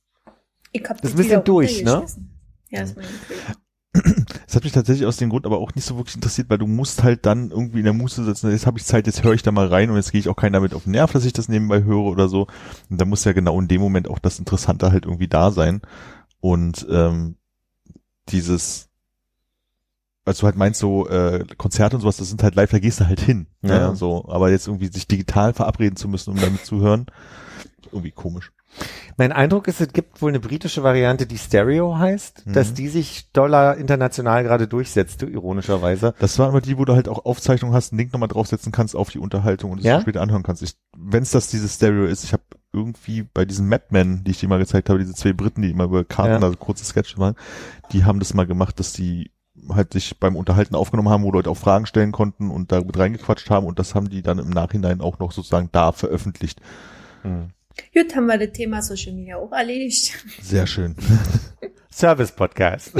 [SPEAKER 3] Ich hab
[SPEAKER 4] Das ist ein bisschen
[SPEAKER 3] wieder
[SPEAKER 4] durch, ne?
[SPEAKER 3] runtergeschmissen. Ja, ist mein Gefühl.
[SPEAKER 2] Das hat mich tatsächlich aus dem Grund aber auch nicht so wirklich interessiert, weil du musst halt dann irgendwie in der Muße sitzen, jetzt habe ich Zeit, jetzt höre ich da mal rein und jetzt gehe ich auch keinen damit auf den Nerv, dass ich das nebenbei höre oder so. Und da muss ja genau in dem Moment auch das Interessante halt irgendwie da sein. Und ähm, dieses, also du halt meinst so, äh, Konzerte und sowas, das sind halt live, da gehst du halt hin.
[SPEAKER 4] Ja.
[SPEAKER 2] Ja. So, aber jetzt irgendwie sich digital verabreden zu müssen, um damit zu hören, irgendwie komisch.
[SPEAKER 4] Mein Eindruck ist, es gibt wohl eine britische Variante, die Stereo heißt,
[SPEAKER 2] Mhm.
[SPEAKER 4] dass die sich doller international gerade durchsetzt, ironischerweise.
[SPEAKER 2] Das war immer die, wo du halt auch Aufzeichnungen hast, einen Link nochmal draufsetzen kannst auf die Unterhaltung und es
[SPEAKER 4] Ja?
[SPEAKER 2] später anhören kannst. Wenn es das dieses Stereo ist, ich habe irgendwie bei diesen Mapmen, die ich dir mal gezeigt habe, diese zwei Briten, die immer über Karten,
[SPEAKER 4] Ja.
[SPEAKER 2] also kurze Sketche machen, die haben das mal gemacht, dass die halt sich beim Unterhalten aufgenommen haben, wo Leute auch Fragen stellen konnten und da mit reingequatscht haben und das haben die dann im Nachhinein auch noch sozusagen da veröffentlicht.
[SPEAKER 4] Hm.
[SPEAKER 3] Gut, haben wir das Thema Social Media auch erledigt.
[SPEAKER 2] Sehr schön.
[SPEAKER 4] Service-Podcast.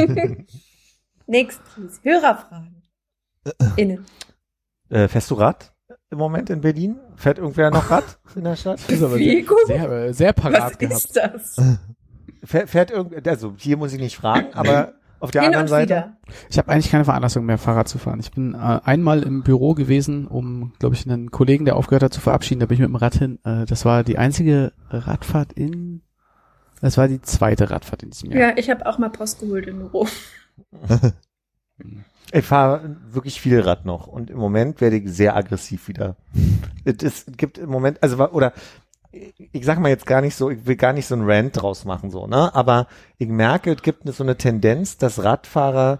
[SPEAKER 3] Next, please. Hörerfragen. Innen.
[SPEAKER 4] äh, fährst du Rad im Moment in Berlin? Fährt irgendwer noch Rad in der Stadt?
[SPEAKER 5] Das ist aber
[SPEAKER 3] Wie
[SPEAKER 5] sehr,
[SPEAKER 3] gut.
[SPEAKER 5] sehr, äh, sehr
[SPEAKER 3] Was
[SPEAKER 5] parat gehabt.
[SPEAKER 3] ist das?
[SPEAKER 4] Fährt, fährt irgend, also hier muss ich nicht fragen, aber auf der
[SPEAKER 3] Hin
[SPEAKER 4] anderen
[SPEAKER 3] und
[SPEAKER 4] Seite.
[SPEAKER 3] wieder.
[SPEAKER 5] Ich habe eigentlich keine Veranlassung mehr, Fahrrad zu fahren. Ich bin äh, einmal im Büro gewesen, um, glaube ich, einen Kollegen, der aufgehört hat, zu verabschieden. Da bin ich mit dem Rad hin. Äh, das war die einzige Radfahrt in... Das war die zweite Radfahrt in diesem Jahr.
[SPEAKER 3] Ja, ich habe auch mal Post geholt im Büro.
[SPEAKER 4] Ich fahre wirklich viel Rad noch und im Moment werde ich sehr aggressiv wieder. Es gibt im Moment, also oder ich sag mal jetzt gar nicht so, ich will gar nicht so einen Rant draus machen, so, ne? Aber ich merke, es gibt so eine Tendenz, dass Radfahrer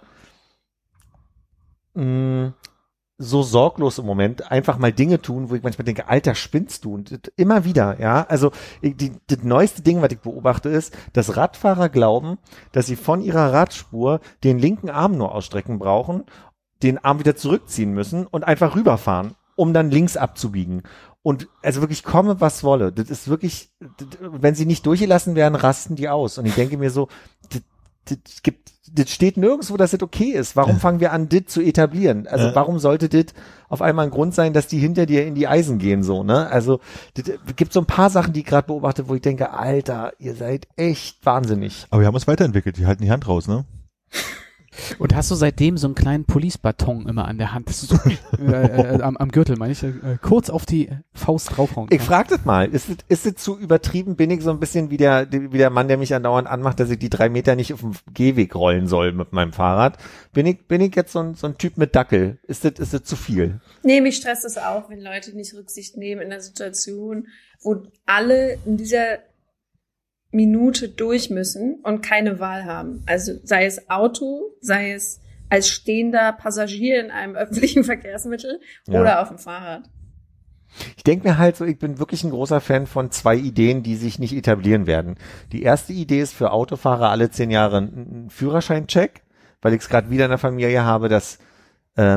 [SPEAKER 4] mh, so sorglos im Moment einfach mal Dinge tun, wo ich manchmal denke, Alter, spinnst du? Und das immer wieder, ja. Also ich, die, das neueste Ding, was ich beobachte, ist, dass Radfahrer glauben, dass sie von ihrer Radspur den linken Arm nur ausstrecken brauchen, den Arm wieder zurückziehen müssen und einfach rüberfahren, um dann links abzubiegen. Und also wirklich komme, was wolle. Das ist wirklich, das, wenn sie nicht durchgelassen werden, rasten die aus. Und ich denke mir so, das, das gibt, das steht nirgendwo, dass das okay ist. Warum fangen wir an, das zu etablieren? Also
[SPEAKER 2] Ja.
[SPEAKER 4] warum sollte das auf einmal ein Grund sein, dass die hinter dir in die Eisen gehen, so, ne? Also, das gibt so ein paar Sachen, die ich gerade beobachte, wo ich denke, Alter, ihr seid echt wahnsinnig.
[SPEAKER 2] Aber wir haben uns weiterentwickelt, die halten die Hand raus, ne?
[SPEAKER 5] Und hast du seitdem so einen kleinen Police-Baton immer an der Hand, dass du so, äh, äh, am, am Gürtel, meine ich, äh, kurz auf die Faust draufhauen
[SPEAKER 4] Ich
[SPEAKER 5] kannst?
[SPEAKER 4] frag das mal, ist es, ist es zu übertrieben? Bin ich so ein bisschen wie der, wie der Mann, der mich andauernd anmacht, dass ich die drei Meter nicht auf dem Gehweg rollen soll mit meinem Fahrrad? Bin ich, bin ich jetzt so ein, so ein Typ mit Dackel? Ist das, ist das zu viel?
[SPEAKER 3] Nee, mich stresst es auch, wenn Leute nicht Rücksicht nehmen in der Situation, wo alle in dieser Minute durch müssen und keine Wahl haben. Also sei es Auto, sei es als stehender Passagier in einem öffentlichen Verkehrsmittel
[SPEAKER 4] Ja.
[SPEAKER 3] oder auf dem Fahrrad.
[SPEAKER 4] Ich denke mir halt so, ich bin wirklich ein großer Fan von zwei Ideen, die sich nicht etablieren werden. Die erste Idee ist für Autofahrer alle zehn Jahre ein Führerscheincheck, weil ich es gerade wieder in der Familie habe, dass ähm,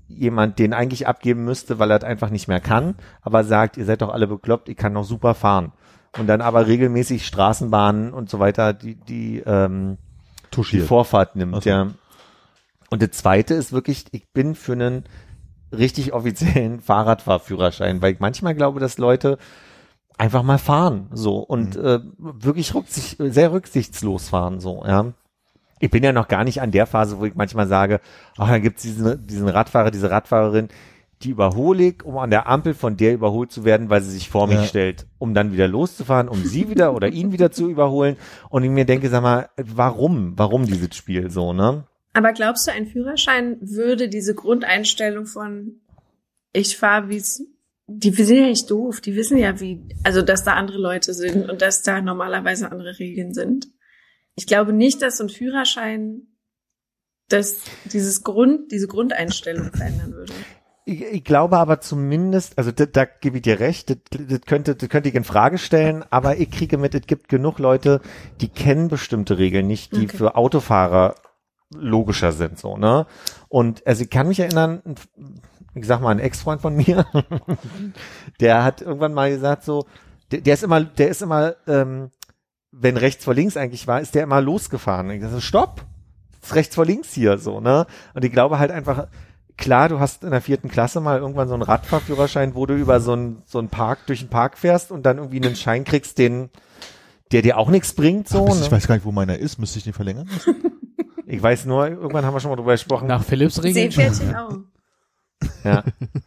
[SPEAKER 4] jemand den eigentlich abgeben müsste, weil er es einfach nicht mehr kann, aber sagt, ihr seid doch alle bekloppt, ich kann noch super fahren. Und dann aber regelmäßig Straßenbahnen und so weiter, die, die, ähm, die Vorfahrt nimmt,
[SPEAKER 2] Ach so.
[SPEAKER 4] ja. Und das zweite ist wirklich, ich bin für einen richtig offiziellen Fahrradfahrführerschein, weil ich manchmal glaube, dass Leute einfach mal fahren, so, und
[SPEAKER 2] Mhm.
[SPEAKER 4] äh, wirklich rücksicht, sehr rücksichtslos fahren, so, ja. Ich bin ja noch gar nicht an der Phase, wo ich manchmal sage, ach, dann gibt's diesen, diesen Radfahrer, diese Radfahrerin, die überhole ich, um an der Ampel von der überholt zu werden, weil sie sich vor mich
[SPEAKER 2] Ja.
[SPEAKER 4] stellt, um dann wieder loszufahren, um sie wieder oder ihn wieder zu überholen. Und ich mir denke, sag mal, warum? Warum dieses Spiel so, ne?
[SPEAKER 3] Aber glaubst du, ein Führerschein würde diese Grundeinstellung von ich fahre, wie es, die sind ja nicht doof, die wissen ja, wie, also dass da andere Leute sind und dass da normalerweise andere Regeln sind. Ich glaube nicht, dass so ein Führerschein das, dieses Grund, diese Grundeinstellung verändern würde.
[SPEAKER 4] Ich, ich glaube aber zumindest, also da, da gebe ich dir recht, das, das könnte, das könnte ich in Frage stellen, aber ich kriege mit, es gibt genug Leute, die kennen bestimmte Regeln nicht, die
[SPEAKER 3] Okay.
[SPEAKER 4] für Autofahrer logischer sind, so, ne? Und also ich kann mich erinnern, ich sag mal, ein Ex-Freund von mir, der hat irgendwann mal gesagt, so, der, der ist immer, der ist immer, ähm, wenn rechts vor links eigentlich war, ist der immer losgefahren. Ich dachte, stopp, ist rechts vor links hier, so, ne? Und ich glaube halt einfach, klar, du hast in der vierten Klasse mal irgendwann so einen Radfahrführerschein, wo du über so einen, so einen Park, durch den Park fährst und dann irgendwie einen Schein kriegst, den, der dir auch nichts bringt, so,
[SPEAKER 2] Ach,
[SPEAKER 4] ne?
[SPEAKER 2] ich weiß gar nicht, wo meiner ist. Müsste ich den verlängern?
[SPEAKER 4] Ich weiß nur, irgendwann haben wir schon mal drüber gesprochen.
[SPEAKER 5] Nach Philipps Regeln.
[SPEAKER 3] Seepferdchen auch.
[SPEAKER 4] Ja.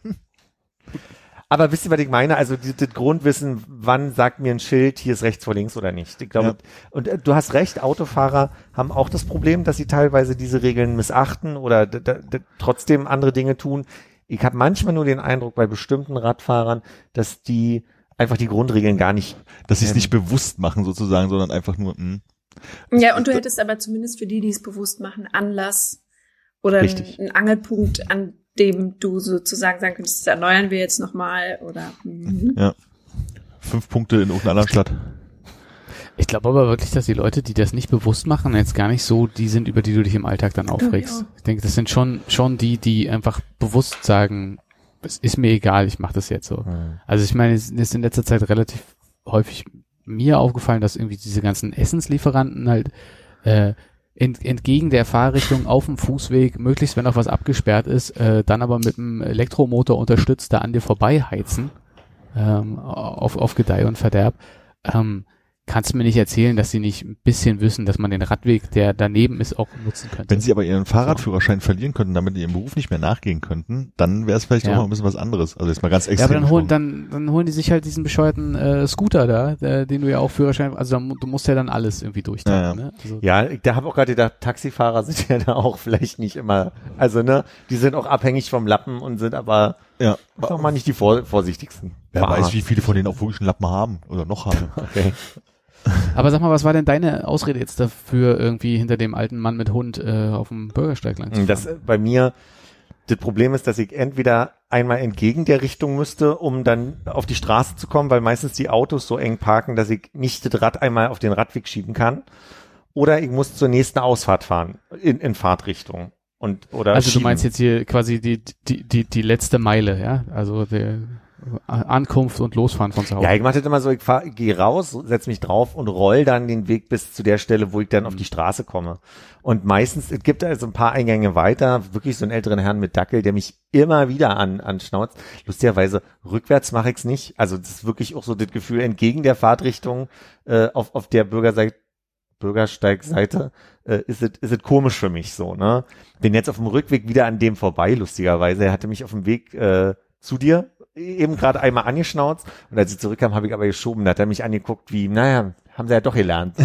[SPEAKER 4] Aber wisst ihr, was ich meine? Also das, das Grundwissen, wann sagt mir ein Schild, hier ist rechts vor links oder nicht. Ich glaube,
[SPEAKER 2] Ja.
[SPEAKER 4] und äh, du hast recht, Autofahrer haben auch das Problem, dass sie teilweise diese Regeln missachten oder d- d- d- trotzdem andere Dinge tun. Ich habe manchmal nur den Eindruck bei bestimmten Radfahrern, dass die einfach die Grundregeln gar nicht.
[SPEAKER 2] Dass sie es
[SPEAKER 4] Ähm.
[SPEAKER 2] nicht bewusst machen sozusagen, sondern einfach nur, mh.
[SPEAKER 3] Ja, und du hättest aber zumindest für die, die es bewusst machen, Anlass oder
[SPEAKER 4] Richtig.
[SPEAKER 3] einen Angelpunkt, an dem du sozusagen sagen könntest, das erneuern wir jetzt nochmal oder mhm.
[SPEAKER 2] ja, fünf Punkte in irgendeiner anderen Stadt.
[SPEAKER 5] Ich glaube aber wirklich, dass die Leute, die das nicht bewusst machen, jetzt gar nicht so die sind, über die du dich im Alltag dann aufregst.
[SPEAKER 3] Ja.
[SPEAKER 5] Ich denke, das sind schon schon die, die einfach bewusst sagen, es ist mir egal, ich mache das jetzt so.
[SPEAKER 4] Hm.
[SPEAKER 5] Also ich meine, es ist in letzter Zeit relativ häufig mir aufgefallen, dass irgendwie diese ganzen Essenslieferanten halt äh, ent, entgegen der Fahrrichtung auf dem Fußweg, möglichst wenn auch was abgesperrt ist, äh, dann aber mit einem Elektromotor unterstützt da an dir vorbeiheizen, ähm, auf, auf Gedeih und Verderb. Ähm, kannst du mir nicht erzählen, dass sie nicht ein bisschen wissen, dass man den Radweg, der daneben ist, auch nutzen könnte.
[SPEAKER 2] Wenn sie aber ihren Fahrradführerschein verlieren könnten, damit sie ihrem Beruf nicht mehr nachgehen könnten, dann wäre es vielleicht
[SPEAKER 5] Ja.
[SPEAKER 2] auch noch ein bisschen was anderes. Also jetzt mal ganz extrem.
[SPEAKER 5] Ja, aber dann holen,
[SPEAKER 2] gesprochen.
[SPEAKER 5] dann, dann holen die sich halt diesen bescheuerten äh, Scooter da, der, den du ja auch Führerschein, also dann, du musst ja dann alles irgendwie durchtanken,
[SPEAKER 2] Ja, ja.
[SPEAKER 5] ne? Also,
[SPEAKER 4] Ja, ich, da habe auch gerade gedacht, Taxifahrer sind ja da auch vielleicht nicht immer, also ne, die sind auch abhängig vom Lappen und sind aber
[SPEAKER 2] Ja.
[SPEAKER 4] auch mal nicht die vor, vorsichtigsten.
[SPEAKER 2] Wer
[SPEAKER 4] Fahrer.
[SPEAKER 2] weiß, wie viele von denen auch wirklich einen Lappen haben oder noch haben.
[SPEAKER 4] Okay.
[SPEAKER 5] Aber sag mal, was war denn deine Ausrede jetzt dafür, irgendwie hinter dem alten Mann mit Hund äh, auf dem Bürgersteig lang zu fahren?
[SPEAKER 4] Das äh, bei mir, das Problem ist, dass ich entweder einmal entgegen der Richtung müsste, um dann auf die Straße zu kommen, weil meistens die Autos so eng parken, dass ich nicht das Rad einmal auf den Radweg schieben kann. Oder ich muss zur nächsten Ausfahrt fahren, in, in Fahrtrichtung. Und, oder
[SPEAKER 5] Also du
[SPEAKER 4] schieben.
[SPEAKER 5] meinst jetzt hier quasi die, die, die, die letzte Meile, ja? Also der Ankunft und Losfahren von zu Hause.
[SPEAKER 4] Ja, ich mache das immer so, ich fahr, gehe raus, setz mich drauf und roll dann den Weg bis zu der Stelle, wo ich dann auf die Straße komme. Und meistens, es gibt also ein paar Eingänge weiter, wirklich so einen älteren Herrn mit Dackel, der mich immer wieder an, anschnauzt. Lustigerweise, rückwärts mache ich's nicht. Also das ist wirklich auch so das Gefühl, entgegen der Fahrtrichtung äh, auf, auf der Bürgerseite, Bürgersteigseite äh, ist es ist es komisch für mich so, ne? Bin jetzt auf dem Rückweg wieder an dem vorbei, lustigerweise. Er hatte mich auf dem Weg äh, zu dir eben gerade einmal angeschnauzt und als ich zurückkam, habe ich aber geschoben. Da hat er mich angeguckt wie, naja, haben sie ja doch gelernt.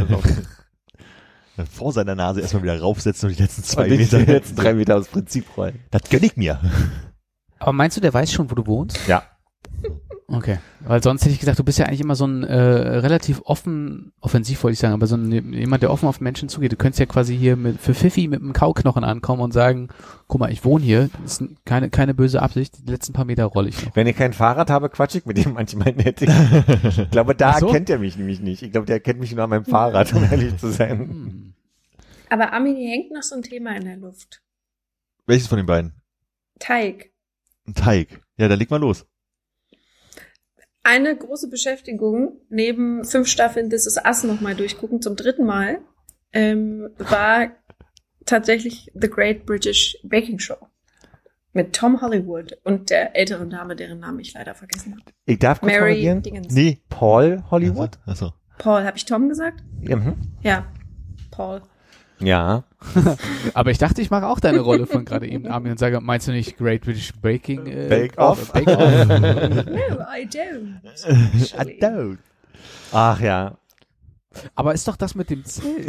[SPEAKER 2] Vor seiner Nase erstmal wieder raufsetzen und die letzten zwei
[SPEAKER 4] Und die
[SPEAKER 2] Meter.
[SPEAKER 4] letzten drei Meter aus Prinzip rollen.
[SPEAKER 2] Das gönn ich mir.
[SPEAKER 5] Aber meinst du, der weiß schon, wo du wohnst?
[SPEAKER 4] Ja.
[SPEAKER 5] Okay. Weil sonst hätte ich gesagt, du bist ja eigentlich immer so ein äh, relativ offen, offensiv wollte ich sagen, aber so ein, jemand, der offen auf Menschen zugeht. Du könntest ja quasi hier mit, für Pfiffi mit einem Kauknochen ankommen und sagen, guck mal, ich wohne hier, das ist keine, keine böse Absicht, die letzten paar Meter rolle ich noch.
[SPEAKER 4] Wenn ich kein Fahrrad habe, quatsch ich mit dem manchmal nett. Ich glaube, da
[SPEAKER 5] Ach so?
[SPEAKER 4] erkennt er mich nämlich nicht. Ich glaube, der erkennt mich nur an meinem Fahrrad, um ehrlich zu sein.
[SPEAKER 5] Hm.
[SPEAKER 3] Aber Armin, hier hängt noch so ein Thema in der Luft.
[SPEAKER 2] Welches von den beiden?
[SPEAKER 3] Teig.
[SPEAKER 2] Ein Teig. Ja, dann leg mal los.
[SPEAKER 3] Eine große Beschäftigung, neben fünf Staffeln This Is Us nochmal durchgucken, zum dritten Mal, ähm, war tatsächlich The Great British Baking Show. Mit Tom Hollywood und der älteren Dame, deren Namen ich leider vergessen habe.
[SPEAKER 4] Ich darf kurz
[SPEAKER 3] Mary
[SPEAKER 4] korrigieren.
[SPEAKER 3] Dingens.
[SPEAKER 2] Nee.
[SPEAKER 4] Paul Hollywood?
[SPEAKER 2] Achso.
[SPEAKER 3] Paul, habe ich Tom gesagt?
[SPEAKER 4] Ja. Mhm.
[SPEAKER 3] Ja, Paul.
[SPEAKER 4] Ja.
[SPEAKER 5] Aber ich dachte, ich mache auch deine Rolle von gerade eben, Armin, und sage, meinst du nicht Great British Baking? Äh,
[SPEAKER 4] Bake Off?
[SPEAKER 5] Bake Off?
[SPEAKER 3] No, I don't.
[SPEAKER 4] I don't. Ach ja.
[SPEAKER 5] Aber ist doch das mit dem Zelt.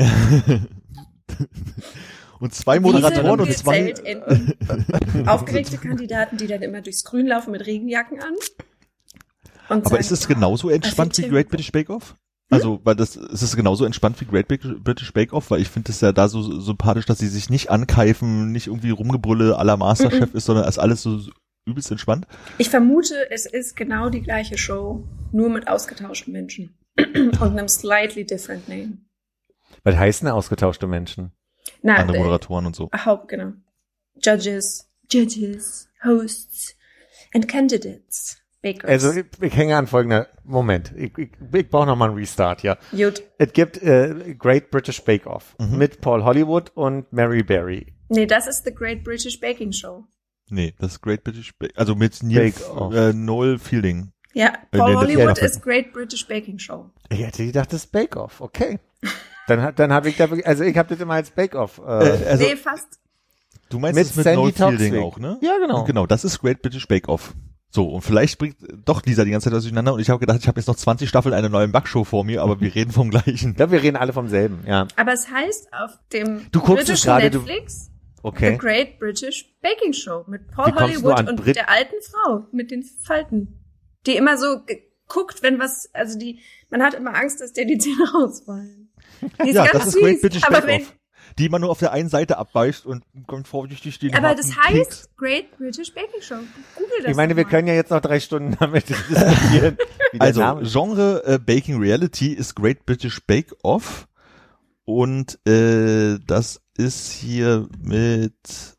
[SPEAKER 2] Und zwei Moderatoren und
[SPEAKER 3] Diese
[SPEAKER 2] zwei...
[SPEAKER 3] Zeltenten. Aufgeregte Kandidaten, die dann immer durchs Grün laufen mit Regenjacken an. Und
[SPEAKER 2] Aber
[SPEAKER 3] sagen,
[SPEAKER 2] ist es genauso entspannt wie
[SPEAKER 3] I think
[SPEAKER 2] Great British Bake Off? Also, weil das, ist es genauso entspannt wie Great British Bake Off? Weil ich finde es ja da so sympathisch, dass sie sich nicht ankeifen, nicht irgendwie Rumgebrülle à la Masterchef
[SPEAKER 3] Mhm.
[SPEAKER 2] ist, sondern es alles so übelst entspannt.
[SPEAKER 3] Ich vermute, es ist genau die gleiche Show, nur mit ausgetauschten Menschen. Und einem slightly different name.
[SPEAKER 4] Was heißen ausgetauschte Menschen?
[SPEAKER 3] Na,
[SPEAKER 2] Andere
[SPEAKER 3] äh,
[SPEAKER 2] Moderatoren und so.
[SPEAKER 3] Haupt, genau. Judges, Judges, Hosts and Candidates. Bakers.
[SPEAKER 4] Also ich, ich hänge an folgender Moment. Ich, ich, ich brauche nochmal einen Restart hier.
[SPEAKER 3] Gut.
[SPEAKER 4] Es gibt äh, Great British Bake Off
[SPEAKER 2] Mhm.
[SPEAKER 4] mit Paul Hollywood und Mary Berry.
[SPEAKER 3] Nee, das ist The Great British Baking Show.
[SPEAKER 2] Nee, das ist Great British Bake, also mit Neil,
[SPEAKER 4] Bake Off.
[SPEAKER 2] äh, Noel Fielding.
[SPEAKER 3] Ja,
[SPEAKER 2] Äh,
[SPEAKER 3] Paul
[SPEAKER 2] nee, das-
[SPEAKER 3] Hollywood
[SPEAKER 4] ja,
[SPEAKER 3] ist Great British Baking Show.
[SPEAKER 4] Ich hätte gedacht, das ist Bake Off. Okay. Dann, hat- dann habe ich da wirklich, also ich habe das immer als Bake Off. Äh,
[SPEAKER 2] Äh, also,
[SPEAKER 3] nee, fast.
[SPEAKER 2] du meinst
[SPEAKER 4] mit
[SPEAKER 2] es mit
[SPEAKER 4] Sandy
[SPEAKER 2] Noel Fielding
[SPEAKER 4] Toxic.
[SPEAKER 2] auch, ne?
[SPEAKER 4] Ja, genau.
[SPEAKER 2] Und genau, das ist Great British Bake Off. So, und vielleicht bringt doch Lisa die ganze Zeit was durcheinander und ich habe gedacht, ich habe jetzt noch zwanzig Staffeln einer neuen Backshow vor mir, aber wir reden vom gleichen.
[SPEAKER 4] Ich glaube, wir reden alle vom selben. Ja.
[SPEAKER 3] Aber es heißt auf dem
[SPEAKER 4] Du guckst es
[SPEAKER 3] britischen
[SPEAKER 4] gerade, du-
[SPEAKER 3] Netflix The
[SPEAKER 4] Okay.
[SPEAKER 3] Great British Baking Show mit Paul
[SPEAKER 4] Wie kommst du
[SPEAKER 3] Hollywood
[SPEAKER 4] an
[SPEAKER 3] und
[SPEAKER 4] Brit-
[SPEAKER 3] der alten Frau mit den Falten, die immer so ge- guckt, wenn was, also die, man hat immer Angst, dass der die Zähne rausfallen. Die ist
[SPEAKER 2] Ja,
[SPEAKER 3] ganz
[SPEAKER 2] das ist
[SPEAKER 3] süß,
[SPEAKER 2] Great British
[SPEAKER 3] aber
[SPEAKER 2] Bake
[SPEAKER 3] wenn,
[SPEAKER 2] Off. Die immer nur auf der einen Seite abbeißt und kommt vorsichtig den
[SPEAKER 3] aber
[SPEAKER 2] harten
[SPEAKER 3] das heißt
[SPEAKER 2] Keks.
[SPEAKER 3] Great British Baking Show. Google das
[SPEAKER 4] Ich meine,
[SPEAKER 3] doch
[SPEAKER 4] wir
[SPEAKER 3] mal.
[SPEAKER 4] können ja jetzt noch drei Stunden damit diskutieren. wie der
[SPEAKER 2] Also,
[SPEAKER 4] Name-
[SPEAKER 2] Genre äh, Baking Reality ist Great British Bake Off und äh, das ist hier mit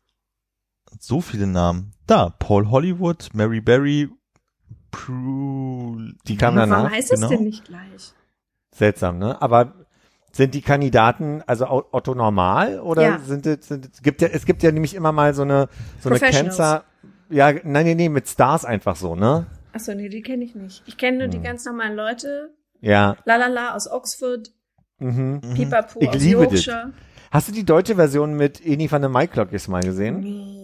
[SPEAKER 2] so viele Namen. Da, Paul Hollywood, Mary Berry, Prue,
[SPEAKER 4] Die kam
[SPEAKER 3] Warum
[SPEAKER 4] danach.
[SPEAKER 3] heißt es
[SPEAKER 2] genau.
[SPEAKER 3] denn nicht gleich?
[SPEAKER 4] Seltsam, ne? Aber sind die Kandidaten also Au- Otto Normal oder
[SPEAKER 3] Ja.
[SPEAKER 4] sind es, sind es gibt ja, es gibt ja nämlich immer mal so eine, so eine
[SPEAKER 3] Professionals.
[SPEAKER 4] Cancer, ja, nein, nee, nee, mit Stars einfach so, ne?
[SPEAKER 3] Achso, nee, die kenne ich nicht. Ich kenne nur die
[SPEAKER 4] Hm.
[SPEAKER 3] ganz normalen Leute.
[SPEAKER 4] Ja.
[SPEAKER 3] Lalala aus Oxford,
[SPEAKER 4] Mhm.
[SPEAKER 2] Mhm.
[SPEAKER 3] Pipapo
[SPEAKER 4] Ich
[SPEAKER 3] aus
[SPEAKER 4] liebe
[SPEAKER 3] Yorkshire.
[SPEAKER 4] Hast du die deutsche Version mit Eni van der Maiklock jetzt mal gesehen?
[SPEAKER 3] Nee.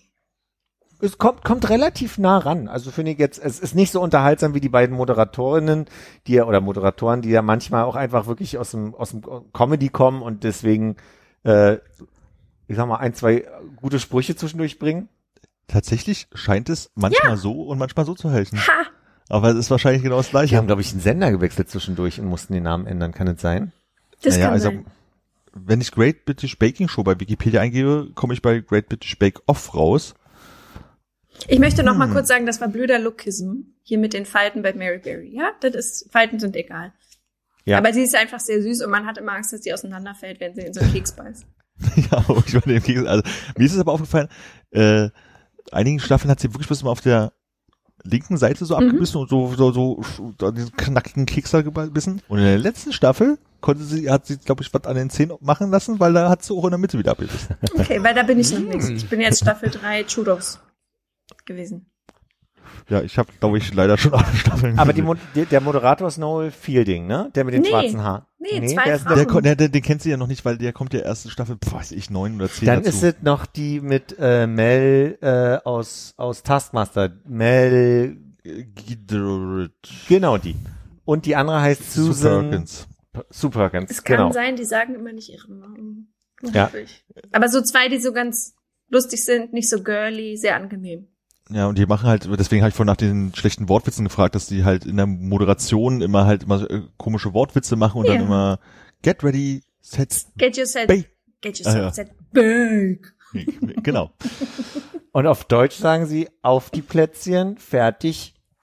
[SPEAKER 4] Es kommt, kommt relativ nah ran. Also finde ich jetzt, es ist nicht so unterhaltsam wie die beiden Moderatorinnen, die ja, oder Moderatoren, die ja manchmal auch einfach wirklich aus dem, aus dem Comedy kommen und deswegen, äh, ich sag mal, ein, zwei gute Sprüche zwischendurch bringen.
[SPEAKER 2] Tatsächlich scheint es manchmal so und manchmal so zu helfen.
[SPEAKER 3] Ha!
[SPEAKER 2] Aber es ist wahrscheinlich genau das
[SPEAKER 4] Die
[SPEAKER 2] Gleiche.
[SPEAKER 4] haben, glaube ich, einen Sender gewechselt zwischendurch und mussten den Namen ändern. Kann es sein?
[SPEAKER 3] Das
[SPEAKER 2] Naja,
[SPEAKER 3] kann
[SPEAKER 2] also,
[SPEAKER 3] sein.
[SPEAKER 2] wenn ich Great British Baking Show bei Wikipedia eingebe, komme ich bei Great British Bake Off raus.
[SPEAKER 3] Ich möchte noch mal
[SPEAKER 2] Hm.
[SPEAKER 3] kurz sagen, das war blöder Lookism. Hier mit den Falten bei Mary Berry. Ja, das ist, Falten sind egal.
[SPEAKER 4] Ja.
[SPEAKER 3] Aber sie ist einfach sehr süß und man hat immer Angst, dass sie auseinanderfällt, wenn sie in so einen Keks beißt.
[SPEAKER 2] Ja, aber ich meine, im Gegensatz- also, mir ist es aber aufgefallen, äh, einigen Staffeln hat sie wirklich bis mal auf der linken Seite so
[SPEAKER 3] Mhm.
[SPEAKER 2] abgebissen und so, so, so, so diesen knackigen Keks da gebissen. Und in der letzten Staffel konnte sie, hat sie, glaube ich, was an den Zähnen machen lassen, weil da hat sie auch in der Mitte wieder abgebissen.
[SPEAKER 3] Okay, weil da bin ich noch nicht. Ich bin jetzt Staffel drei Churros gewesen.
[SPEAKER 2] Ja, ich habe, glaube ich, leider schon alle Staffeln
[SPEAKER 4] Aber die,
[SPEAKER 2] gesehen.
[SPEAKER 4] Mo die, der Moderator ist Noel Fielding, ne? Der mit den
[SPEAKER 3] Nee.
[SPEAKER 4] schwarzen Haaren.
[SPEAKER 3] Nee, zwei
[SPEAKER 4] der ist
[SPEAKER 3] Frauen.
[SPEAKER 2] der, kon- der, der, den kennt sie ja noch nicht, weil der kommt ja erste Staffel, pf, weiß ich, neun oder zehn
[SPEAKER 4] Dann
[SPEAKER 2] dazu.
[SPEAKER 4] ist es noch die mit äh, Mel äh, aus aus Taskmaster. Mel,
[SPEAKER 2] Gidret.
[SPEAKER 4] genau die. Und die andere heißt
[SPEAKER 2] Sue
[SPEAKER 4] Susan
[SPEAKER 2] Perkins.
[SPEAKER 4] P- Sue Perkins.
[SPEAKER 3] Es kann
[SPEAKER 4] Genau.
[SPEAKER 3] sein, die sagen immer nicht ihren Namen.
[SPEAKER 4] Ja.
[SPEAKER 3] Häufig. Aber so zwei, die so ganz lustig sind, nicht so girly, sehr angenehm.
[SPEAKER 2] Ja, und die machen halt, deswegen habe ich vorhin nach den schlechten Wortwitzen gefragt, dass die halt in der Moderation immer halt immer so, äh, komische Wortwitze machen und
[SPEAKER 3] Ja.
[SPEAKER 2] dann immer get ready, set,
[SPEAKER 3] Get yourself,
[SPEAKER 2] bake.
[SPEAKER 3] get yourself,
[SPEAKER 2] Ah, ja.
[SPEAKER 3] set, bake.
[SPEAKER 2] Genau.
[SPEAKER 4] Und auf Deutsch sagen sie auf die Plätzchen, fertig,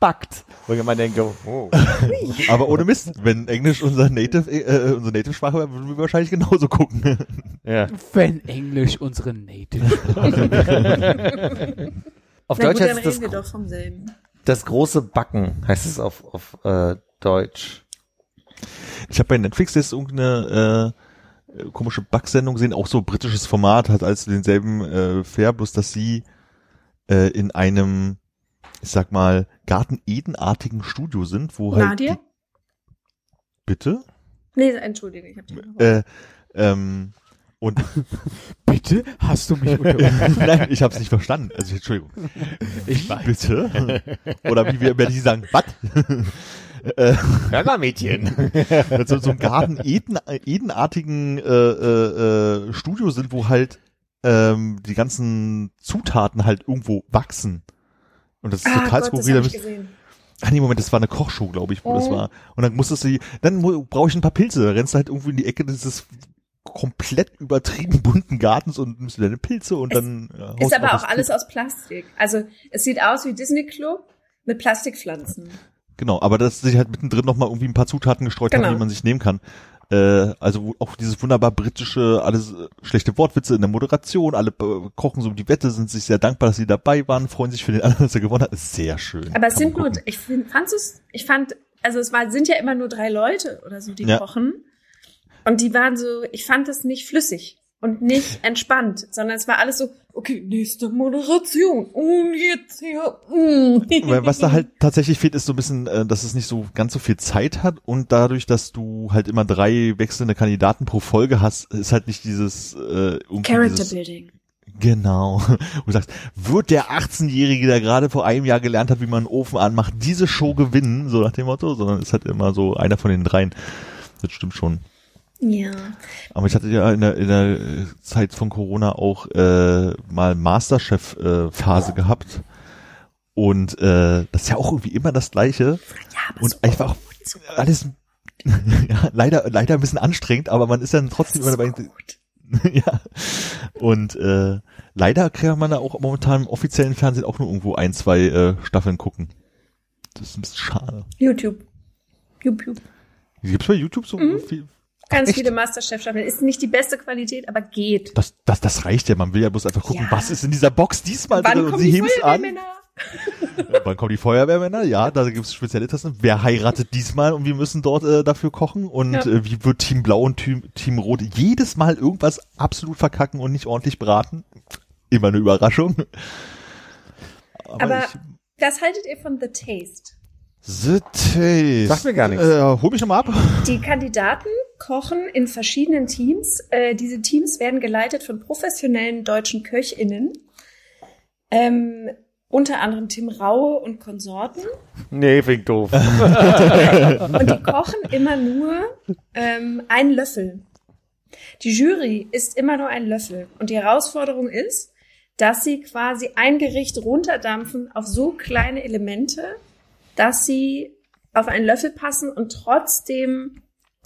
[SPEAKER 4] backt. Wo ich immer denke, oh.
[SPEAKER 2] Aber ohne Mist, wenn Englisch unser Native, äh, unsere Native-Sprache wäre, würden wir wahrscheinlich genauso gucken.
[SPEAKER 4] Ja.
[SPEAKER 5] Wenn Englisch unsere Native-Sprache wäre.
[SPEAKER 4] Auf
[SPEAKER 3] Na
[SPEAKER 4] Deutsch
[SPEAKER 3] gut,
[SPEAKER 4] heißt
[SPEAKER 3] dann
[SPEAKER 4] es das,
[SPEAKER 3] reden wir doch vom selben.
[SPEAKER 4] das große Backen, heißt es auf, auf äh, Deutsch.
[SPEAKER 2] Ich habe bei Netflix jetzt irgendeine äh, komische Backsendung gesehen, auch so britisches Format, hat also denselben äh, Flair, bloß dass sie äh, in einem, ich sag mal, Garten-Eden-artigen Studio sind, wo halt
[SPEAKER 3] Nadia?
[SPEAKER 2] die, bitte?
[SPEAKER 3] Nee, entschuldige, ich hab dich unterbrochen.
[SPEAKER 2] Äh, ähm, und
[SPEAKER 5] Bitte? Hast du mich unterbrochen?
[SPEAKER 2] nein, ich habe es nicht verstanden. Also Entschuldigung.
[SPEAKER 5] Ich weiß.
[SPEAKER 2] Bitte? Oder wie wir in Berlin sagen, was? äh,
[SPEAKER 4] Hör mal, Mädchen.
[SPEAKER 2] so, so ein Garten-Eden, Edenartigen äh, äh, äh, Studio sind, wo halt ähm, die ganzen Zutaten halt irgendwo wachsen. Und das ist
[SPEAKER 3] ah,
[SPEAKER 2] total
[SPEAKER 3] Gott, das
[SPEAKER 2] skurril.
[SPEAKER 3] hab ich gesehen.
[SPEAKER 2] Ah, nee, Moment, das war eine Kochshow, glaube ich, wo
[SPEAKER 3] Mhm.
[SPEAKER 2] das war. Und dann musstest du, dann brauche ich ein paar Pilze. Da rennst du halt irgendwo in die Ecke dieses komplett übertrieben bunten Gartens und nimmst du deine Pilze und
[SPEAKER 3] Es
[SPEAKER 2] dann ja, haust
[SPEAKER 3] Ist
[SPEAKER 2] du
[SPEAKER 3] aber
[SPEAKER 2] auf
[SPEAKER 3] auch
[SPEAKER 2] das
[SPEAKER 3] alles
[SPEAKER 2] Pilz.
[SPEAKER 3] aus Plastik. Also es sieht aus wie Disney Club mit Plastikpflanzen.
[SPEAKER 2] Genau, aber dass sich halt mittendrin nochmal irgendwie ein paar Zutaten gestreut
[SPEAKER 3] Genau.
[SPEAKER 2] haben, die man sich nehmen kann. Äh, also wo auch dieses wunderbar britische, alles äh, schlechte Wortwitze in der Moderation, alle äh, kochen so um die Wette, sind sich sehr dankbar, dass sie dabei waren, freuen sich für den anderen, dass er gewonnen hat. Ist sehr schön.
[SPEAKER 3] Aber es
[SPEAKER 2] Kann
[SPEAKER 3] sind
[SPEAKER 2] man
[SPEAKER 3] nur,
[SPEAKER 2] gucken.
[SPEAKER 3] ich find, fand's es, ich fand, also es war, sind ja immer nur drei Leute oder so, die
[SPEAKER 2] Ja.
[SPEAKER 3] kochen. Und die waren so, ich fand das nicht flüssig und nicht entspannt, sondern es war alles so, okay, nächste Moderation und jetzt hier. Mm.
[SPEAKER 2] Weil was da halt tatsächlich fehlt, ist so ein bisschen, äh, dass es nicht so ganz so viel Zeit hat und dadurch, dass du halt immer drei wechselnde Kandidaten pro Folge hast, ist halt nicht dieses äh, irgendwie
[SPEAKER 3] Character
[SPEAKER 2] dieses,
[SPEAKER 3] Building.
[SPEAKER 2] Genau. Und du sagst, wird der achtzehnjährige, der gerade vor einem Jahr gelernt hat, wie man einen Ofen anmacht, diese Show gewinnen, so nach dem Motto, sondern ist halt immer so einer von den dreien. Das stimmt schon.
[SPEAKER 3] Ja.
[SPEAKER 2] Aber ich hatte ja in der, in der Zeit von Corona auch äh, mal Masterchef-Phase äh, gehabt. Und äh, das ist ja auch irgendwie immer das Gleiche.
[SPEAKER 3] Ja, aber
[SPEAKER 2] Und
[SPEAKER 3] so
[SPEAKER 2] einfach
[SPEAKER 3] so
[SPEAKER 2] alles ja, leider, leider ein bisschen anstrengend, aber man ist dann trotzdem immer dabei.
[SPEAKER 3] gut.
[SPEAKER 2] Ja. Und äh, leider kann man da auch momentan im offiziellen Fernsehen auch nur irgendwo ein, zwei äh, Staffeln gucken. Das ist ein bisschen schade.
[SPEAKER 3] YouTube. YouTube.
[SPEAKER 2] Gibt's bei YouTube so
[SPEAKER 3] Mhm.
[SPEAKER 2] viel?
[SPEAKER 3] Ganz
[SPEAKER 2] Echt?
[SPEAKER 3] viele Masterchef-Staffeln. Ist nicht die beste Qualität, aber geht.
[SPEAKER 2] Das, das, das reicht ja. Man will ja bloß einfach gucken,
[SPEAKER 3] Ja.
[SPEAKER 2] was ist in dieser Box diesmal
[SPEAKER 3] Wann
[SPEAKER 2] drin und
[SPEAKER 3] kommen
[SPEAKER 2] sie
[SPEAKER 3] die
[SPEAKER 2] heben's an.
[SPEAKER 3] Feuerwehrmänner?
[SPEAKER 2] Wann kommen die Feuerwehrmänner? Ja, da gibt's spezielle Tasten. Wer heiratet diesmal und wir müssen dort äh, dafür kochen? Und
[SPEAKER 3] Ja.
[SPEAKER 2] äh, wie wird Team Blau und Team, Team Rot jedes Mal irgendwas absolut verkacken und nicht ordentlich braten? Immer eine Überraschung. Aber,
[SPEAKER 3] Aber
[SPEAKER 2] ich,
[SPEAKER 3] was haltet ihr von The Taste?
[SPEAKER 2] The Taste.
[SPEAKER 4] Sagt mir gar nichts.
[SPEAKER 2] Äh, hol mich nochmal ab.
[SPEAKER 3] Die Kandidaten kochen in verschiedenen Teams. Äh, diese Teams werden geleitet von professionellen deutschen KöchInnen. Ähm, unter anderem Tim Raue und Konsorten.
[SPEAKER 4] Nee, finde ich doof.
[SPEAKER 3] Und die kochen immer nur ähm, einen Löffel. Die Jury isst immer nur einen Löffel. Und die Herausforderung ist, dass sie quasi ein Gericht runterdampfen auf so kleine Elemente, dass sie auf einen Löffel passen und trotzdem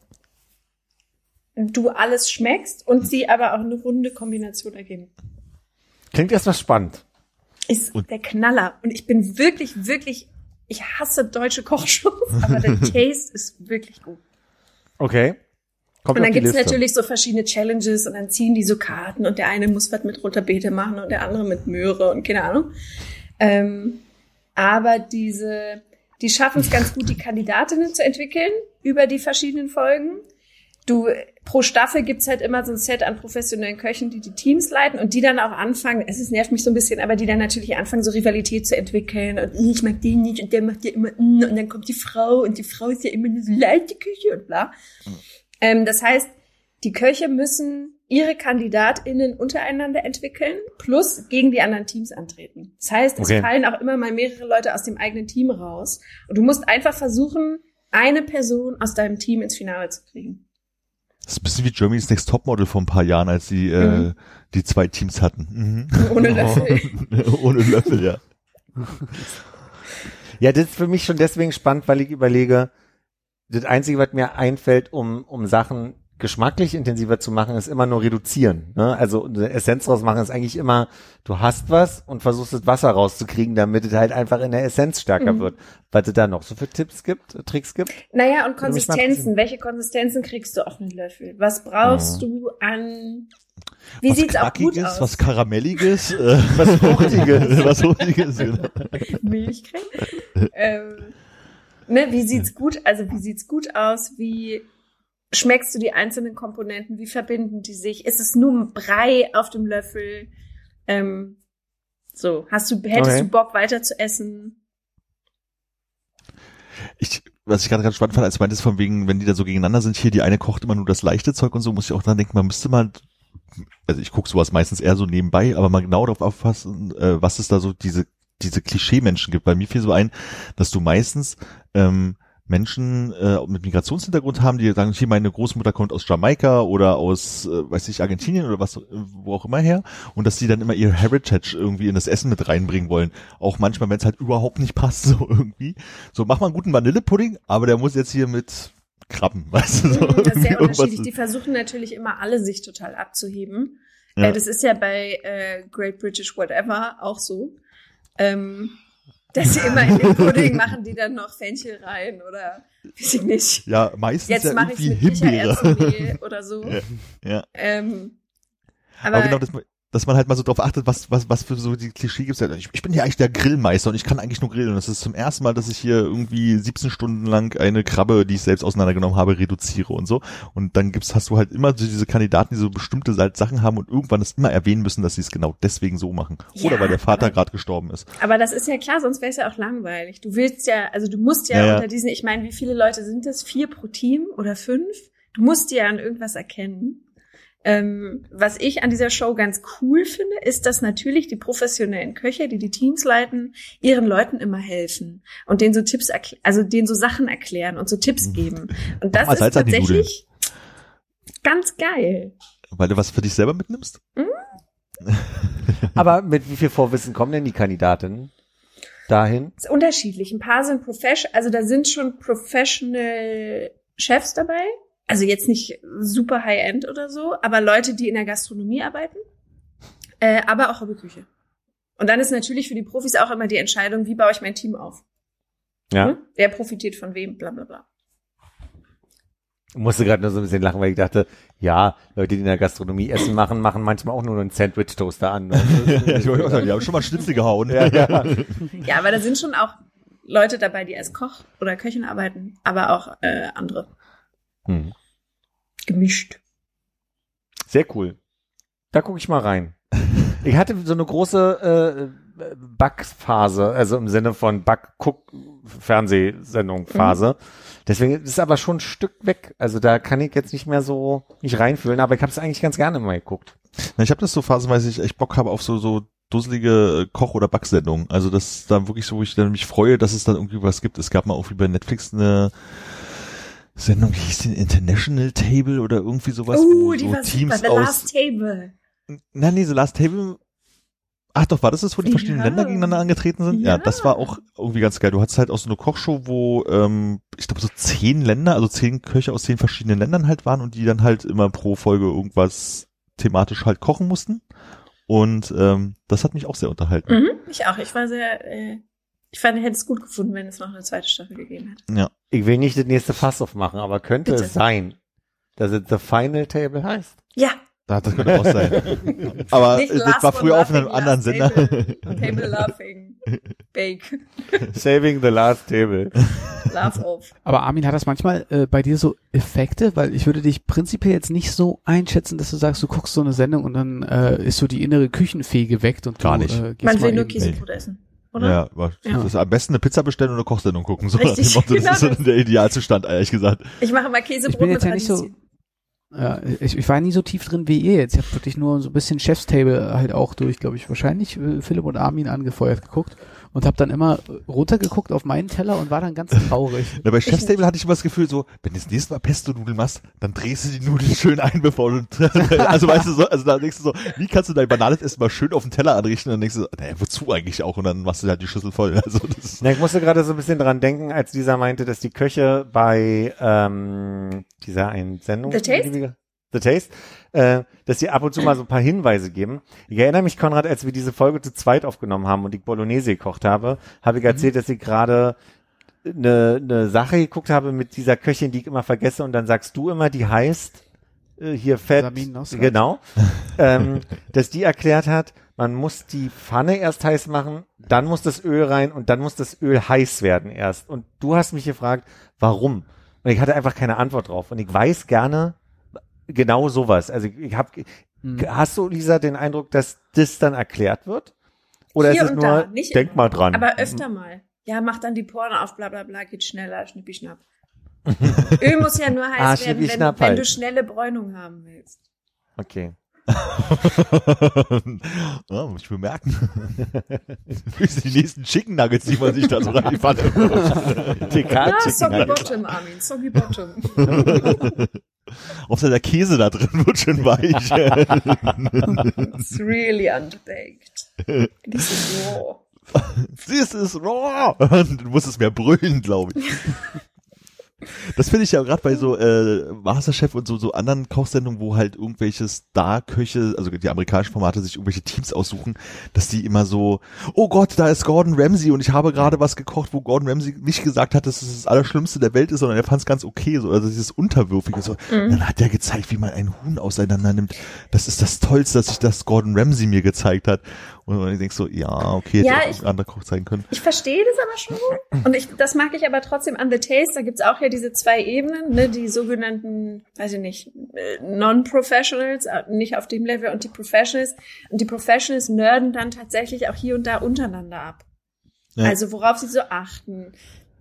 [SPEAKER 3] du alles schmeckst und sie aber auch eine runde Kombination ergeben.
[SPEAKER 4] Klingt erstmal spannend.
[SPEAKER 3] Ist
[SPEAKER 2] Und-
[SPEAKER 3] der Knaller. Und ich bin wirklich, wirklich, ich hasse deutsche Kochshows, aber der Taste ist wirklich gut.
[SPEAKER 4] Okay. Kommt
[SPEAKER 3] Und dann
[SPEAKER 4] auf die
[SPEAKER 3] gibt's
[SPEAKER 4] Liste.
[SPEAKER 3] natürlich so verschiedene Challenges und dann ziehen die so Karten und der eine muss was mit roter Beete machen und der andere mit Möhre und keine Ahnung. Ähm, aber diese, die schaffen es ganz gut, die Kandidatinnen zu entwickeln über die verschiedenen Folgen. Du, pro Staffel gibt's halt immer so ein Set an professionellen Köchen, die die Teams leiten und die dann auch anfangen, es ist, nervt mich so ein bisschen, aber die dann natürlich anfangen, so Rivalität zu entwickeln und ich mag den nicht und der macht ja immer mm, und dann kommt die Frau und die Frau ist ja immer nur so leichte Küche und bla. Ähm, das heißt, die Köche müssen ihre KandidatInnen untereinander entwickeln, plus gegen die anderen Teams antreten. Das heißt, es
[SPEAKER 4] Okay.
[SPEAKER 3] fallen auch immer mal mehrere Leute aus dem eigenen Team raus. Und du musst einfach versuchen, eine Person aus deinem Team ins Finale zu kriegen.
[SPEAKER 2] Das ist ein bisschen wie Germany's Next Topmodel vor ein paar Jahren, als die äh,
[SPEAKER 3] Mhm.
[SPEAKER 2] die zwei Teams hatten. Mhm.
[SPEAKER 3] Ohne Löffel.
[SPEAKER 2] Ohne Löffel, ja.
[SPEAKER 4] Ja, das ist für mich schon deswegen spannend, weil ich überlege, das Einzige, was mir einfällt, um, um Sachen geschmacklich intensiver zu machen, ist immer nur reduzieren. Ne? Also eine Essenz draus machen ist eigentlich immer, du hast was und versuchst das Wasser rauszukriegen, damit es halt einfach in der Essenz stärker
[SPEAKER 3] Mhm.
[SPEAKER 4] wird. Was es da noch so für Tipps gibt, Tricks gibt?
[SPEAKER 3] Naja, und
[SPEAKER 4] Würde mich mal
[SPEAKER 3] Konsistenzen. Welche Konsistenzen kriegst du auf einen Löffel? Was brauchst
[SPEAKER 4] Mhm.
[SPEAKER 3] du an... Wie
[SPEAKER 2] was
[SPEAKER 3] sieht's auch gut
[SPEAKER 2] Knackiges,
[SPEAKER 3] aus?
[SPEAKER 2] was Karamelliges, äh,
[SPEAKER 4] Was Fruchtiges.
[SPEAKER 2] was Fruchtiges, genau.
[SPEAKER 3] Milchcreme? ähm, ne, wie sieht's gut, also wie sieht's gut aus? Wie schmeckst du die einzelnen Komponenten? Wie verbinden die sich? Ist es nur ein Brei auf dem Löffel? Ähm, so, hast du, hättest
[SPEAKER 4] Okay.
[SPEAKER 3] du Bock weiter zu essen?
[SPEAKER 2] Ich, was ich gerade ganz spannend fand, als du meintest von wegen, wenn die da so gegeneinander sind, hier die eine kocht immer nur das leichte Zeug und so, muss ich auch dran denken, man müsste mal, also ich gucke sowas meistens eher so nebenbei, aber mal genau darauf aufpassen, äh, was es da so diese diese Klischee-Menschen gibt. Bei mir fiel so ein, dass du meistens ähm, Menschen äh, mit Migrationshintergrund haben, die sagen, hier meine Großmutter kommt aus Jamaika oder aus, äh, weiß ich, Argentinien oder was, äh, wo auch immer her, und dass die dann immer ihr Heritage irgendwie in das Essen mit reinbringen wollen. Auch manchmal, wenn es halt überhaupt nicht passt, so irgendwie. So, mach mal einen guten Vanillepudding, aber der muss jetzt hier mit Krabben, weißt du, so.
[SPEAKER 3] Das ist
[SPEAKER 2] irgendwie
[SPEAKER 3] sehr
[SPEAKER 2] irgendwas-
[SPEAKER 3] unterschiedlich. Die versuchen natürlich immer alle sich total abzuheben.
[SPEAKER 2] Ja.
[SPEAKER 3] Äh, das ist ja bei äh, Great British Whatever auch so. Ähm, dass sie immer in den Pudding machen, die dann noch Fenchel rein oder weiß ich nicht.
[SPEAKER 2] Ja, meistens
[SPEAKER 3] Jetzt
[SPEAKER 2] ja
[SPEAKER 3] mache ich
[SPEAKER 2] irgendwie
[SPEAKER 3] mit
[SPEAKER 2] Himbeere.
[SPEAKER 3] Kichererbsenmehl oder so.
[SPEAKER 2] Ja, ja.
[SPEAKER 3] Ähm, aber,
[SPEAKER 2] Aber genau, dass man, dass man halt mal so drauf achtet, was, was, was für so die Klischee gibt's. Ja, ich, ich bin ja eigentlich der Grillmeister und ich kann eigentlich nur grillen. Und das ist zum ersten Mal, dass ich hier irgendwie siebzehn Stunden lang eine Krabbe, die ich selbst auseinandergenommen habe, reduziere und so. Und dann gibt's, hast du halt immer so diese Kandidaten, die so bestimmte Sachen haben und irgendwann es immer erwähnen müssen, dass sie es genau deswegen so machen. Oder
[SPEAKER 3] Ja,
[SPEAKER 2] weil der Vater
[SPEAKER 3] aber-
[SPEAKER 2] gerade gestorben ist.
[SPEAKER 3] aber das ist ja klar, sonst wäre es ja auch langweilig. Du willst ja, also du musst ja,
[SPEAKER 2] Ja, ja.
[SPEAKER 3] unter diesen, ich meine, wie viele Leute sind das? Vier pro Team oder fünf? Du musst dir an irgendwas erkennen. Ähm, was ich an dieser Show ganz cool finde, ist, dass natürlich die professionellen Köche, die die Teams leiten, ihren Leuten immer helfen und denen so Tipps, erkl- also denen so Sachen erklären und so Tipps geben. Und das
[SPEAKER 2] mal
[SPEAKER 3] ist
[SPEAKER 2] Salz an die
[SPEAKER 3] tatsächlich ganz geil.
[SPEAKER 2] Weil du was für dich selber mitnimmst?
[SPEAKER 4] Aber mit wie viel Vorwissen kommen denn die Kandidatinnen dahin?
[SPEAKER 3] Ist unterschiedlich. Ein paar sind professional, also da sind schon professional Chefs dabei. Also jetzt nicht super High-End oder so, aber Leute, die in der Gastronomie arbeiten, äh, aber auch Hobbyküche. Und dann ist natürlich für die Profis auch immer die Entscheidung, wie baue ich mein Team auf?
[SPEAKER 4] Ja.
[SPEAKER 3] Hm? Wer profitiert von wem, bla bla bla.
[SPEAKER 4] Ich musste gerade nur so ein bisschen lachen, weil ich dachte, ja, Leute, die in der Gastronomie Essen machen, machen manchmal auch nur einen Sandwich-Toaster an. Ne?
[SPEAKER 2] Ja, ich wollte auch sagen, die haben schon mal Schnitzel gehauen.
[SPEAKER 4] Ja, ja.
[SPEAKER 3] Ja, aber da sind schon auch Leute dabei, die als Koch oder Köchin arbeiten, aber auch äh, andere.
[SPEAKER 4] Hm.
[SPEAKER 3] Gemischt.
[SPEAKER 4] Sehr cool. Da gucke ich mal rein. Ich hatte so eine große äh, Backphase, also im Sinne von Back-Fernsehsendung-Phase. Mhm. Deswegen ist es aber schon ein Stück weg. Also da kann ich jetzt nicht mehr so nicht reinfühlen, aber ich habe es eigentlich ganz gerne mal geguckt.
[SPEAKER 2] Na, ich habe das so phasenweise, ich echt Bock habe auf so so dusselige Koch- oder Backsendungen. Also das ist dann wirklich so, wo ich dann mich freue, dass es dann irgendwie was gibt. Es gab mal auch wie bei Netflix eine Sendung, wie hieß die, International Table oder irgendwie sowas,
[SPEAKER 3] Uh,
[SPEAKER 2] wo
[SPEAKER 3] die
[SPEAKER 2] so
[SPEAKER 3] war
[SPEAKER 2] Teams
[SPEAKER 3] super. The
[SPEAKER 2] aus...
[SPEAKER 3] Last Table.
[SPEAKER 2] Nein, nee, The Last Table... Ach doch, war das das, wo die
[SPEAKER 3] Ja.
[SPEAKER 2] verschiedenen Länder gegeneinander angetreten sind? Ja.
[SPEAKER 3] Ja.
[SPEAKER 2] Das war auch irgendwie ganz geil. Du hattest halt auch so eine Kochshow, wo ähm, ich glaube so zehn Länder, also zehn Köche aus zehn verschiedenen Ländern halt waren und die dann halt immer pro Folge irgendwas thematisch halt kochen mussten. Und ähm, das hat mich auch sehr unterhalten.
[SPEAKER 3] Mhm, ich auch. Ich war sehr, äh, ich fand, ich hätte es gut gefunden, wenn es noch eine zweite Staffel gegeben hätte.
[SPEAKER 2] Ja.
[SPEAKER 4] Ich will nicht das nächste Fass aufmachen, aber könnte
[SPEAKER 3] Bitte.
[SPEAKER 4] es sein, dass es The Final Table heißt?
[SPEAKER 3] Ja.
[SPEAKER 2] Das könnte auch sein. Aber
[SPEAKER 3] Nicht
[SPEAKER 2] äh, das
[SPEAKER 3] Last
[SPEAKER 2] war früher
[SPEAKER 3] one
[SPEAKER 2] auf einem
[SPEAKER 3] laughing,
[SPEAKER 2] anderen
[SPEAKER 3] last
[SPEAKER 2] Sender.
[SPEAKER 3] Table. Table laughing. Bake.
[SPEAKER 4] Saving the Last Table.
[SPEAKER 3] Laugh off.
[SPEAKER 5] Aber Armin, hat das manchmal äh, bei dir so Effekte? Weil ich würde dich prinzipiell jetzt nicht so einschätzen, dass du sagst, du guckst so eine Sendung und dann äh, ist so die innere Küchenfee geweckt und
[SPEAKER 2] Gar
[SPEAKER 5] du,
[SPEAKER 2] nicht.
[SPEAKER 5] Äh, gehst
[SPEAKER 3] Man will
[SPEAKER 5] mal
[SPEAKER 3] nur
[SPEAKER 5] eben-
[SPEAKER 3] Käsebrot essen. Oder?
[SPEAKER 2] Ja, aber
[SPEAKER 3] Ja.
[SPEAKER 2] das ist am besten eine Pizza bestellen und eine Kochsendung gucken. So nach dem
[SPEAKER 3] Richtig,
[SPEAKER 2] Motto, das
[SPEAKER 3] genau
[SPEAKER 2] ist so
[SPEAKER 3] das.
[SPEAKER 2] der Idealzustand, ehrlich gesagt.
[SPEAKER 3] Ich mache mal
[SPEAKER 5] Ich
[SPEAKER 3] Käsebrot
[SPEAKER 5] bin
[SPEAKER 3] mit
[SPEAKER 5] jetzt ja nicht so,
[SPEAKER 3] Radieschen.
[SPEAKER 5] ja, ich, ich war nie so tief drin wie ihr jetzt. Ich habe wirklich nur so ein bisschen Chef's Table halt auch durch, glaube ich, wahrscheinlich äh, Philipp und Armin angefeuert geguckt. und habe dann immer runtergeguckt auf meinen Teller und war dann ganz traurig.
[SPEAKER 2] Na, bei Chef's Table hatte ich immer das Gefühl so, wenn du das nächste Mal Pesto-Nudeln machst, dann drehst du die Nudeln schön ein, bevor du, also weißt du so, also da denkst du so, wie kannst du dein banales Essen mal schön auf den Teller anrichten und dann denkst du so, naja, wozu eigentlich auch und dann machst du halt die Schüssel voll. Also das
[SPEAKER 4] Ja, ich musste gerade so ein bisschen dran denken, als dieser meinte, dass die Köche bei ähm, dieser einen Sendung
[SPEAKER 3] The Taste?
[SPEAKER 4] The Taste, äh, dass sie ab und zu mal so ein paar Hinweise geben. Ich erinnere mich, Konrad, als wir diese Folge zu zweit aufgenommen haben und ich Bolognese gekocht habe, habe ich erzählt, dass ich gerade eine eine Sache geguckt habe mit dieser Köchin, die ich immer vergesse und dann sagst du immer, die heißt äh, hier Fett,
[SPEAKER 5] Sabine Nosrat.
[SPEAKER 4] genau, ähm, dass die erklärt hat, man muss die Pfanne erst heiß machen, dann muss das Öl rein und dann muss das Öl heiß werden erst. Und du hast mich gefragt, warum? Und ich hatte einfach keine Antwort drauf. Und ich weiß gerne genau sowas. Also ich, ich habe,
[SPEAKER 5] Mhm.
[SPEAKER 4] hast du, Lisa, den Eindruck, dass das dann erklärt wird? Oder
[SPEAKER 3] Hier
[SPEAKER 4] ist es
[SPEAKER 3] und
[SPEAKER 4] nur,
[SPEAKER 3] da, nicht
[SPEAKER 4] denk
[SPEAKER 3] immer.
[SPEAKER 4] mal dran.
[SPEAKER 3] Aber öfter mal. Ja, mach dann die Poren auf, bla bla bla, geht schneller, schnippi schnapp. Öl muss ja nur heiß
[SPEAKER 4] Ah,
[SPEAKER 3] werden,
[SPEAKER 4] schnippi
[SPEAKER 3] wenn,
[SPEAKER 4] schnapp
[SPEAKER 3] wenn
[SPEAKER 4] halt.
[SPEAKER 3] du schnelle Bräunung haben willst.
[SPEAKER 4] Okay.
[SPEAKER 2] ja, muss ich bemerken. Die nächsten Chicken Nuggets, die man sich da so rein die Pfanne.
[SPEAKER 4] T K
[SPEAKER 3] Ah,
[SPEAKER 4] Chicken
[SPEAKER 3] soggy
[SPEAKER 4] Nugget.
[SPEAKER 3] bottom, Armin, soggy bottom.
[SPEAKER 2] Außer der Käse da drin wird schon weich.
[SPEAKER 3] It's really underbaked. This is raw.
[SPEAKER 2] This is raw. Du musst es mehr brüllen, glaube ich. Das finde ich ja gerade bei so äh, Masterchef und so so anderen Kochsendungen, wo halt irgendwelche Star-Köche, also die amerikanischen Formate, sich irgendwelche Teams aussuchen, dass die immer so, oh Gott, da ist Gordon Ramsay und ich habe gerade was gekocht, wo Gordon Ramsay nicht gesagt hat, dass es das Allerschlimmste der Welt ist, sondern er fand es ganz okay, so, also dieses Unterwürfige. So.
[SPEAKER 3] Mhm.
[SPEAKER 2] Dann hat er gezeigt, wie man ein Huhn auseinander nimmt. Das ist das Tollste, dass sich das Gordon Ramsay mir gezeigt hat. Und ich denk so, ja, okay,
[SPEAKER 3] Ja,
[SPEAKER 2] hätte auch
[SPEAKER 3] ich-
[SPEAKER 2] ein anderer Koch zeigen können.
[SPEAKER 3] Ich verstehe das aber schon. Und ich, das mag ich aber trotzdem an The Taste. Da gibt's auch ja diese zwei Ebenen, ne, die sogenannten, weiß ich nicht, äh, Non-Professionals, äh, nicht auf dem Level, und die Professionals. Und die Professionals nerden dann tatsächlich auch hier und da untereinander ab.
[SPEAKER 2] Ja.
[SPEAKER 3] Also worauf sie so achten,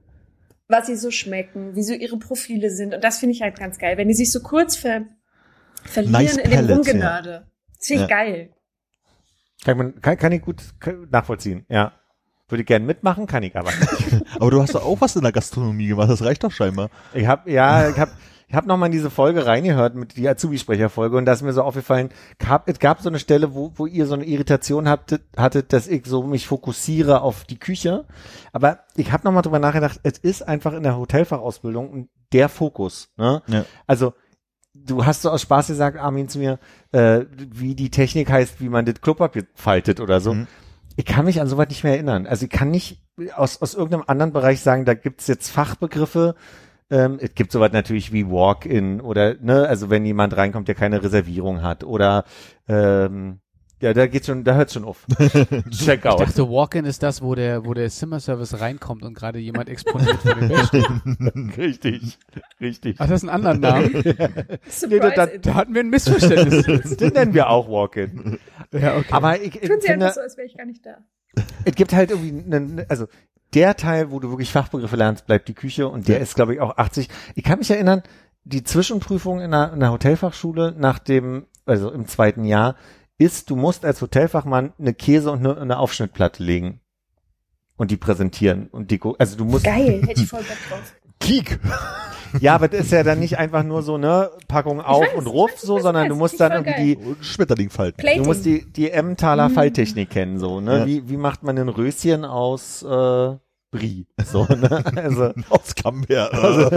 [SPEAKER 3] was sie so schmecken, wie so ihre Profile sind. Und das finde ich halt ganz geil. Wenn die sich so kurz ver verlieren
[SPEAKER 2] Nice
[SPEAKER 3] in dem
[SPEAKER 2] Palette,
[SPEAKER 3] Rumgenörde. Das finde ich
[SPEAKER 2] Ja.
[SPEAKER 3] geil.
[SPEAKER 4] Kann, man, kann, kann ich gut kann, nachvollziehen, ja. Würde ich gerne mitmachen, kann ich aber nicht.
[SPEAKER 2] Aber du hast doch auch was in der Gastronomie gemacht, das reicht doch scheinbar.
[SPEAKER 4] Ich habe ja, ich habe ich hab noch mal in diese Folge reingehört mit die Azubi-Sprecher-Folge und da ist mir so aufgefallen, gab, es gab so eine Stelle, wo, wo ihr so eine Irritation hattet, hattet, dass ich so mich fokussiere auf die Küche. Aber ich habe noch mal drüber nachgedacht, es ist einfach in der Hotelfachausbildung der Fokus. Ne?
[SPEAKER 2] Ja.
[SPEAKER 4] Also du hast so aus Spaß gesagt, Armin, zu mir, äh, wie die Technik heißt, wie man das Klopapier faltet oder so.
[SPEAKER 2] Mhm.
[SPEAKER 4] Ich kann mich an sowas nicht mehr erinnern. Also ich kann nicht aus, aus irgendeinem anderen Bereich sagen, da gibt's jetzt Fachbegriffe. Ähm, es gibt sowas natürlich wie Walk-in oder, ne, also wenn jemand reinkommt, der keine Reservierung hat oder, ähm, ja, da geht's schon, da hört's schon auf. Check
[SPEAKER 5] Ich
[SPEAKER 4] out.
[SPEAKER 5] dachte, Walk-in ist das, wo der, wo der Zimmerservice reinkommt und gerade jemand exponiert vor dem Bett steht.
[SPEAKER 4] Richtig, richtig.
[SPEAKER 5] Ach, das ist ein anderer Name?
[SPEAKER 3] Surprise
[SPEAKER 4] da-
[SPEAKER 3] it.
[SPEAKER 5] Da hatten wir ein Missverständnis.
[SPEAKER 4] Den nennen wir auch Walk-in.
[SPEAKER 5] Ja, okay.
[SPEAKER 4] Aber ich, ich
[SPEAKER 3] Tun sie
[SPEAKER 4] finde,
[SPEAKER 3] einfach so, als wäre ich gar nicht da.
[SPEAKER 4] es gibt halt irgendwie, einen, also der Teil, wo du wirklich Fachbegriffe lernst, bleibt die Küche und der ist, glaube ich, auch achtzig. Ich kann mich erinnern, die Zwischenprüfung in einer, in einer Hotelfachschule nach dem, also im zweiten Jahr, ist, du musst als Hotelfachmann eine Käse und eine, eine Aufschnittplatte legen und die präsentieren und die, also du musst,
[SPEAKER 3] Geil, hätte ich voll Bock drauf.
[SPEAKER 2] Kiek!
[SPEAKER 4] ja, aber das ist ja dann nicht einfach nur so, ne, Packung auf
[SPEAKER 3] weiß,
[SPEAKER 4] und
[SPEAKER 3] ich
[SPEAKER 4] ruff,
[SPEAKER 3] weiß,
[SPEAKER 4] so,
[SPEAKER 3] ich
[SPEAKER 4] sondern
[SPEAKER 3] weiß,
[SPEAKER 4] du musst
[SPEAKER 3] ich
[SPEAKER 4] dann
[SPEAKER 3] voll
[SPEAKER 4] irgendwie die,
[SPEAKER 2] Und Schmetterling falten.
[SPEAKER 3] Plating.
[SPEAKER 4] du musst die, die Emmentaler
[SPEAKER 3] Mhm.
[SPEAKER 4] Falltechnik kennen, so, ne,
[SPEAKER 2] Ja.
[SPEAKER 4] wie, wie macht man ein Röschen aus, äh, Brie, so, ne, also,
[SPEAKER 2] Aus Camembert.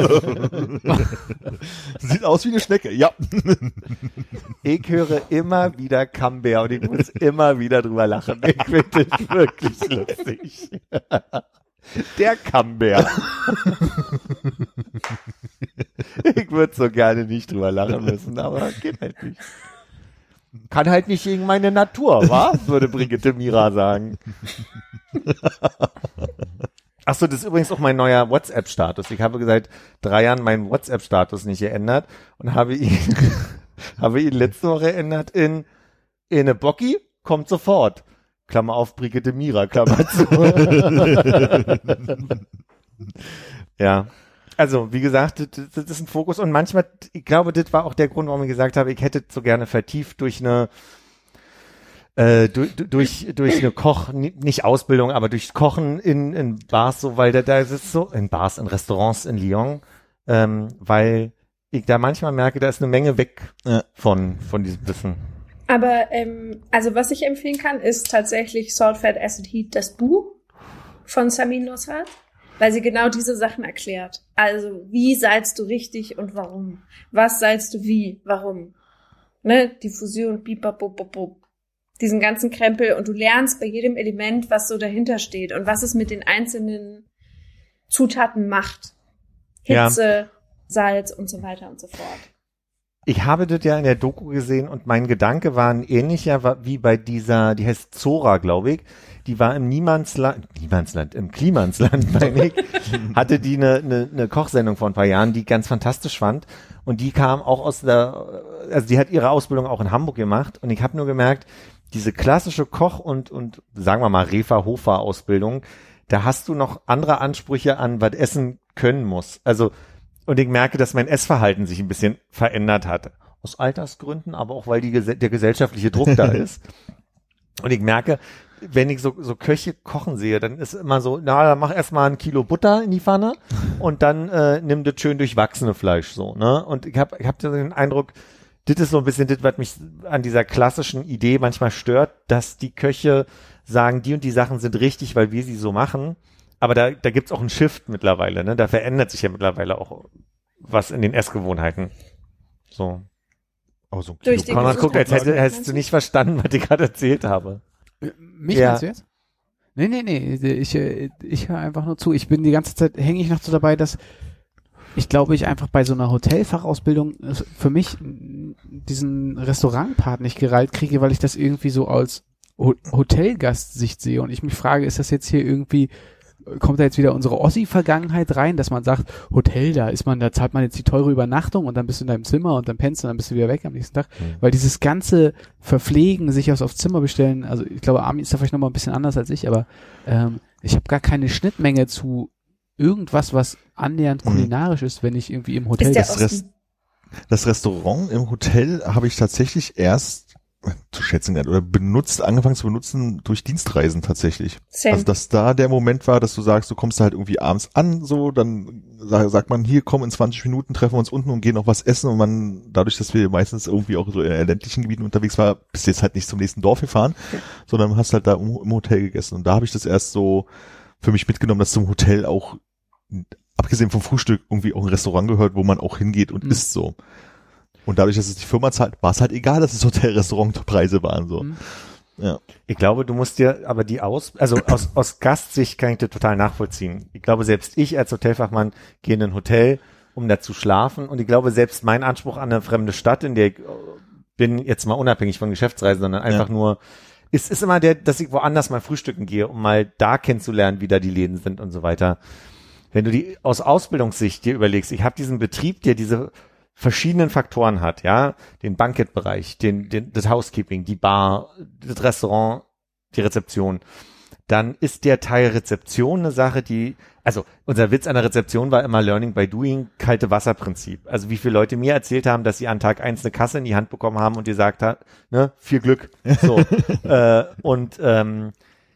[SPEAKER 2] Sieht aus wie eine Schnecke, ja.
[SPEAKER 4] ich höre immer wieder Camembert und ich muss immer wieder drüber lachen. Ich finde das wirklich lustig. Der Camembert. Ich würde so gerne nicht drüber lachen müssen, aber geht halt nicht. Kann halt nicht gegen meine Natur, wa? Würde Brigitte Mira sagen. Ach so, das ist übrigens auch mein neuer WhatsApp-Status. Ich habe seit drei Jahren meinen WhatsApp-Status nicht geändert und habe ihn, habe ihn letzte Woche ändert in, in eine Bocki, kommt sofort. Klammer auf, Brigitte Mira, Klammer zu. Ja. Also, wie gesagt, das, das ist ein Fokus und manchmal, ich glaube, das war auch der Grund, warum ich gesagt habe, ich hätte so gerne vertieft durch eine Äh, durch, durch, durch eine Koch, nicht Ausbildung, aber durch Kochen in, in Bars, so, weil da, da ist es so, in Bars, in Restaurants in Lyon, ähm, weil ich da manchmal merke, da ist eine Menge weg
[SPEAKER 2] Ja.
[SPEAKER 4] von, von diesem Wissen.
[SPEAKER 3] Aber, ähm, also was ich empfehlen kann, ist tatsächlich Salt, Fat, Acid, Heat, das Buch von Samin Nosrat, weil sie genau diese Sachen erklärt. Also, wie salzt du richtig und warum? Was salzt du wie? Warum? Ne? Diffusion, bipapopopop. Diesen ganzen Krempel und du lernst bei jedem Element, was so dahinter steht und was es mit den einzelnen Zutaten macht. Hitze, ja. Salz und so weiter und so fort.
[SPEAKER 4] Ich habe das ja in der Doku gesehen und mein Gedanke war ein ähnlicher wie bei dieser, die heißt Zora, glaube ich. Die war im Niemandsland, Niemandsland, im Klimansland, meine ich, hatte die eine, eine, eine Kochsendung vor ein paar Jahren, die ich ganz fantastisch fand. Und die kam auch aus der, also die hat ihre Ausbildung auch in Hamburg gemacht. Und ich habe nur gemerkt, diese klassische Koch- und, und sagen wir mal Refa-Hofa-Ausbildung, da hast du noch andere Ansprüche an, was Essen können muss. Also, und ich merke, dass mein Essverhalten sich ein bisschen verändert hat. Aus Altersgründen, aber auch, weil die, der gesellschaftliche Druck da ist. Und ich merke, wenn ich so, so Köche kochen sehe, dann ist immer so, na, dann mach erstmal ein Kilo Butter in die Pfanne und dann äh, nimm das schön durchwachsene Fleisch so, ne? Und ich habe ich hab den Eindruck, das ist so ein bisschen das, was mich an dieser klassischen Idee manchmal stört, dass die Köche sagen, die und die Sachen sind richtig, weil wir sie so machen. Aber da, da gibt's auch einen Shift mittlerweile, ne? Da verändert sich ja mittlerweile auch was in den Essgewohnheiten. So.
[SPEAKER 2] Oh, so ein
[SPEAKER 3] Durch die
[SPEAKER 4] Konrad guckt, als hätte,
[SPEAKER 3] Gesundheit.
[SPEAKER 4] hättest du nicht verstanden, was ich gerade erzählt habe.
[SPEAKER 5] Mich
[SPEAKER 4] Ja.
[SPEAKER 5] meinst du jetzt? Nee, nee, nee, ich, äh, ich höre einfach nur zu. Ich bin die ganze Zeit, hänge ich noch so dabei, dass ich glaube, ich einfach bei so einer Hotelfachausbildung äh, für mich äh, diesen Restaurantpart nicht gereilt kriege, weil ich das irgendwie so als Ho- Hotelgastsicht sehe und ich mich frage, ist das jetzt hier irgendwie, kommt da jetzt wieder unsere Ossi-Vergangenheit rein, dass man sagt, Hotel, da ist man, da zahlt man jetzt die teure Übernachtung und dann bist du in deinem Zimmer und dann pennst du und dann bist du wieder weg am nächsten Tag. Mhm. Weil dieses ganze Verpflegen, sich aufs, aufs Zimmer bestellen, also ich glaube, Armin ist da vielleicht nochmal ein bisschen anders als ich, aber ähm, ich habe gar keine Schnittmenge zu irgendwas, was annähernd kulinarisch ist, wenn ich irgendwie im Hotel
[SPEAKER 3] Ist der
[SPEAKER 2] Das, Rest, das Restaurant im Hotel habe ich tatsächlich erst zu schätzen gelernt oder benutzt, angefangen zu benutzen durch Dienstreisen tatsächlich.
[SPEAKER 3] Same.
[SPEAKER 2] Also dass da der Moment war, dass du sagst, du kommst halt irgendwie abends an, so, dann sag, sagt man, hier komm, in zwanzig Minuten treffen wir uns unten und gehen noch was essen und man, dadurch, dass wir meistens irgendwie auch so in ländlichen Gebieten unterwegs war, bist du jetzt halt nicht zum nächsten Dorf gefahren, sondern hast halt da im, im Hotel gegessen und da habe ich das erst so für mich mitgenommen, dass zum Hotel auch, abgesehen vom Frühstück, irgendwie auch ein Restaurant gehört, wo man auch hingeht und mhm. isst so. Und dadurch, dass es die Firma zahlt, war es halt egal, dass es Hotel-Restaurant-Preise waren, so.
[SPEAKER 5] Mhm.
[SPEAKER 2] Ja.
[SPEAKER 4] Ich glaube, du musst dir aber die aus, also aus, aus Gastsicht kann ich das total nachvollziehen. Ich glaube, selbst ich als Hotelfachmann gehe in ein Hotel, um da zu schlafen. Und ich glaube, selbst mein Anspruch an eine fremde Stadt, in der ich bin, jetzt mal unabhängig von Geschäftsreisen, sondern einfach ja. nur, ist, ist immer der, dass ich woanders mal frühstücken gehe, um mal da kennenzulernen, wie da die Läden sind und so weiter. Wenn du die aus Ausbildungssicht dir überlegst, ich habe diesen Betrieb, der diese verschiedenen Faktoren hat, ja, den Bankettbereich, den, den, das Housekeeping, die Bar, das Restaurant, die Rezeption, dann ist der Teil Rezeption eine Sache, die, also unser Witz an der Rezeption war immer Learning by Doing, kalte Wasserprinzip. Also wie viele Leute mir erzählt haben, dass sie an Tag eins eine Kasse in die Hand bekommen haben und gesagt hat, ne, viel Glück, so, äh, und, ähm,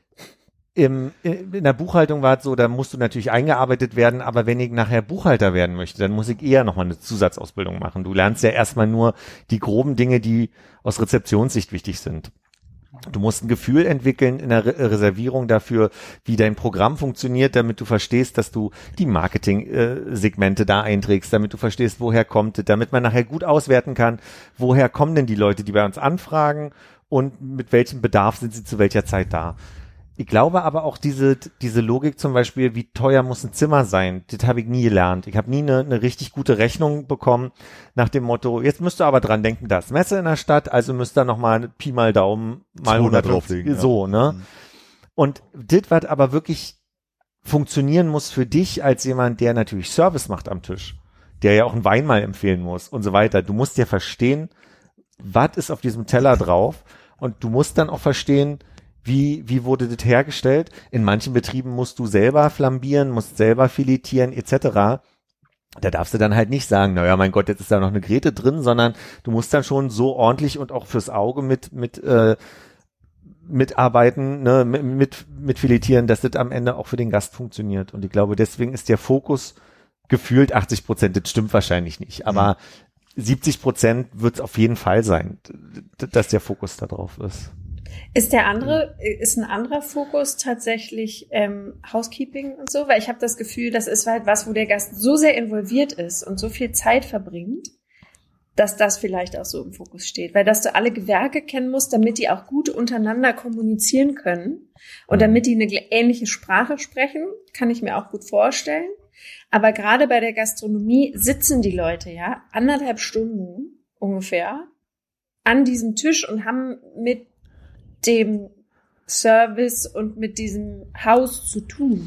[SPEAKER 4] Im, in der Buchhaltung war es so, da musst du natürlich eingearbeitet werden, aber wenn ich nachher Buchhalter werden möchte, dann muss ich eher nochmal eine Zusatzausbildung machen. Du lernst ja erstmal nur die groben Dinge, die aus Rezeptionssicht wichtig sind. Du musst ein Gefühl entwickeln in der Re- Reservierung dafür, wie dein Programm funktioniert, damit du verstehst, dass du die Marketing-Segmente da einträgst, damit du verstehst, woher kommt es, damit man nachher gut auswerten kann, woher kommen denn die Leute, die bei uns anfragen und mit welchem Bedarf sind sie zu welcher Zeit da. Ich glaube aber auch diese diese Logik zum Beispiel, wie teuer muss ein Zimmer sein, das habe ich nie gelernt. Ich habe nie eine, eine richtig gute Rechnung bekommen nach dem Motto, jetzt müsst ihr aber dran denken, da ist Messe in der Stadt, also müsst ihr nochmal Pi mal Daumen mal hundert drauflegen. So, ja. ne? Und das, was aber wirklich funktionieren muss für dich als jemand, der natürlich Service macht am Tisch, der ja auch einen Wein mal empfehlen muss und so weiter. Du musst ja verstehen, was ist auf diesem Teller drauf und du musst dann auch verstehen, Wie, wie wurde das hergestellt? In manchen Betrieben musst du selber flambieren, musst selber filetieren et cetera. Da darfst du dann halt nicht sagen, naja, mein Gott, jetzt ist da noch eine Grete drin, sondern du musst dann schon so ordentlich und auch fürs Auge mit mit äh, mitarbeiten, ne, mit, mit filetieren, dass das am Ende auch für den Gast funktioniert. Und ich glaube, deswegen ist der Fokus gefühlt achtzig Prozent, das stimmt wahrscheinlich nicht, aber mhm. siebzig Prozent wird es auf jeden Fall sein, dass der Fokus da drauf ist.
[SPEAKER 3] Ist der andere, ist ein anderer Fokus tatsächlich ähm, Housekeeping und so? Weil ich habe das Gefühl, das ist halt was, wo der Gast so sehr involviert ist und so viel Zeit verbringt, dass das vielleicht auch so im Fokus steht. Weil dass du alle Gewerke kennen musst, damit die auch gut untereinander kommunizieren können und damit die eine ähnliche Sprache sprechen, kann ich mir auch gut vorstellen. Aber gerade bei der Gastronomie sitzen die Leute ja anderthalb Stunden ungefähr an diesem Tisch und haben mit dem Service und mit diesem Haus zu tun.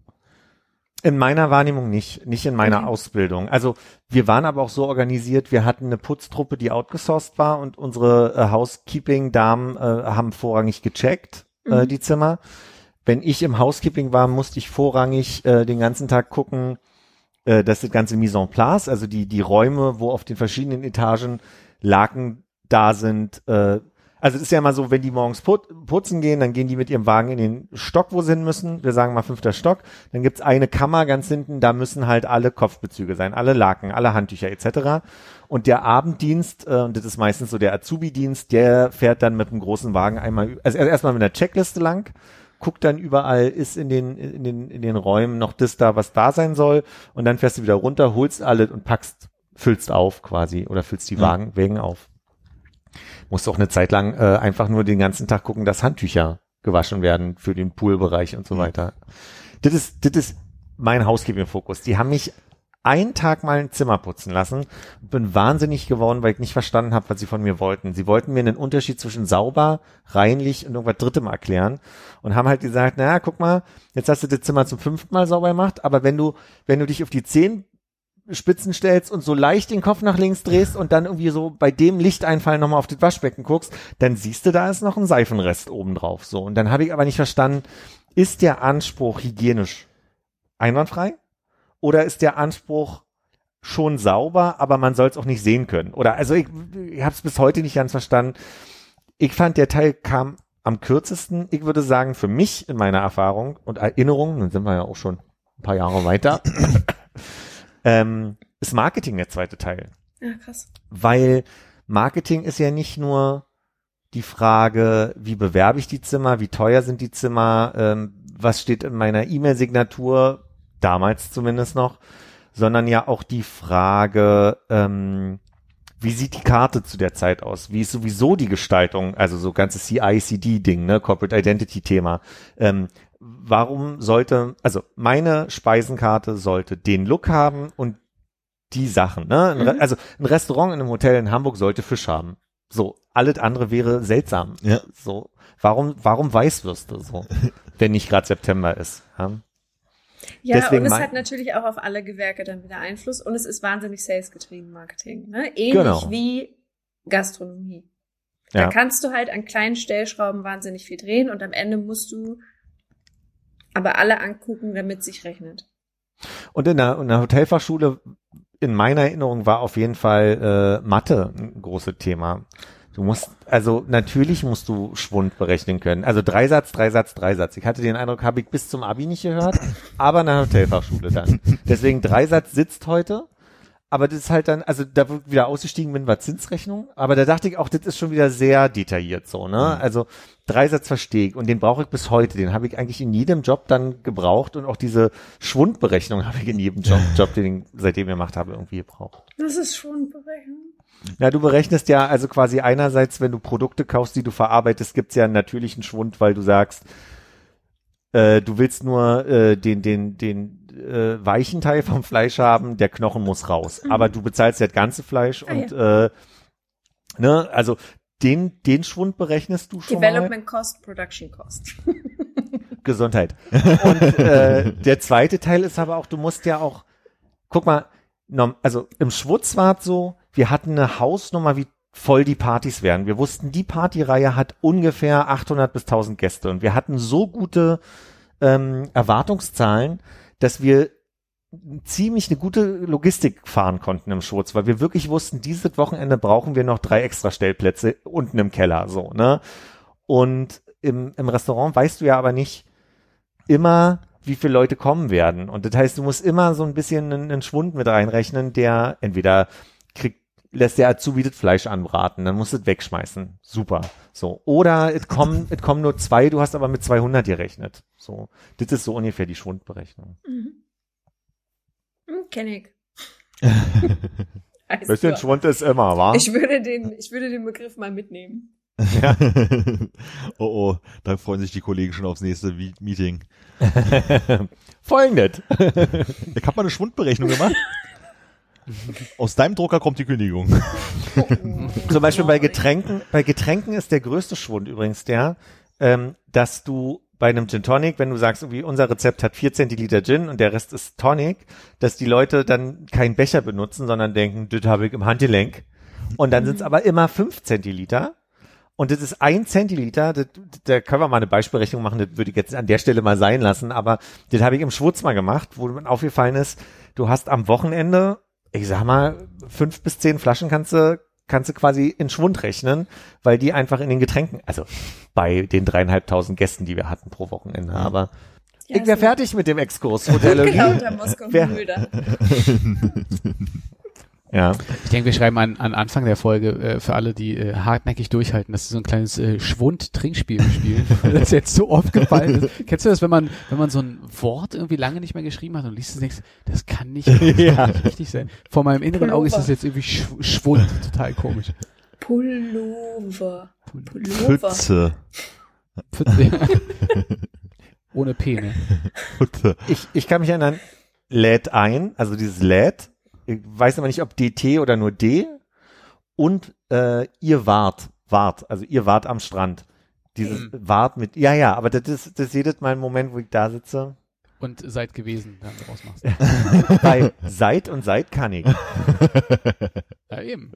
[SPEAKER 4] In meiner Wahrnehmung nicht, nicht in meiner okay. Ausbildung. Also wir waren aber auch so organisiert, wir hatten eine Putztruppe, die outgesourced war und unsere äh, Housekeeping-Damen äh, haben vorrangig gecheckt, mhm. äh, die Zimmer. Wenn ich im Housekeeping war, musste ich vorrangig äh, den ganzen Tag gucken, äh, dass das ganze Mise en place, also die die Räume, wo auf den verschiedenen Etagen Laken da sind, äh, also es ist ja immer so, wenn die morgens put- putzen gehen, dann gehen die mit ihrem Wagen in den Stock, wo sie hin müssen. Wir sagen mal fünfter Stock. Dann gibt's eine Kammer ganz hinten, da müssen halt alle Kopfbezüge sein, alle Laken, alle Handtücher et cetera. Und der Abenddienst, äh, und das ist meistens so der Azubi-Dienst, der fährt dann mit einem großen Wagen einmal, also erstmal mit einer Checkliste lang, guckt dann überall, ist in den in den in den Räumen noch das da, was da sein soll. Und dann fährst du wieder runter, holst alle und packst, füllst auf quasi oder füllst die Wagen, mhm. Wägen auf. Musst auch eine Zeit lang äh, einfach nur den ganzen Tag gucken, dass Handtücher gewaschen werden für den Poolbereich und so weiter. Das ist, das ist mein Housekeeping-Fokus. Die haben mich einen Tag mal ein Zimmer putzen lassen und bin wahnsinnig geworden, weil ich nicht verstanden habe, was sie von mir wollten. Sie wollten mir einen Unterschied zwischen sauber, reinlich und irgendwas Drittem erklären und haben halt gesagt, naja, guck mal, jetzt hast du das Zimmer zum fünften Mal sauber gemacht, aber wenn du, wenn du dich auf die Zehen Spitzen stellst und so leicht den Kopf nach links drehst und dann irgendwie so bei dem Lichteinfall nochmal auf das Waschbecken guckst, dann siehst du, da ist noch ein Seifenrest oben drauf. So. Und dann habe ich aber nicht verstanden, ist der Anspruch hygienisch einwandfrei oder ist der Anspruch schon sauber, aber man soll es auch nicht sehen können? Oder also ich, ich habe es bis heute nicht ganz verstanden. Ich fand, der Teil kam am kürzesten. Ich würde sagen, für mich in meiner Erfahrung und Erinnerung, dann sind wir ja auch schon ein paar Jahre weiter, Ähm, ist Marketing der zweite Teil.
[SPEAKER 3] Ja, krass.
[SPEAKER 4] Weil Marketing ist ja nicht nur die Frage, wie bewerbe ich die Zimmer, wie teuer sind die Zimmer, ähm, was steht in meiner E-Mail-Signatur, damals zumindest noch, sondern ja auch die Frage, ähm, wie sieht die Karte zu der Zeit aus? Wie ist sowieso die Gestaltung, also so ganzes C I C D-Ding, ne, Corporate Identity-Thema, ähm, warum sollte, also meine Speisenkarte sollte den Look haben und die Sachen, ne? Ein Re-
[SPEAKER 3] Mhm.
[SPEAKER 4] Also ein Restaurant in einem Hotel in Hamburg sollte Fisch haben. So, alles andere wäre seltsam.
[SPEAKER 2] Ja.
[SPEAKER 4] So, warum, warum Weißwürste so, wenn nicht gerade September ist? Ja,
[SPEAKER 3] Ja,
[SPEAKER 4] Deswegen
[SPEAKER 3] und es
[SPEAKER 4] mein-
[SPEAKER 3] hat natürlich auch auf alle Gewerke dann wieder Einfluss und es ist wahnsinnig salesgetrieben Marketing, ne? Ähnlich
[SPEAKER 4] Genau.
[SPEAKER 3] wie Gastronomie. Da
[SPEAKER 4] Ja.
[SPEAKER 3] kannst du halt an kleinen Stellschrauben wahnsinnig viel drehen und am Ende musst du aber alle angucken, damit es sich rechnet.
[SPEAKER 4] Und in der, in der Hotelfachschule, in meiner Erinnerung, war auf jeden Fall äh, Mathe ein großes Thema. Du musst, also natürlich musst du Schwund berechnen können. Also Dreisatz, Dreisatz, Dreisatz. Ich hatte den Eindruck, habe ich bis zum Abi nicht gehört, aber in der Hotelfachschule dann. Deswegen Dreisatz sitzt heute. Aber das ist halt dann, also da wird wieder ausgestiegen bin, war Zinsrechnung. Aber da dachte ich auch, das ist schon wieder sehr detailliert so, ne? Also Dreisatz verstehe ich und den brauche ich bis heute. Den habe ich eigentlich in jedem Job dann gebraucht und auch diese Schwundberechnung habe ich in jedem Job, Job den ich seitdem gemacht habe, irgendwie gebraucht.
[SPEAKER 3] Das ist schon berechnen.
[SPEAKER 4] Ja, du berechnest ja also quasi einerseits, wenn du Produkte kaufst, die du verarbeitest, gibt's ja einen natürlichen Schwund, weil du sagst, äh, du willst nur äh, den, den, den äh, weichen Teil vom Fleisch haben, der Knochen muss raus.
[SPEAKER 3] Mhm.
[SPEAKER 4] Aber du bezahlst ja das ganze Fleisch
[SPEAKER 3] Ah,
[SPEAKER 4] und äh, ne, also den, den Schwund berechnest du schon
[SPEAKER 3] Development Cost, Production Cost.
[SPEAKER 4] mal. Gesundheit. Und äh, der zweite Teil ist aber auch, du musst ja auch, guck mal, nom- also im Schwutz war es so, wir hatten eine Hausnummer, wie voll die Partys wären. Wir wussten, die Partyreihe hat ungefähr achthundert bis tausend Gäste und wir hatten so gute ähm, Erwartungszahlen, dass wir ziemlich eine gute Logistik fahren konnten im Schwutz, weil wir wirklich wussten, dieses Wochenende brauchen wir noch drei extra Stellplätze unten im Keller, so, ne? Und im, im Restaurant weißt du ja aber nicht immer, wie viele Leute kommen werden. Und das heißt, du musst immer so ein bisschen einen, einen Schwund mit reinrechnen, der entweder kriegt, lässt der Azubi das Fleisch anbraten, dann musst du es wegschmeißen. Super. So. Oder es kommen, es kommen nur zwei, du hast aber mit zweihundert gerechnet. So. Das ist so ungefähr die Schwundberechnung.
[SPEAKER 3] Mhm. Hm, kenn ich. Heißt
[SPEAKER 4] Bisschen
[SPEAKER 3] nur,
[SPEAKER 4] Schwund ist immer, wa?
[SPEAKER 3] ich würde den, ich würde den Begriff mal mitnehmen.
[SPEAKER 4] Ja.
[SPEAKER 2] oh oh, da freuen sich die Kollegen schon aufs nächste Vi- Meeting.
[SPEAKER 4] Voll nett.
[SPEAKER 2] Ich habe mal eine Schwundberechnung gemacht. Aus deinem Drucker kommt die Kündigung.
[SPEAKER 4] Zum Beispiel bei Getränken, bei Getränken ist der größte Schwund übrigens der, ähm, dass du bei einem Gin Tonic, wenn du sagst, irgendwie unser Rezept hat vier Zentiliter Gin und der Rest ist Tonic, dass die Leute dann keinen Becher benutzen, sondern denken, das habe ich im Handgelenk. Und dann sind es aber immer fünf Zentiliter. Und das ist ein Zentiliter, das, da können wir mal eine Beispielrechnung machen, das würde ich jetzt an der Stelle mal sein lassen, aber das habe ich im Schwurz mal gemacht, wo mir aufgefallen ist, du hast am Wochenende, ich sag mal, fünf bis zehn Flaschen kannst du, kannst du quasi in Schwund rechnen, weil die einfach in den Getränken, also bei den dreieinhalbtausend Gästen, die wir hatten pro Wochenende,
[SPEAKER 2] Ja.
[SPEAKER 4] aber
[SPEAKER 3] Ja,
[SPEAKER 4] ich wäre
[SPEAKER 3] so.
[SPEAKER 4] fertig mit dem Exkurs. Hotellerie.
[SPEAKER 3] Genau, unter Moskau
[SPEAKER 4] Wer-
[SPEAKER 3] Mulder.
[SPEAKER 4] Ja.
[SPEAKER 5] Ich denke, wir schreiben an, an Anfang der Folge äh, für alle, die äh, hartnäckig durchhalten, dass sie so ein kleines äh, Schwund-Trinkspiel spielen, weil das jetzt so oft gefallen ist. Kennst du das, wenn man wenn man so ein Wort irgendwie lange nicht mehr geschrieben hat und liest es und denkst, das kann nicht, das kann
[SPEAKER 4] Ja.
[SPEAKER 5] nicht richtig sein. Vor meinem inneren Auge ist
[SPEAKER 3] Pullover.
[SPEAKER 5] das jetzt irgendwie Sch Schwund, total komisch.
[SPEAKER 3] Pullover. Pullover.
[SPEAKER 2] Pfütze.
[SPEAKER 5] Pfütze. Ohne P, ne?
[SPEAKER 2] Pfütze.
[SPEAKER 4] Ich, ich kann mich erinnern, lädt ein, also dieses lädt, ich weiß aber nicht, ob D T oder nur D und äh, ihr wart, wart, also ihr wart am Strand. Dieses
[SPEAKER 5] Mhm.
[SPEAKER 4] wart mit, ja, ja, aber das ist, das ist jedes Mal ein Moment, wo ich da sitze.
[SPEAKER 5] Und seid gewesen, dann draus machst.
[SPEAKER 4] Bei seit und seit kann ich.
[SPEAKER 5] Ja, eben.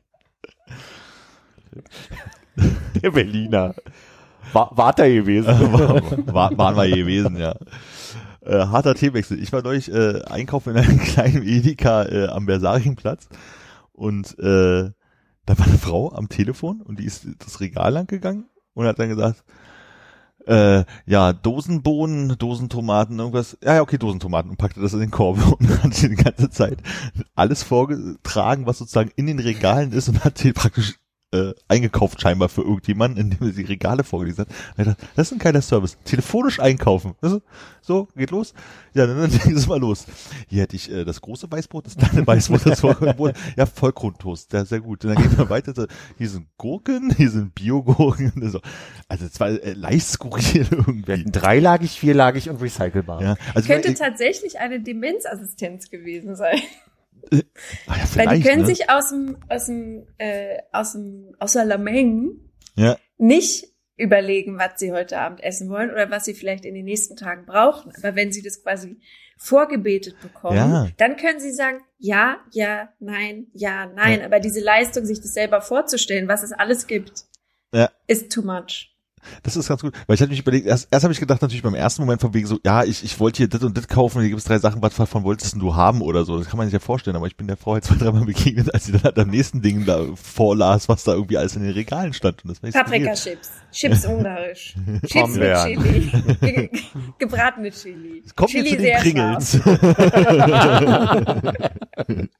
[SPEAKER 4] Der Berliner. War, wart er gewesen.
[SPEAKER 2] War, waren wir gewesen, ja. Äh, harter Themenwechsel. Ich war neulich äh, einkaufen in einem kleinen Edeka äh, am Bersarienplatz und äh, da war eine Frau am Telefon und die ist das Regal lang gegangen und hat dann gesagt, äh, ja, Dosenbohnen, Dosentomaten, irgendwas, ja, ja, okay, Dosentomaten und packte das in den Korb und hat die ganze Zeit alles vorgetragen, was sozusagen in den Regalen ist und hat die praktisch äh, eingekauft scheinbar für irgendjemanden, indem er die Regale vorgelesen hat. Und ich dachte, das ist ein geiler Service. Telefonisch einkaufen. Also, so, geht los. Ja, dann, dann ging es mal los. Hier hätte ich äh, das große Weißbrot, das kleine Weißbrot, das Vollkornbrot. Ja, Vollkorntoast, ja, sehr gut. Und dann gehen wir weiter. So, hier sind Gurken, hier sind Biogurken. So. Also es war äh, leicht skurril
[SPEAKER 4] Wir
[SPEAKER 2] irgendwie.
[SPEAKER 4] hatten dreilagig, vierlagig und recycelbar.
[SPEAKER 2] Ja, also
[SPEAKER 3] Könnte
[SPEAKER 2] ich,
[SPEAKER 3] tatsächlich eine Demenzassistenz gewesen sein.
[SPEAKER 2] ah, ja,
[SPEAKER 3] Weil
[SPEAKER 2] vielleicht,
[SPEAKER 3] die können
[SPEAKER 2] ne?
[SPEAKER 3] sich aus dem, aus dem, äh, aus dem, aus der Lameng
[SPEAKER 2] Ja.
[SPEAKER 3] nicht überlegen, was sie heute Abend essen wollen oder was sie vielleicht in den nächsten Tagen brauchen. Aber wenn sie das quasi vorgebetet bekommen,
[SPEAKER 2] Ja.
[SPEAKER 3] dann können sie sagen, ja, ja, nein, ja, nein.
[SPEAKER 2] Ja.
[SPEAKER 3] Aber diese Leistung, sich das selber vorzustellen, was es alles gibt,
[SPEAKER 2] Ja.
[SPEAKER 3] ist too much.
[SPEAKER 2] Das ist ganz gut, weil ich hatte mich überlegt, erst, erst habe ich gedacht natürlich beim ersten Moment von wegen so, ja, ich, ich wollte hier das und das kaufen, hier gibt es drei Sachen, was davon wolltest denn du haben oder so, das kann man sich ja vorstellen, aber ich bin der Frau halt zwei, dreimal begegnet, als sie dann halt am nächsten Ding da vorlas, was da irgendwie alles in den Regalen stand. Und das war
[SPEAKER 3] Paprikachips, Chips ungarisch, Chips mit
[SPEAKER 4] Pombeeren.
[SPEAKER 3] Chili, ge gebratene Chili,
[SPEAKER 2] Kommt
[SPEAKER 3] Chili
[SPEAKER 2] jetzt zu
[SPEAKER 3] sehr
[SPEAKER 2] den
[SPEAKER 3] scharf.
[SPEAKER 2] Pringles.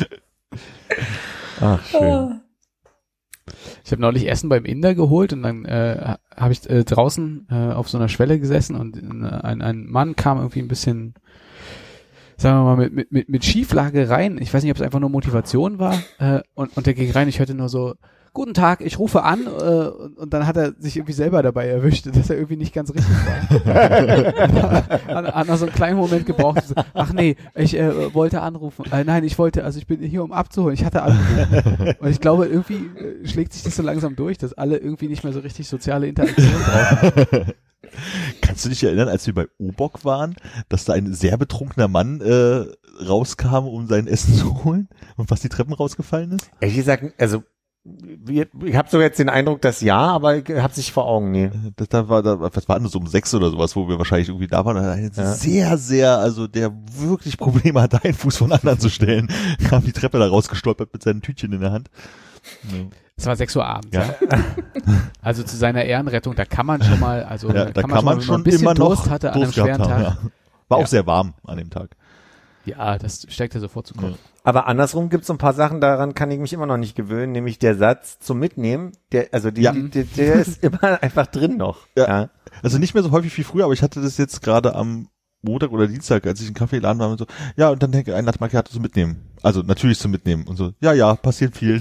[SPEAKER 4] Ach, schön.
[SPEAKER 3] Oh.
[SPEAKER 5] Ich habe neulich Essen beim Inder geholt und dann äh, habe ich äh, draußen äh, auf so einer Schwelle gesessen und äh, ein, ein Mann kam irgendwie ein bisschen, sagen wir mal, mit, mit, mit, mit Schieflage rein. Ich weiß nicht, ob es einfach nur Motivation war. Äh, und, und der ging rein, ich hörte nur so, guten Tag, ich rufe an, äh, und, und dann hat er sich irgendwie selber dabei erwischt, dass er irgendwie nicht ganz richtig war. Hat hat noch so einen kleinen Moment gebraucht. So, ach nee, ich äh, wollte anrufen. Äh, nein, ich wollte, also ich bin hier, um abzuholen. Ich hatte angerufen. Und ich glaube, irgendwie äh, schlägt sich das so langsam durch, dass alle irgendwie nicht mehr so richtig soziale Interaktion brauchen.
[SPEAKER 2] Kannst du dich erinnern, als wir bei O-Bock waren, dass da ein sehr betrunkener Mann äh, rauskam, um sein Essen zu holen und was die Treppen rausgefallen ist?
[SPEAKER 4] Ehrlich gesagt, also wir, ich habe so jetzt den Eindruck, dass ja, aber ich hab's nicht vor Augen, nee.
[SPEAKER 2] Das, da war, da, das war nur so um sechs oder sowas, wo wir wahrscheinlich irgendwie da waren. Und ein
[SPEAKER 4] Ja.
[SPEAKER 2] sehr, sehr, also der wirklich Probleme hatte, einen Fuß von anderen zu stellen, kam die Treppe da rausgestolpert mit seinen Tütchen in der Hand. Nee.
[SPEAKER 5] Es war sechs Uhr abends.
[SPEAKER 2] Ja.
[SPEAKER 5] Also zu seiner Ehrenrettung, da kann man schon mal, also
[SPEAKER 2] Ja, da kann man
[SPEAKER 5] schon,
[SPEAKER 2] schon
[SPEAKER 5] ein bisschen
[SPEAKER 2] immer noch
[SPEAKER 5] Durst hatte an einem
[SPEAKER 2] Durst gehabt
[SPEAKER 5] schweren
[SPEAKER 2] haben,
[SPEAKER 5] Tag.
[SPEAKER 2] ja. War
[SPEAKER 5] Ja.
[SPEAKER 2] auch sehr warm an dem Tag.
[SPEAKER 5] Ja, das steckt ja sofort zu Kopf.
[SPEAKER 2] Ja.
[SPEAKER 4] Aber andersrum gibt es so ein paar Sachen, daran kann ich mich immer noch nicht gewöhnen, nämlich der Satz zum Mitnehmen, der, also die,
[SPEAKER 2] Ja.
[SPEAKER 4] die, der, der ist immer einfach drin noch.
[SPEAKER 2] Ja.
[SPEAKER 4] Ja.
[SPEAKER 2] Also nicht mehr so häufig wie früher, aber ich hatte das jetzt gerade am Montag oder Dienstag, als ich in den Kaffeeladen war und so, ja, und dann denke ich, ein Latte Macchiato zum Mitnehmen. Also natürlich zum Mitnehmen und so, ja, ja, passiert viel.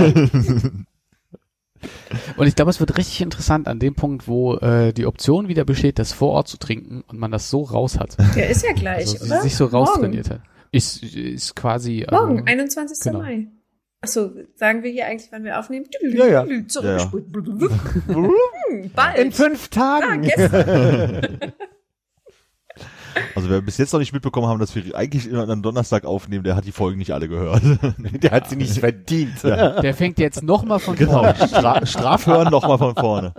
[SPEAKER 5] Und ich glaube, es wird richtig interessant an dem Punkt, wo äh, die Option wieder besteht, das vor Ort zu trinken und man das so raus hat.
[SPEAKER 3] Der ist ja gleich,
[SPEAKER 5] Also
[SPEAKER 3] oder?
[SPEAKER 5] sich so
[SPEAKER 3] Morgen.
[SPEAKER 5] raustrainiert hat. Ist, ist quasi.
[SPEAKER 3] Morgen,
[SPEAKER 5] Also,
[SPEAKER 3] einundzwanzigster
[SPEAKER 5] genau.
[SPEAKER 3] Mai. Achso, sagen wir hier eigentlich, wann wir aufnehmen?
[SPEAKER 4] Ja, ja.
[SPEAKER 3] Zurückgespult. Bald.
[SPEAKER 4] In fünf
[SPEAKER 3] Ah,
[SPEAKER 4] Tagen.
[SPEAKER 3] gestern.
[SPEAKER 2] Also wer bis jetzt noch nicht mitbekommen haben, dass wir eigentlich immer am Donnerstag aufnehmen, der hat die Folgen nicht alle gehört.
[SPEAKER 4] Der hat sie nicht verdient.
[SPEAKER 5] der fängt jetzt nochmal von
[SPEAKER 2] Genau,
[SPEAKER 5] vorne.
[SPEAKER 2] Stra Strafhören nochmal von vorne.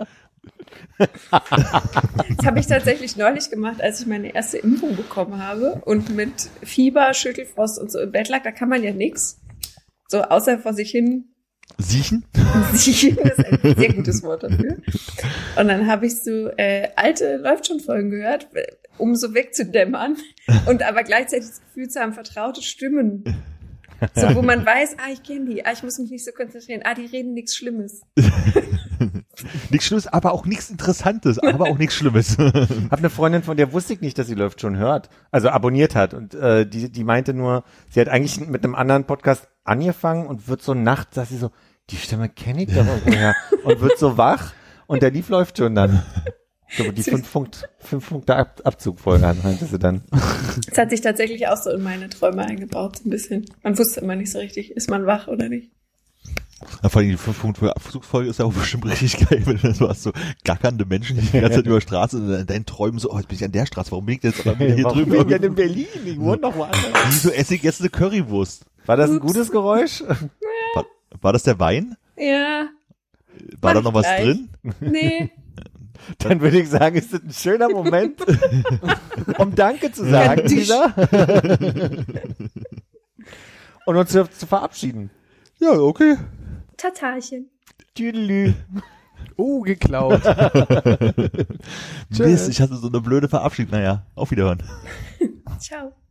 [SPEAKER 3] Das habe ich tatsächlich neulich gemacht, als ich meine erste Impfung bekommen habe und mit Fieber, Schüttelfrost und so im Bett lag. Da kann man ja nix. So außer vor sich hin
[SPEAKER 2] Siechen?
[SPEAKER 3] siechen. Das ist ein sehr gutes Wort dafür. Und dann habe ich so äh, alte Läuft schon Folgen gehört, um so wegzudämmern und aber gleichzeitig das Gefühl zu haben, vertraute Stimmen. So, wo man weiß, ah, ich kenne die, ah, ich muss mich nicht so konzentrieren, ah, die reden nichts Schlimmes.
[SPEAKER 2] Nichts Schlimmes, aber auch nichts Interessantes, aber auch nichts Schlimmes.
[SPEAKER 4] Hab eine Freundin, von der wusste ich nicht, dass sie läuft schon hört, also abonniert hat und äh, die die meinte nur, sie hat eigentlich mit einem anderen Podcast angefangen und wird so nachts, sagt sie so, die Stimme kenne ich doch irgendwoher und wird so wach und der Lief läuft schon dann. So, die fünf Punkt fünf Punkte Ab Abzugfolge hat, meinte sie dann.
[SPEAKER 3] Das hat sich tatsächlich auch so in meine Träume eingebaut, so ein bisschen. Man wusste immer nicht so richtig, ist man wach oder nicht.
[SPEAKER 2] Ja, vor allem die fünf Punkt Abzugsfolge ist ja auch bestimmt richtig geil, wenn du so hast, so gackernde Menschen, die die ganze Zeit über die Straße und in deinen Träumen so, oh, jetzt bin ich an der Straße, warum bin ich jetzt aber wieder hier
[SPEAKER 4] Warum
[SPEAKER 2] drüben?
[SPEAKER 4] bin ich denn in Berlin? Ich wohne noch woanders.
[SPEAKER 2] Wieso esse ich jetzt eine Currywurst?
[SPEAKER 4] War das ein
[SPEAKER 3] Ups.
[SPEAKER 4] gutes Geräusch?
[SPEAKER 2] War, war das der Wein?
[SPEAKER 3] Ja,
[SPEAKER 2] War
[SPEAKER 3] Mach
[SPEAKER 2] da
[SPEAKER 3] ich
[SPEAKER 2] noch was
[SPEAKER 3] gleich.
[SPEAKER 2] drin?
[SPEAKER 3] nee.
[SPEAKER 4] Dann würde ich sagen, ist das ein schöner Moment, um Danke zu sagen,
[SPEAKER 3] Ja, die-
[SPEAKER 4] Lisa. Und uns zu, zu verabschieden.
[SPEAKER 2] Ja, okay.
[SPEAKER 3] Tatarchen.
[SPEAKER 4] Tüdelü.
[SPEAKER 5] Oh, geklaut.
[SPEAKER 2] Mist, ich hatte so eine blöde Verabschiedung. Naja, auf Wiederhören.
[SPEAKER 3] Ciao.